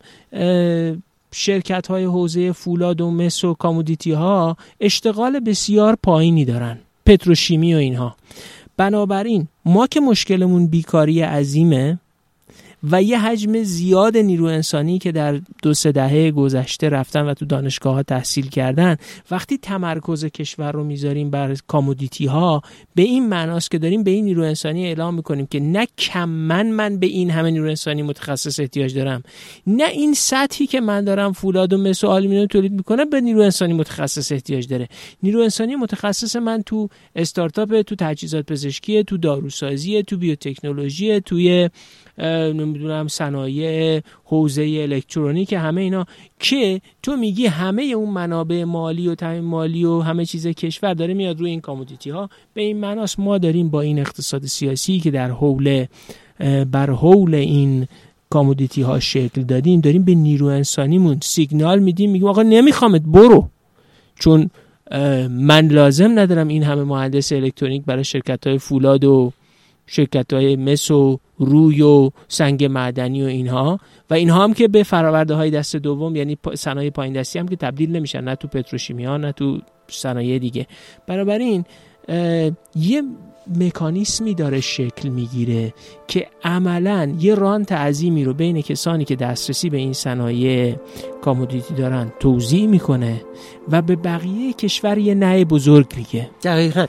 شرکت های حوزه فولاد و مس و کامودیتی ها اشتغال بسیار پایینی دارن، پتروشیمی و اینها. بنابراین ما که مشکلمون بیکاری عظیمه و یه حجم زیاد نیرو انسانی که در دو سه دهه گذشته رفتن و تو دانشگاه ها تحصیل کردن، وقتی تمرکز کشور رو میذاریم بر کامودیتی ها به این معناست که داریم به این نیرو انسانی اعلام میکنیم که نه کماً من به این همه نیرو انسانی متخصص احتیاج دارم، نه این سطحی که من دارم فولاد و مس و آلومینیوم تولید میکنم به نیرو انسانی متخصص احتیاج داره. نیرو انسانی متخصص من تو استارتاپ، تو تجهیزات پزشکی، تو داروسازی، تو بیوتکنولوژی، توی نمیدونم صنایع حوزه الکترونیک، همه اینا که تو میگی همه اون منابع مالی و تامین مالی و همه چیز کشور داره میاد روی این کامودیتی ها. به این معناست ما داریم با این اقتصاد سیاسی که در حول بر حول این کامودیتی ها شکل دادیم داریم به نیرو انسانیمون سیگنال میدیم، میگیم آقا نمیخوامت برو، چون من لازم ندارم این همه مهندس الکترونیک برای شرکت های فولاد و شرکت های مس و روی و سنگ معدنی و اینها و اینها هم که به فراورده های دست دوم یعنی صنایع پایین دستی هم که تبدیل نمیشن، نه تو پتروشیمی ها نه تو صنایع دیگه. بنابراین یه مکانیسمی داره شکل میگیره که عملاً یه رانت عظیمی رو بین کسانی که دسترسی به این صنایع کامودیتی دارن توزیع میکنه و به بقیه کشور یه نه بزرگ میگه. دقیقاً.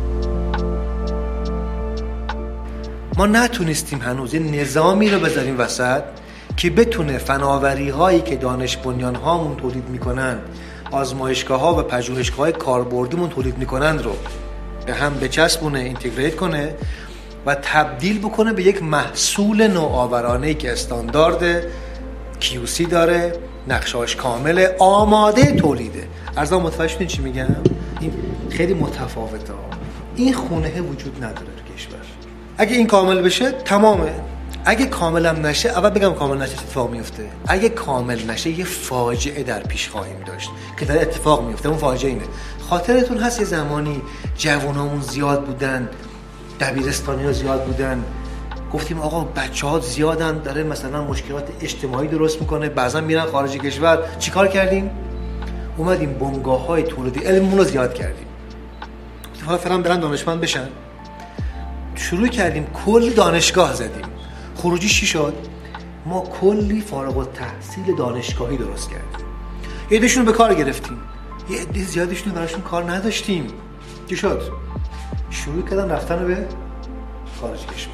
ما نتونستیم هنوز یه نظامی رو بذاریم وسط که بتونه فناوری هایی که دانش بنیان هامون تولید میکنن، آزمایشگاه ها و پژوهشگاه های کاربردیمون تولید میکنن رو به هم بچسبونه، اینتگریت کنه و تبدیل بکنه به یک محصول نوآورانه‌ای که استاندارد کیو سی داره، نقشه‌اش کامله، آماده تولیده. ارزان متوجه شدین چی میگم؟ این خیلی متفاوته. این خونه وجود نداره تو کشور. اگه این کامل بشه تمامه. اگه کاملا نشه، اول بگم کامل نشه اتفاق میفته. اگه کامل نشه یه فاجعه در پیش خواهیم داشت که داره اتفاق میفته. اون فاجعه اینه، خاطرتون هست یه زمانی جوانامون زیاد بودن، دبیرستانی‌ها زیاد بودن، گفتیم آقا بچه‌ها زیادن، داره مثلا مشکلات اجتماعی درست میکنه، بعضا میرن خارج کشور. چیکار کردیم؟ اومدیم بنگاه‌های تولید علممون رو زیاد کردیم. حالا فعلا برن دانشمند بشن. شروع کردیم کلی دانشگاه زدیم. خروجی چی شد؟ ما کلی فارغ التحصیل دانشگاهی درست کردیم. یه عده‌شون به کار گرفتیم، یه عده زیادشون براشون کار نداشتیم. چی شد؟ شروع کردن رفتن به خارج کشور.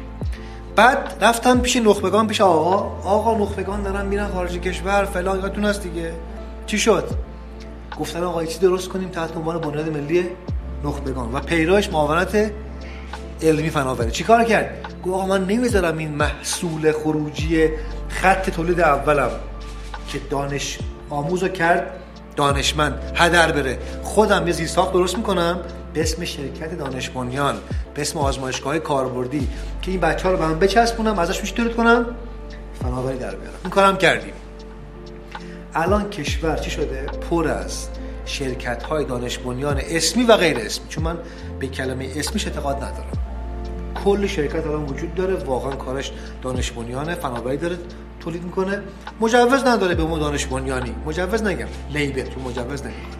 بعد رفتن پیش نخبگان، پیش آقا آقا نخبگان دارن میرن خارج کشور فلان، یادتون هست دیگه. چی شد؟ گفتن آقا یه چیز درست کنیم تحت عنوان بنیاد ملی نخبگان و پیرایش معاونت علمی فناوری. چیکار کرد؟ گفت آقا من نمیذارم این محصول خروجی خط تولید اولم که دانش آموزو کرد دانشمند هدر بره، خودم یه زیرساخت درست میکنم به اسم شرکت دانش بنیان، به اسم آزمایشگاه کاربردی که این بچه‌ها رو به هم بچسبونم، ازش میشه تولید کنم، فناوری در بیارم. این کارم کردیم. الان کشور چی شده؟ پر از شرکت‌های دانش بنیان اسمی و غیر اسمی، چون من به کلمه اسمیش اعتقاد ندارم. کل شرکت الان وجود داره، واقعا کارش دانش بنیان فناوری داره تولید میکنه، مجوز نداره به اون دانش بنیانی، مجوز نگم لیبل، چون مجوز نمیکنه.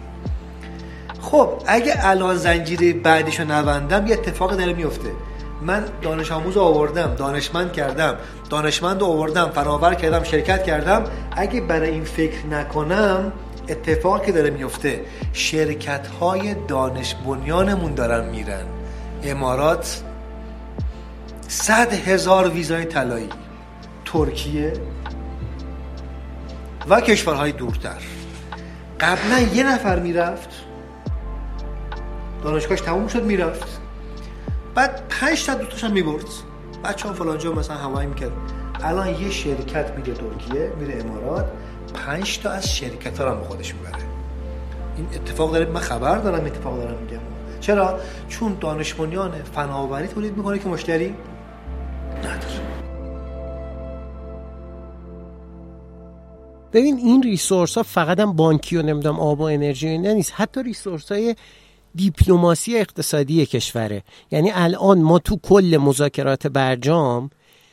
خب اگه الان زنجیره بعدیشو نبندم یه اتفاقی داره میفته. من دانش آموز آوردم، دانشمند کردم، دانشمند آوردم، فناور کردم، شرکت کردم. اگه برای این فکر نکنم اتفاقی داره میفته، شرکت‌های دانش بنیانمون دارن میرن امارات، صد هزار ویزای طلایی، ترکیه و کشورهای دورتر. قبلا یه نفر میرفت دانشگاهش تموم شد میرفت، بعد پنج تا دوستاش هم میبرد، بچه ها فلانجا مثلا هوایی میکرد. الان یه شرکت میره ترکیه، میره امارات، پنج تا از شرکت ها رو به خودش میبره. این اتفاق داره، من خبر دارم اتفاق دارم میگم. چرا؟ چون دانش بنیان فناوری تولید میکنه که مشتری نداره. ببین این ریسورس ها فقط هم بانکی و نمیدونم آب و انرژی اینا نیست، حتی ریسورس های دیپلماسی اقتصادی کشوره. یعنی الان ما تو کل مذاکرات برجام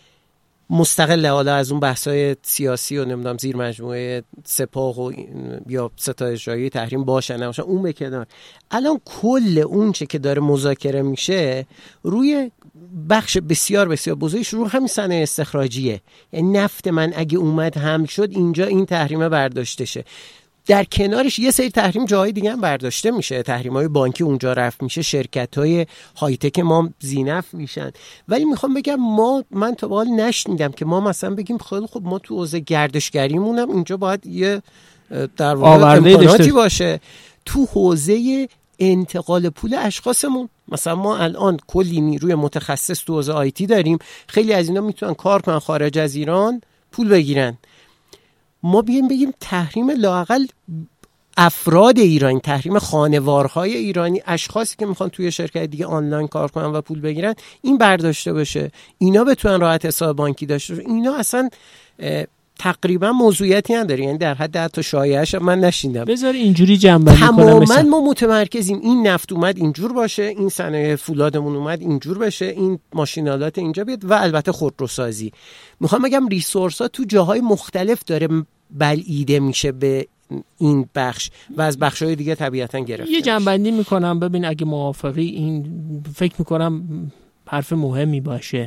مستقل حالا از اون بحث‌های سیاسی و نمیدونم زیر مجموعه سپاه و یا ستاد اجرایی تحریم باشن نباشن اون به کنار، الان کل اون چه که داره مذاکره میشه روی بخش بسیار بسیار بزرگش رو همین صنایع استخراجیه. یعنی نفت من اگه اومد حمل شد اینجا این تحریم برداشته شه، در کنارش یه سری تحریم جاهای دیگه هم برداشته میشه، تحریم‌های بانکی اونجا رفت میشه، شرکت‌های های تک ما زینف میشن. ولی میخوام بگم ما من تا به حال نشنیدم که ما مثلا بگیم خیلی خب ما تو حوزه گردشگریمون هم اینجا باید یه در واقع امکاناتی باشه. تو حوزه انتقال پول اشخاصمون مثلا ما الان کلی نیروی متخصص تو حوزه آیتی داریم، خیلی از اینا میتونن کار کنن خارج از ایران پول بگیرن. ما بیایم بگیم تحریم لااقل افراد ایرانی، تحریم خانوارهای ایرانی، اشخاصی که میخوان توی شرکت دیگه آنلاین کار کنن و پول بگیرن این برداشته بشه، اینا بتونن راحت حساب بانکی داشته باشه. اینا اصلا تقریبا موضوعیتی نداره، یعنی در حد حتی شایعه‌اش من نشیندم. بذار اینجوری جنبندی کنم، تماما ما متمرکزیم این نفت اومد اینجور باشه، این صنایع فولادمون اومد اینجور بشه، این ماشینالات اینجا بیاد و البته خودروسازی. میخوام بگم ریسورس ها تو جاهای مختلف داره بلعیده میشه به این بخش و از بخش‌های دیگه طبیعتاً گرفته. یه جنبندی میکنم، ببین اگه موافقی این فکر میکنم حرف مهمی باشه.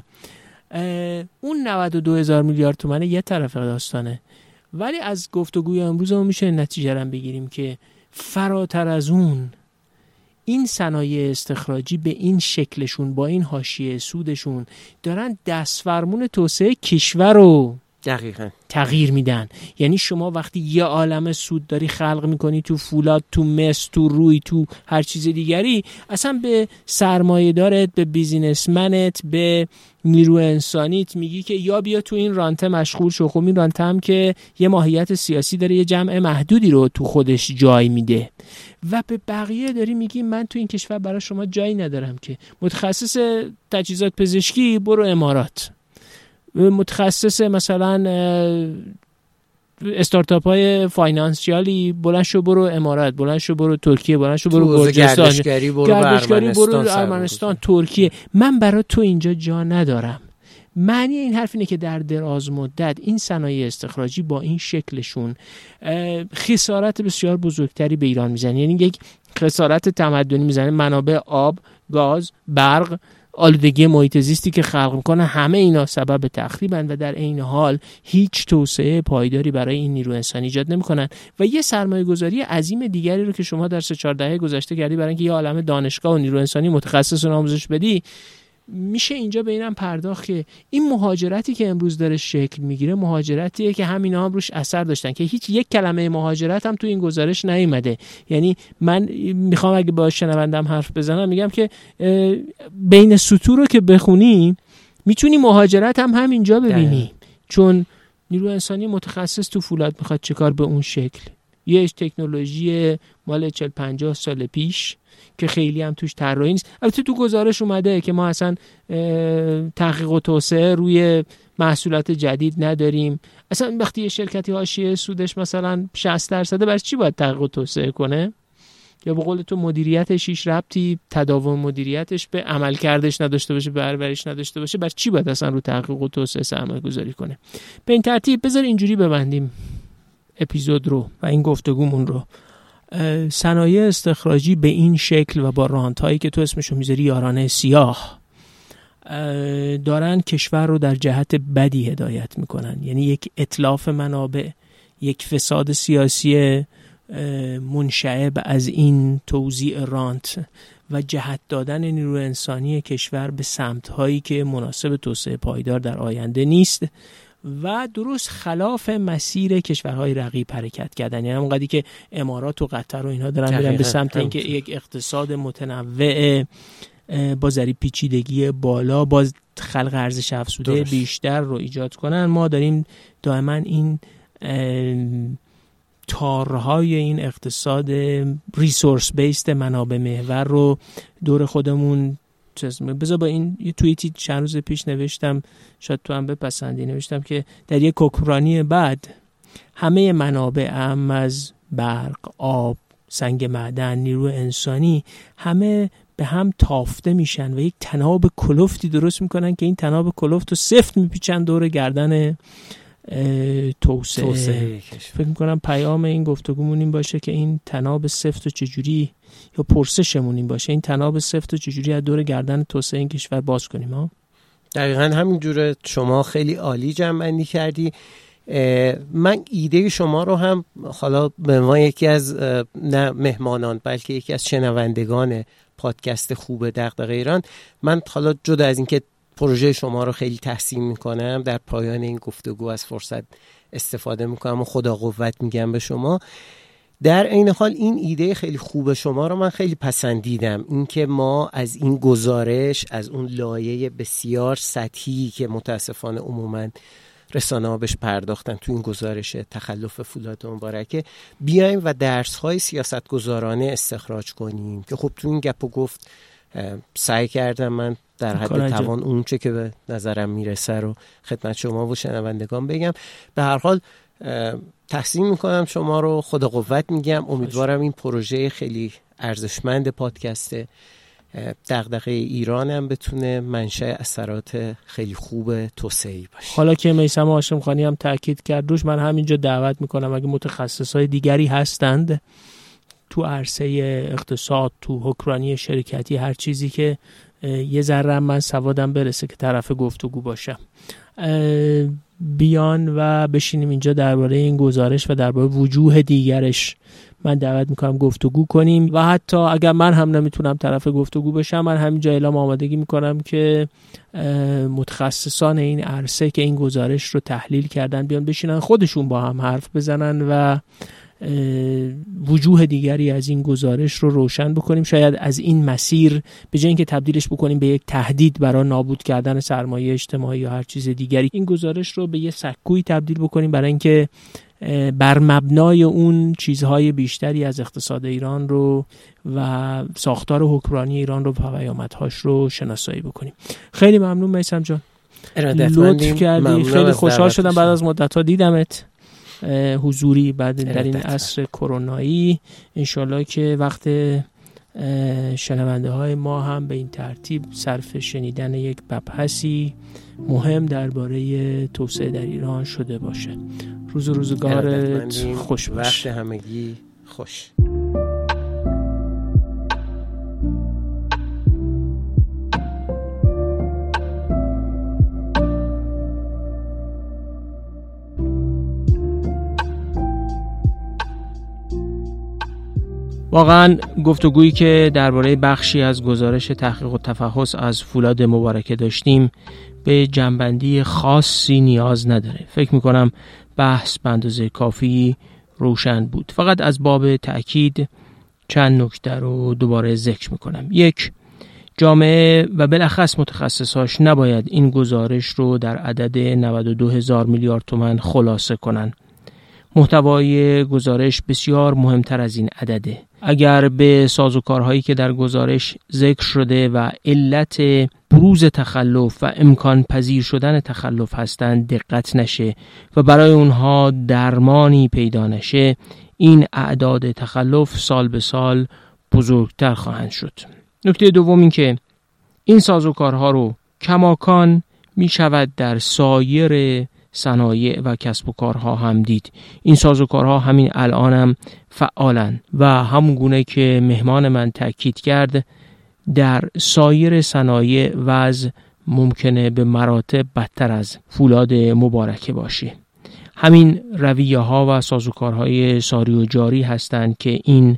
اون نود و دو هزار میلیارد تومان یه طرف داستانه، ولی از گفتگوی امروز ما میشه نتیجه رو بگیریم که فراتر از اون این صنایع استخراجی به این شکلشون با این حاشیه سودشون دارن دستفرمون توسعه کشور رو دقیقاً تغییر میدن. یعنی شما وقتی یه عالمه سود داری خلق میکنی تو فولاد، تو مس، تو روی، تو هر چیز دیگری، اصلا به سرمایه دارت، به بیزینسمنت، به نیرو انسانیت میگی که یا بیا تو این رانته مشغول شو. خب این رانته هم که یه ماهیت سیاسی داره، یه جمع محدودی رو تو خودش جای میده و به بقیه داری میگی من تو این کشور برای شما جایی ندارم که متخصص تجهیزات پزشکی برو امارات، متخصص مثلا استارتاپ های فاینانسیالی بلند شو برو امارات، بلند شو برو ترکیه، بلند شو برو گرجستان، گردشگری برو گردشگری برو ارمنستان, ارمنستان ترکیه. من برای تو اینجا جا ندارم. معنی این حرف اینه که در دراز مدت این صنایع استخراجی با این شکلشون خسارت بسیار بزرگتری به ایران میزنه. یعنی یک خسارت تمدنی میزنه، منابع آب، گاز، برق، آلودگی محیط زیستی که خلق میکنه، همه اینا سبب تخریبن و در عین حال هیچ توسعه پایداری برای این نیرو انسانی ایجاد نمیکنن. و یه سرمایه گذاری عظیم دیگری رو که شما در سه چهار دهه گذشته کردی برای اینکه یه عالمه دانشگاه و نیرو انسانی متخصص رو آموزش بدی، میشه اینجا به اینم پرداخت که این مهاجرتی که امروز داره شکل میگیره مهاجرتیه که همینا هم روش اثر داشتن که هیچ یک کلمه مهاجرت هم تو این گزارش نیومده. یعنی من میخوام اگه با شنوندم حرف بزنم میگم که بین سطور رو که بخونی میتونی مهاجرت هم همینجا ببینی، چون نیرو انسانی متخصص تو فولاد میخواد چیکار به اون شکل. یه تکنولوژی مال چهل پنجاه سال پیش که خیلی هم توش طراحی نیست. البته تو گزارش اومده که ما اصلا تحقیق و توسعه روی محصولات جدید نداریم. اصلا وقتی یه شرکتی حاشیه سودش مثلا شصت درصده، برای چی باید تحقیق و توسعه کنه؟ یا به قول تو مدیریتش هیچ ربطی، تداوم مدیریتش به عملکردش نداشته باشه، به پرورش نداشته باشه، برای چی باید اصلا رو تحقیق و توسعه سرمایه گذاری کنه؟ به این ترتیب بذار اینجوری ببندیم اپیزود رو و این گفتگومون رو. صنایع استخراجی به این شکل و با رانتایی که تو اسمشو میذاری یارانه سیاه دارن کشور رو در جهت بدی هدایت میکنن. یعنی یک اتلاف منابع، یک فساد سیاسی منشعب از این توزیع رانت و جهت دادن نیرو انسانی کشور به سمت‌هایی که مناسب توسعه پایدار در آینده نیست و درست خلاف مسیر کشورهای رقیب حرکت کردن. یعنی همونقدری که امارات و قطر و اینها دارن میرن به سمت اینکه یک اقتصاد متنوع با ذریب پیچیدگی بالا، با خلق ارزش افزوده بیشتر رو ایجاد کنن، ما داریم دائما این تارهای این اقتصاد ریسورس بیسد منابع محور رو دور خودمون. بذار با این یه توییتی چند روز پیش نوشتم، شاید تو هم بپسندی، نوشتم که در یک اوکراینی بعد همه منابع هم از برق، آب، سنگ معدن، نیرو انسانی همه به هم تافته میشن و یک تناب کلفتی درست میکنن که این تناب کلفت رو سفت میپیچن دور گردن توسعه. توسعه فکر میکنم پیام این گفتگومون این باشه که این تناب سفت و چجوری، یا پرسشمون این باشه این تناب سفت و چجوری از دور گردن توسعه این کشور باز کنیم. ها دقیقاً همینجوره. شما خیلی عالی جمع‌بندی کردی. من ایده شما رو هم حالا به ما یکی از نه مهمانان بلکه یکی از شنوندگان پادکست خوب دغدغه ایران، من حالا جدا از اینکه پروژه شما رو خیلی تحسین میکنم، در پایان این گفتگو از فرصت استفاده میکنم و خدا قوت میگم به شما. در این حال این ایده خیلی خوب شما رو من خیلی پسندیدم، اینکه ما از این گزارش، از اون لایه بسیار سطحی که متاسفانه عموماً رسانه‌ها بهش پرداختن تو این گزارش تخلف فولاد مبارکه، بیایم و درس‌های سیاستگزارانه استخراج کنیم که خب تو این گپ و گفت سعی کردم من در حد توان اون چه که به نظرم میرسه رو خدمت شما و شنوندگان بگم. به هر حال تحسین میکنم شما رو، خدا قوت میگم. امیدوارم این پروژه خیلی ارزشمند پادکست دغدغه ایران هم بتونه منشأ اثرات خیلی خوب توسعه‌ای باشه. حالا که میثم هاشم خانی هم تاکید کرد روش، من همینجا دعوت میکنم اگه متخصصای دیگری هستند تو عرصه اقتصاد، تو حکمرانی شرکتی، هر چیزی که یه ذره من سوادم برسه که طرف گفتگو باشم، بیان و بشینیم اینجا درباره این گزارش و درباره وجوه دیگرش من دعوت میکنم گفتگو کنیم. و حتی اگر من هم نمیتونم طرف گفتگو بشم، من همینجا اعلام آمادگی میکنم که متخصصان این عرصه که این گزارش رو تحلیل کردن بیان بشینن خودشون با هم حرف بزنن و وجوه دیگری از این گزارش رو روشن بکنیم. شاید از این مسیر به جای اینکه تبدیلش بکنیم به یک تهدید برای نابود کردن سرمایه اجتماعی یا هر چیز دیگری، این گزارش رو به یک سکوی تبدیل بکنیم برای اینکه بر مبنای اون چیزهای بیشتری از اقتصاد ایران رو و ساختار حکمرانی ایران رو و پیامدهاش رو شناسایی بکنیم. خیلی ممنون میثم جان. لطف کردی. خیلی خوشحال شدم بعد از مدت‌ها دیدمت حضوری بعد در این عصر کرونایی. انشالله که وقت شنونده های ما هم به این ترتیب صرف شنیدن یک مبحثی مهم درباره توسعه در ایران شده باشه. روز و روزگارت خوش باشه. وقت همگی خوش. واقعا گفتگویی که درباره بخشی از گزارش تحقیق و تفحص از فولاد مبارکه داشتیم به جنبندی خاصی نیاز نداره. فکر میکنم بحث به اندازه کافی روشن بود. فقط از باب تأکید چند نکته رو دوباره ذکر میکنم. یک، جامعه و بالاخص متخصصاش نباید این گزارش رو در عدد نود و دو هزار میلیارد تومان خلاصه کنن. محتوای گزارش بسیار مهمتر از این عدده. اگر به سازوکارهایی که در گزارش ذکر شده و علت بروز تخلف و امکان پذیر شدن تخلف هستند دقت نشه و برای اونها درمانی پیدا نشه، این اعداد تخلف سال به سال بزرگتر خواهند شد. نکته دوم این که این سازوکارها رو کماکان می شود در سایر صنایع و کسب و کارها هم دید. این سازوکارها همین الان هم فعالن و همون گونه که مهمان من تأکید کرد در سایر صنایع وضع ممکنه به مراتب بدتر از فولاد مبارکه باشه. همین رویه ها و سازوکارهای ساری و جاری هستند که این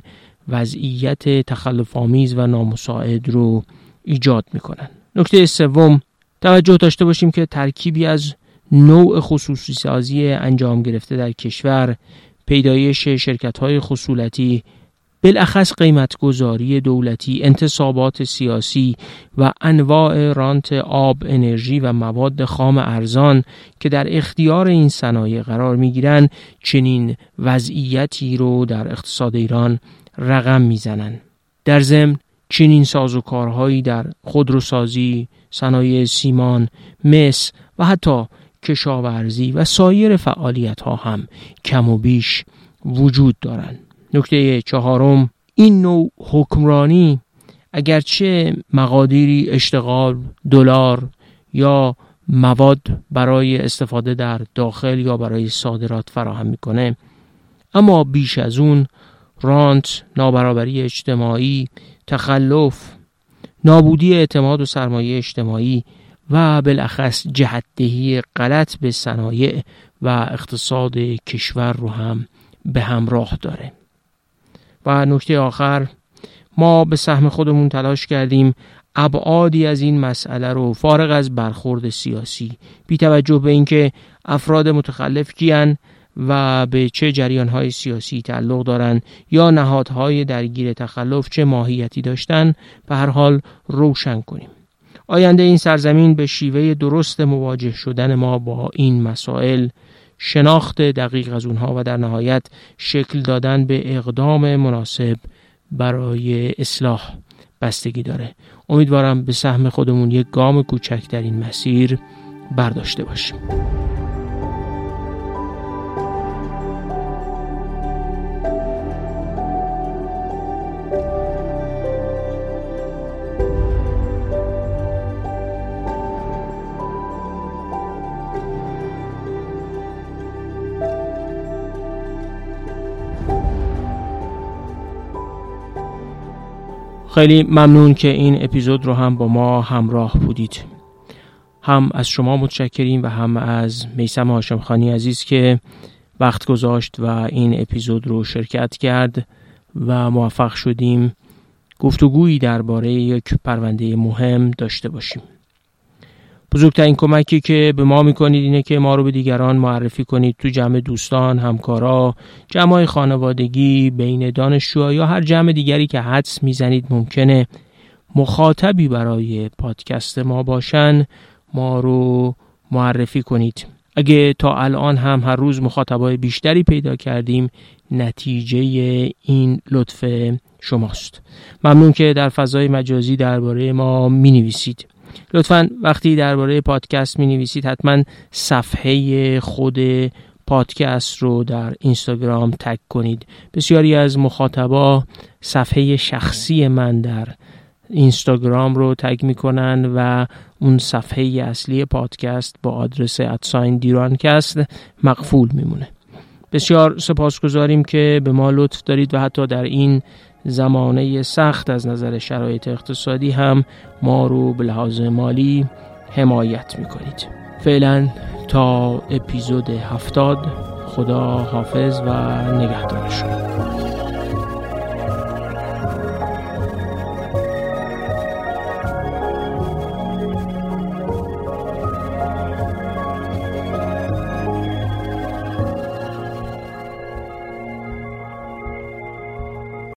وضعیت تخلف آمیز و نامساعد رو ایجاد میکنن. نکته سوم، توجه داشته باشیم که ترکیبی از نوع خصوصی سازی انجام گرفته در کشور، پیدایش شرکت‌های خصولتی، بالاخص قیمتگذاری دولتی، انتصابات سیاسی و انواع رانت آب، انرژی و مواد خام ارزان که در اختیار این صنایع قرار می‌گیرند، چنین وضعیتی رو در اقتصاد ایران رقم می‌زنند. در ضمن چنین سازوکارهایی در خودروسازی، صنایع سیمان، مس و حتی کشاورزی و سایر فعالیت ها هم کم و بیش وجود دارند. نکته چهارم، این نوع حکمرانی اگرچه مقادیری اشتغال، دلار یا مواد برای استفاده در داخل یا برای صادرات فراهم میکنه، اما بیش از اون رانت، نابرابری اجتماعی، تخلف، نابودی اعتماد و سرمایه اجتماعی و بالاخص جهت‌دهی غلط به صنایع و اقتصاد کشور رو هم به همراه داره. و نکته آخر، ما به سهم خودمون تلاش کردیم ابعادی از این مسئله رو فارغ از برخورد سیاسی، بی توجه به اینکه افراد متخلف کیان و به چه جریان‌های سیاسی تعلق دارن یا نهادهای درگیر تخلف چه ماهیتی داشتن، به هر حال روشن کنیم. آینده این سرزمین به شیوه درست مواجه شدن ما با این مسائل، شناخت دقیق از اونها و در نهایت شکل دادن به اقدام مناسب برای اصلاح بستگی داره. امیدوارم به سهم خودمون یک گام کوچک در این مسیر برداشته باشیم. خیلی ممنون که این اپیزود رو هم با ما همراه بودید. هم از شما متشکریم و هم از میثم هاشمخانی عزیز که وقت گذاشت و این اپیزود رو شرکت کرد و موفق شدیم گفتگویی درباره یک پرونده مهم داشته باشیم. بزرگترین کمکی که به ما میکنید اینه که ما رو به دیگران معرفی کنید، تو جمع دوستان، همکارا، جمعای خانوادگی، بین دانشجوها یا هر جمع دیگری که حدس میزنید ممکنه مخاطبی برای پادکست ما باشن، ما رو معرفی کنید. اگه تا الان هم هر روز مخاطبای بیشتری پیدا کردیم، نتیجه این لطف شماست. ممنون که در فضای مجازی درباره ما می نویسید. لطفاً وقتی درباره پادکست می نویسید حتما صفحه خود پادکست رو در اینستاگرام تگ کنید. بسیاری از مخاطبا صفحه شخصی من در اینستاگرام رو تگ میکنن و اون صفحه اصلی پادکست با آدرس ادساین دیرانکست مقفول میمونه. بسیار سپاسگزاریم که به ما لطف دارید و حتی در این زمانه سخت از نظر شرایط اقتصادی هم ما رو به لحاظ مالی حمایت میکنید. فعلا تا اپیزود هفتاد، خدا حافظ و نگهدار شما.